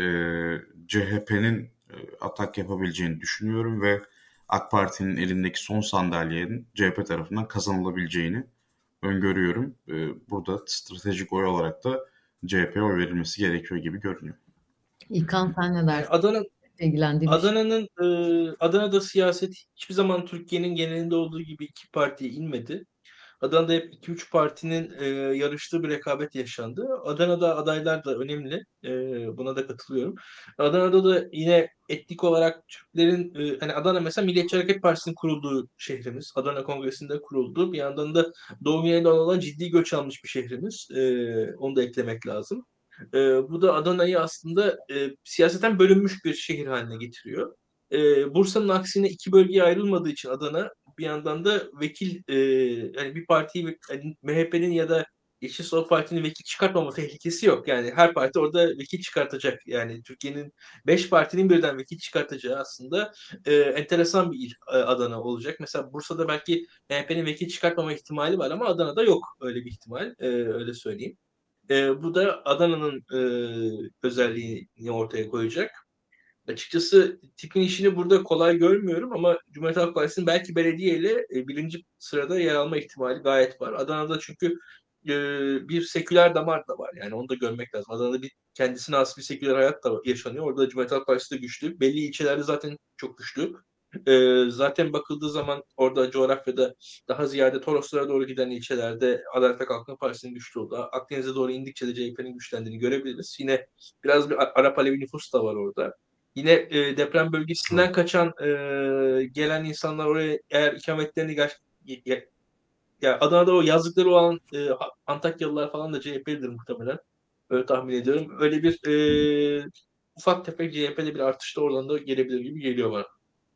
CHP'nin atak yapabileceğini düşünüyorum ve AK Parti'nin elindeki son sandalyenin CHP tarafından kazanılabileceğini öngörüyorum. Burada stratejik oy olarak da CHP'ye oy verilmesi gerekiyor gibi görünüyor. İlkan sen ne Yani dersin? İlgilendiği bir şey. Adana'da siyaset hiçbir zaman Türkiye'nin genelinde olduğu gibi iki partiye inmedi. Adana'da hep 2-3 partinin yarıştığı bir rekabet yaşandı. Adana'da adaylar da önemli. Buna da katılıyorum. Adana'da da yine etnik olarak Türklerin hani Adana mesela Milliyetçi Hareket Partisi'nin kurulduğu şehrimiz. Adana Kongresi'nde kuruldu. Bir yandan da Doğu Güneydoğu'dan ciddi göç almış bir şehrimiz. Onu da eklemek lazım. Bu da Adana'yı aslında siyaseten bölünmüş bir şehir haline getiriyor. Bursa'nın aksine iki bölgeye ayrılmadığı için Adana bir yandan da vekil yani bir partiyi yani MHP'nin ya da Yeşil Sol Parti'nin vekil çıkartmama tehlikesi yok. Yani her parti orada vekil çıkartacak. Yani Türkiye'nin 5 partinin birden vekil çıkartacağı aslında enteresan bir il Adana olacak. Mesela Bursa'da belki MHP'nin vekil çıkartmama ihtimali var ama Adana'da yok öyle bir ihtimal. Öyle söyleyeyim. Bu da Adana'nın özelliğini ortaya koyacak. Açıkçası tipin işini burada kolay görmüyorum ama Cumhuriyet Halk Partisi'nin belki belediyeyle birinci sırada yer alma ihtimali gayet var. Adana'da çünkü e, bir seküler damar da var. Yani onu da görmek lazım. Adana'da bir kendisine has bir seküler hayat da yaşanıyor. Orada Cumhuriyet Halk Partisi de güçlü. Belli ilçelerde zaten çok güçlü. Zaten bakıldığı zaman orada coğrafyada daha ziyade Toroslara doğru giden ilçelerde Adalet ve Kalkınma Partisi'nin güçlü olduğu, Akdeniz'e doğru indikçe de CHP'nin güçlendiğini görebiliriz. Yine biraz bir Arap Alevi nüfus da var orada. Yine deprem bölgesinden kaçan gelen insanlar oraya eğer ikametlerini ya Adana'da o yazlıkları olan Antakyalılar falan da CHP'lidir muhtemelen. Öyle tahmin ediyorum. Öyle bir ufak tefek CHP'de bir artış da oradan da gelebilir gibi geliyor bana.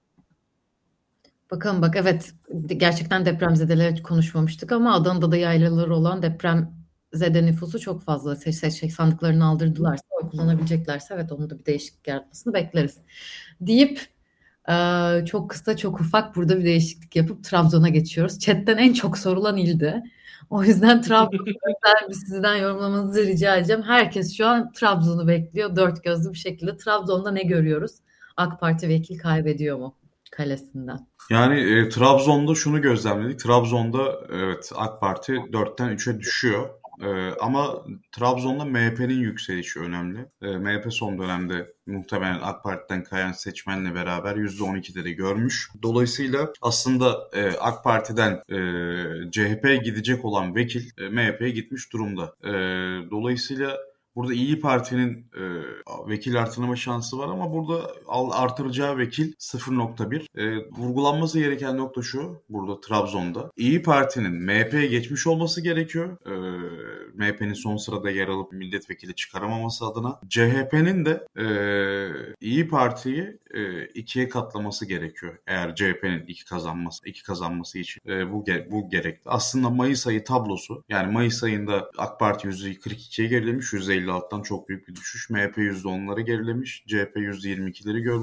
Bakalım bak evet gerçekten depremzedeleri konuşmamıştık ama Adana'da da yaylaları olan depremzede nüfusu çok fazla. Sandıklarını aldırdılarsa, oy kullanabileceklerse evet onun da bir değişiklik yaratmasını bekleriz. Deyip çok kısa çok ufak burada bir değişiklik yapıp Trabzon'a geçiyoruz. Chat'ten en çok sorulan ildi. O yüzden Trabzon'da bir sizden yorumlamanızı rica edeceğim. Herkes şu an Trabzon'u bekliyor. Dört gözlü bir şekilde. Trabzon'da ne görüyoruz? AK Parti vekil kaybediyor mu kalesinden? Yani Trabzon'da şunu gözlemledik. Trabzon'da evet AK Parti 4'ten 3'e düşüyor. Ama Trabzon'da MHP'nin yükselişi önemli. MHP son dönemde muhtemelen AK Parti'den kayan seçmenle beraber %12'leri görmüş. Dolayısıyla aslında AK Parti'den CHP'ye gidecek olan vekil MHP'ye gitmiş durumda. Dolayısıyla burada İyi Parti'nin vekil artırma şansı var ama burada artıracağı vekil 0.1. Vurgulanması gereken nokta şu, burada Trabzon'da. İyi Parti'nin MHP'ye geçmiş olması gerekiyor. MHP'nin son sırada yer alıp milletvekili çıkaramaması adına. CHP'nin de İyi Parti'yi ikiye katlaması gerekiyor. Eğer CHP'nin iki kazanması için bu gerekli. Aslında Mayıs ayı tablosu, yani Mayıs ayında AK Parti %42'ye gerilemiş, %56'dan çok büyük bir düşüş. MHP %10'ları gerilemiş, CHP %22'leri görmüş.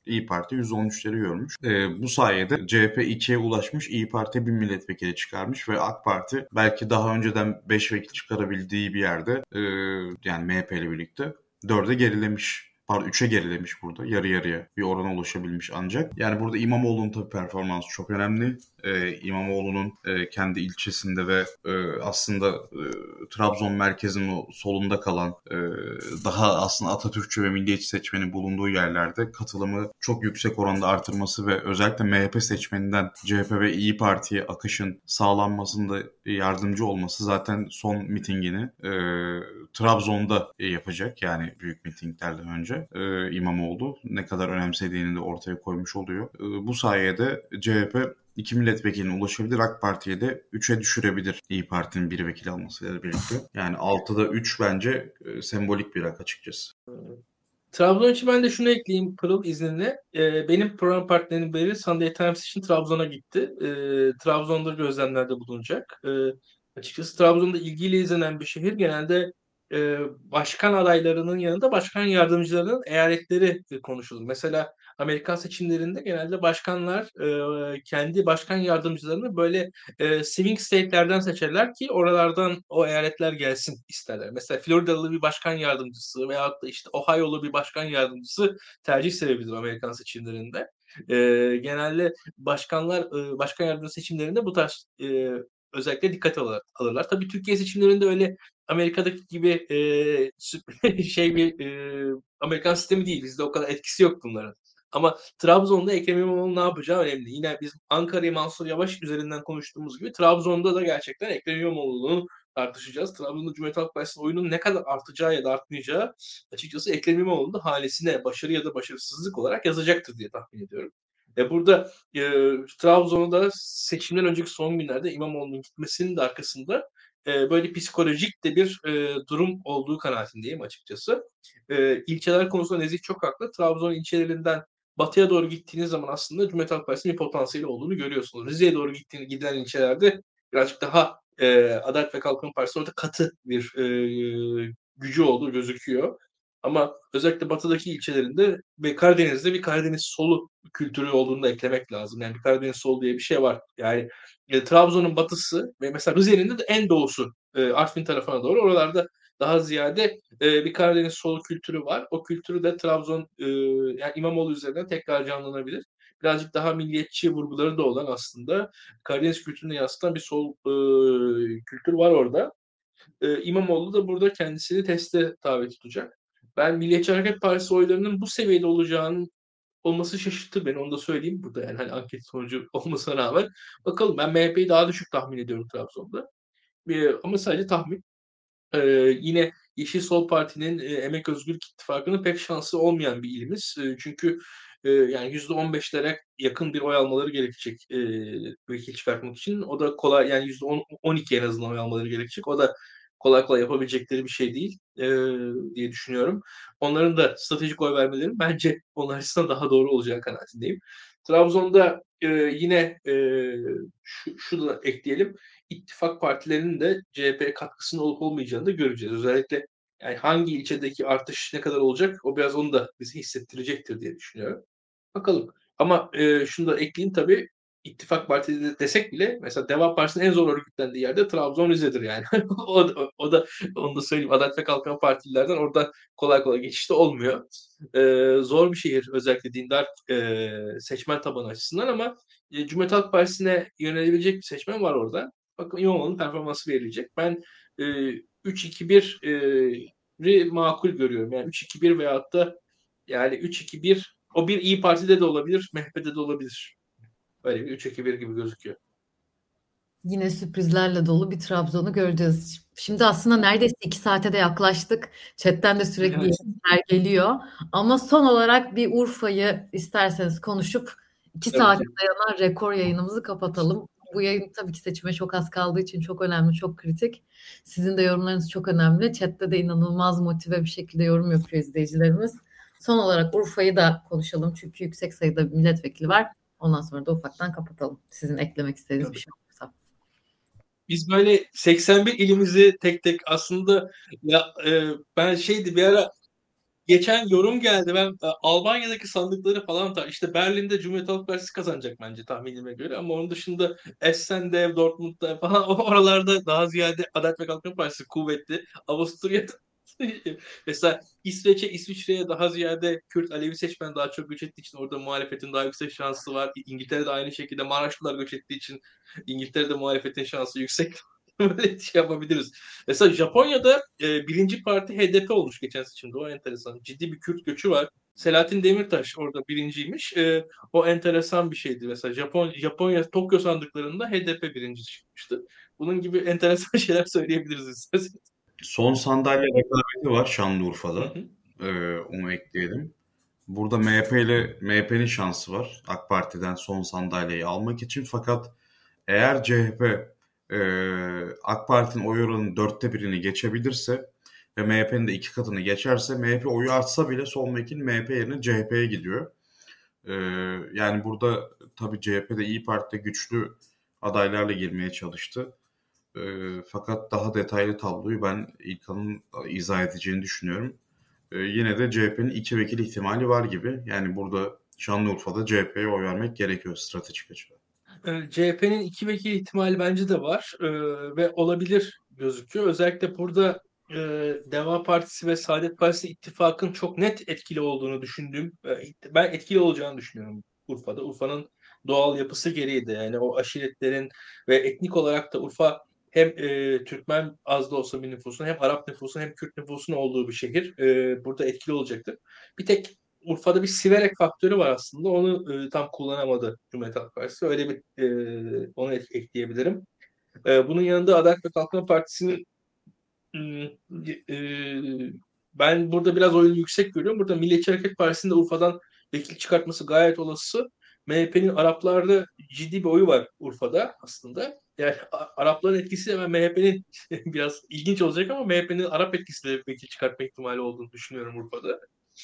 İyi Parti %13'leri görmüş. Bu sayede CHP 2'ye ulaşmış, İyi Parti 1 milletvekili çıkarmış ve AK Parti belki daha önceden 5 vekil çıkarabildiği bir yerde yani MHP ile birlikte 4'e gerilemiş. Pardon 3'e gerilemiş burada. Yarı yarıya bir orana ulaşabilmiş ancak. Yani burada İmamoğlu'nun tabii performansı çok önemli. İmamoğlu'nun kendi ilçesinde ve aslında Trabzon merkezinin o solunda kalan daha aslında Atatürkçü ve milliyetçi seçmenin bulunduğu yerlerde katılımı çok yüksek oranda artırması ve özellikle MHP seçmeninden CHP ve İyi Parti'ye akışın sağlanmasında yardımcı olması zaten son mitingini Trabzon'da yapacak. Yani büyük mitinglerden önce İmamoğlu ne kadar önemsediğini de ortaya koymuş oluyor. Bu sayede CHP 2 milletvekiline ulaşabilir. AK Parti'ye de 3'e düşürebilir. İyi Parti'nin bir vekil almasıyla birlikte. Yani 6'da 3 bence sembolik bir rak açıkçası. Trabzon için ben de şunu ekleyeyim Pırıl izninle. Benim program partnerim biri Sunday Times için Trabzon'a gitti. Trabzon'da gözlemlerde bulunacak. Açıkçası Trabzon'da ilgiyle izlenen bir şehir. Genelde başkan adaylarının yanında başkan yardımcılarının eyaletleri konuşulur. Mesela Amerikan seçimlerinde genelde başkanlar kendi başkan yardımcılarını böyle swing state'lerden seçerler ki oralardan o eyaletler gelsin isterler. Mesela Florida'lı bir başkan yardımcısı veyahut da işte Ohio'lu bir başkan yardımcısı tercih sebebidir Amerikan seçimlerinde. Genelde başkanlar başkan yardımcısı seçimlerinde bu tarz özellikle dikkate alırlar. Tabii Türkiye seçimlerinde öyle Amerika'daki gibi Amerikan sistemi değil. Bizde o kadar etkisi yok bunların. Ama Trabzon'da Ekrem İmamoğlu ne yapacağı önemli. Yine biz Ankara'yı Mansur Yavaş üzerinden konuştuğumuz gibi Trabzon'da da gerçekten Ekrem İmamoğlu'nu tartışacağız. Trabzon'da Cumhuriyet Halk Partisi'nin oyunun ne kadar artacağı ya da artmayacağı açıkçası Ekrem İmamoğlu'nun da hanesine başarı ya da başarısızlık olarak yazacaktır diye tahmin ediyorum. Burada Trabzon'da seçimden önceki son günlerde İmamoğlu'nun gitmesinin de arkasında böyle psikolojik de bir durum olduğu kanaatindeyim açıkçası. İlçeler konusunda Nezih çok haklı. Trabzon ilçelerinden batıya doğru gittiğiniz zaman aslında Cumhuriyet Halk Partisi'nin bir potansiyeli olduğunu görüyorsunuz. Rize'ye doğru giden ilçelerde birazcık daha Adalet ve Kalkınma Partisi orada katı bir gücü olduğu gözüküyor. Ama özellikle batıdaki ilçelerinde ve Karadeniz'de bir Karadeniz solu kültürü olduğunu da eklemek lazım. Yani bir Karadeniz solu diye bir şey var. Yani Trabzon'un batısı ve mesela Rize'nin de en doğusu Artvin tarafına doğru oralarda daha ziyade bir Karadeniz solu kültürü var. O kültürü de Trabzon yani İmamoğlu üzerinden tekrar canlanabilir. Birazcık daha milliyetçi vurguları da olan aslında Karadeniz kültürünü yansıtan bir sol kültür var orada. İmamoğlu da burada kendisini teste tabi tutacak. Ben Milliyetçi Hareket Partisi oylarının bu seviyede olması şaşırttı beni. Onu da söyleyeyim burada yani hani anket sonucu olmasına rağmen. Bakalım ben MHP'yi daha düşük tahmin ediyorum Trabzon'da. Ama sadece tahmin. Yine Yeşil Sol Parti'nin Emek Özgürlük İttifakı'nın pek şansı olmayan bir ilimiz. Çünkü yani %15'lere yakın bir oy almaları gerekecek vekil çıkartmak için. O da kolay yani %12 en azından oy almaları gerekecek. O da kolay kolay yapabilecekleri bir şey değil diye düşünüyorum. Onların da stratejik oy vermeleri bence onlar açısından daha doğru olacağı kanaatindeyim. Trabzon'da yine şu da ekleyelim. İttifak partilerinin de CHP'ye katkısının olup olmayacağını da göreceğiz. Özellikle yani hangi ilçedeki artış ne kadar olacak o biraz onu da bize hissettirecektir diye düşünüyorum. Bakalım. Ama şunu da ekleyeyim tabii İttifak Partisi desek bile mesela Deva Partisi'nin en zor örgütlendiği yerde Trabzon Rize'dir yani. o da onu da söyleyeyim. Adalet ve Kalkınma Partililerden orada kolay kolay geçiş de olmuyor. Zor bir şehir özellikle dindar seçmen tabanı açısından ama Cumhuriyet Halk Partisi'ne yönelebilecek bir seçmen var orada. Bakın İmamoğlu'nun performansı verilecek. Ben 3-2-1'i makul görüyorum. Yani 3-2-1 veyahut da yani 3-2-1 o bir İyi Parti'de de olabilir, MHP'de de olabilir. Öyle bir 3-2-1 gibi gözüküyor. Yine sürprizlerle dolu bir Trabzon'u göreceğiz. Şimdi aslında neredeyse 2 saate de yaklaştık. Chat'ten de sürekli Evet. yenilikler geliyor. Ama son olarak bir Urfa'yı isterseniz konuşup 2 Tabii saate ki. dayanan rekor yayınımızı kapatalım. Bu yayın tabii ki seçime çok az kaldığı için çok önemli, çok kritik. Sizin de yorumlarınız çok önemli. Chat'te de inanılmaz motive bir şekilde yorum yapıyor izleyicilerimiz. Son olarak Urfa'yı da konuşalım çünkü yüksek sayıda milletvekili var. Ondan sonra da ufaktan kapatalım. Sizin eklemek istediğiniz bir Tabii. şey varsa. Biz böyle 81 ilimizi tek tek aslında ya ben bir ara geçen yorum geldi. Ben Almanya'daki sandıkları falan işte Berlin'de Cumhuriyet Halk Partisi kazanacak bence tahminime göre, ama onun dışında Essen'de, Dortmund'da falan oralarda daha ziyade Adalet ve Kalkınma Partisi kuvvetli. Avusturya'da mesela İsviçre'ye daha ziyade Kürt Alevi seçmen daha çok göç ettiği için orada muhalefetin daha yüksek şansı var. İngiltere'de aynı şekilde Maraşlılar göç ettiği için İngiltere'de muhalefetin şansı yüksek. Böyle şey yapabiliriz. Mesela Japonya'da birinci parti HDP olmuş geçen seçimde. O enteresan. Ciddi bir Kürt göçü var. Selahattin Demirtaş orada birinciymiş. O enteresan bir şeydi. Mesela Japonya Tokyo sandıklarında HDP birinci çıkmıştı. Bunun gibi enteresan şeyler söyleyebiliriz isterseniz. Son sandalye rekabeti var Hı Şanlıurfa'da. hı. Onu ekleyelim. Burada MHP'nin şansı var AK Parti'den son sandalyeyi almak için. Fakat eğer CHP AK Parti'nin oy oranının 1/4'ünü geçebilirse ve MHP'nin de 2 katını geçerse, MHP oyu artsa bile son vekil MHP yerine CHP'ye gidiyor. Yani burada tabii CHP'de İYİ Parti'de güçlü adaylarla girmeye çalıştı. Fakat daha detaylı tabloyu ben İlkan'ın izah edeceğini düşünüyorum. Yine de CHP'nin 2 vekil ihtimali var gibi. Yani burada Şanlıurfa'da CHP'ye oy vermek gerekiyor stratejik açıdan. CHP'nin 2 vekil ihtimali bence de var ve olabilir gözüküyor. Özellikle burada Deva Partisi ve Saadet Partisi ittifakın çok net etkili olduğunu düşündüğüm, ben etkili olacağını düşünüyorum Urfa'da. Urfa'nın doğal yapısı gereği de, yani o aşiretlerin ve etnik olarak da Urfa hem Türkmen az da olsa bir nüfusun, hem Arap nüfusun, hem Kürt nüfusun olduğu bir şehir. Burada etkili olacaktır. Bir tek Urfa'da bir siverek faktörü var aslında. Onu tam kullanamadı Cumhuriyet Halk Partisi. Öyle bir onu ekleyebilirim. Bunun yanında Adalet ve Kalkınma Partisi'nin e, ben burada biraz oyunu yüksek görüyorum. Burada Milliyetçi Hareket Partisi'nin de Urfa'dan vekil çıkartması gayet olası. MHP'nin Araplarda ciddi bir oyu var Urfa'da aslında. Yani Arapların etkisiyle ben MHP'nin biraz ilginç olacak ama MHP'nin Arap etkisiyle vekil çıkartma ihtimali olduğunu düşünüyorum Urfa'da.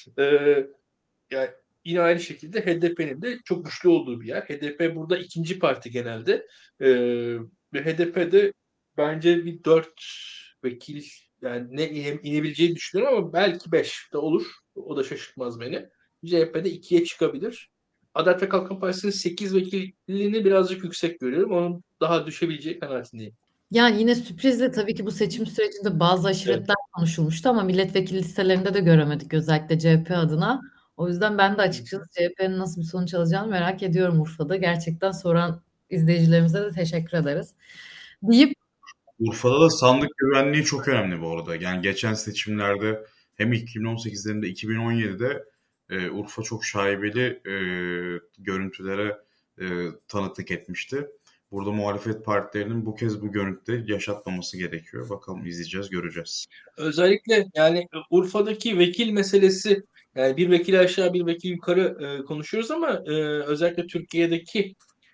Yani yine aynı şekilde HDP'nin de çok güçlü olduğu bir yer. HDP burada ikinci parti genelde. Ve HDP'de bence bir 4 vekil, yani ne inebileceğini düşünüyorum ama belki 5 de olur. O da şaşırtmaz beni. CHP'de 2'ye çıkabilir. Adalet ve Kalkınma Partisi'nin 8 vekilliğini birazcık yüksek görüyorum. Onun daha düşebileceği kanaatindeyim. Yani yine sürprizle tabii ki bu seçim sürecinde bazı Evet. aşiretler konuşulmuştu ama milletvekili listelerinde de göremedik özellikle CHP adına. O yüzden ben de açıkçası CHP'nin nasıl bir sonuç alacağını merak ediyorum Urfa'da. Gerçekten soran izleyicilerimize de teşekkür ederiz. Deyip Urfa'da da sandık güvenliği çok önemli bu arada. Yani geçen seçimlerde hem 2018'de 2017'de Urfa çok şaibeli görüntülere tanıklık etmişti. Burada muhalefet partilerinin bu kez bu görüntüde yaşatmaması gerekiyor. Bakalım, izleyeceğiz, göreceğiz. Özellikle yani Urfa'daki vekil meselesi, yani bir vekil aşağı bir vekil yukarı konuşuyoruz ama özellikle Türkiye'deki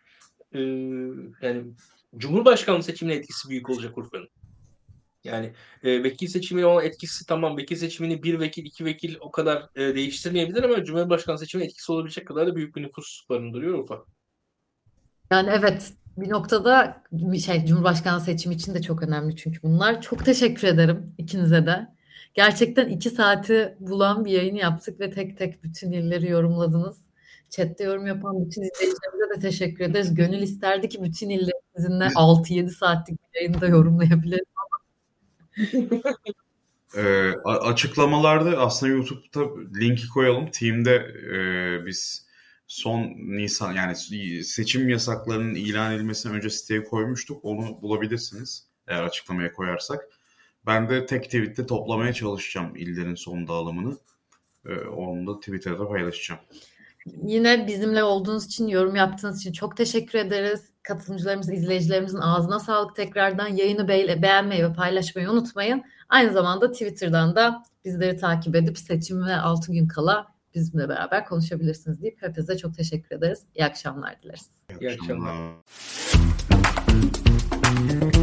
yani Cumhurbaşkanlığı seçimine etkisi büyük olacak Urfa'nın. Yani vekil seçimine olan etkisi, tamam, vekil seçimini bir vekil iki vekil o kadar değiştirmeyebilir ama Cumhurbaşkanlığı seçimine etkisi olabilecek kadar da büyük bir nüfus barındırıyor Urfa. yani evet, bir noktada Cumhurbaşkanlığı seçimi için de çok önemli çünkü bunlar. Çok teşekkür ederim ikinize de. Gerçekten 2 saati bulan bir yayın yaptık ve tek tek bütün illeri yorumladınız. Chat'te yorum yapan bütün izleyicilerimize de teşekkür ederiz. Gönül isterdi ki bütün illeri sizinle 6-7 saatlik bir yayında yorumlayabiliriz. Açıklamalarda aslında YouTube'da linki koyalım. Team'de biz son Nisan, yani seçim yasaklarının ilan edilmesinden önce siteye koymuştuk. Onu bulabilirsiniz eğer açıklamaya koyarsak. Ben de tek tweet'te toplamaya çalışacağım illerin son dağılımını. Onu da Twitter'da paylaşacağım. Yine bizimle olduğunuz için, yorum yaptığınız için çok teşekkür ederiz. Katılımcılarımızın, izleyicilerimizin ağzına sağlık tekrardan. Yayını beğenmeyi ve paylaşmayı unutmayın. Aynı zamanda Twitter'dan da bizleri takip edip seçime 6 gün kala bizimle beraber konuşabilirsiniz deyip hepinize çok teşekkür ederiz. İyi akşamlar dileriz. İyi akşamlar.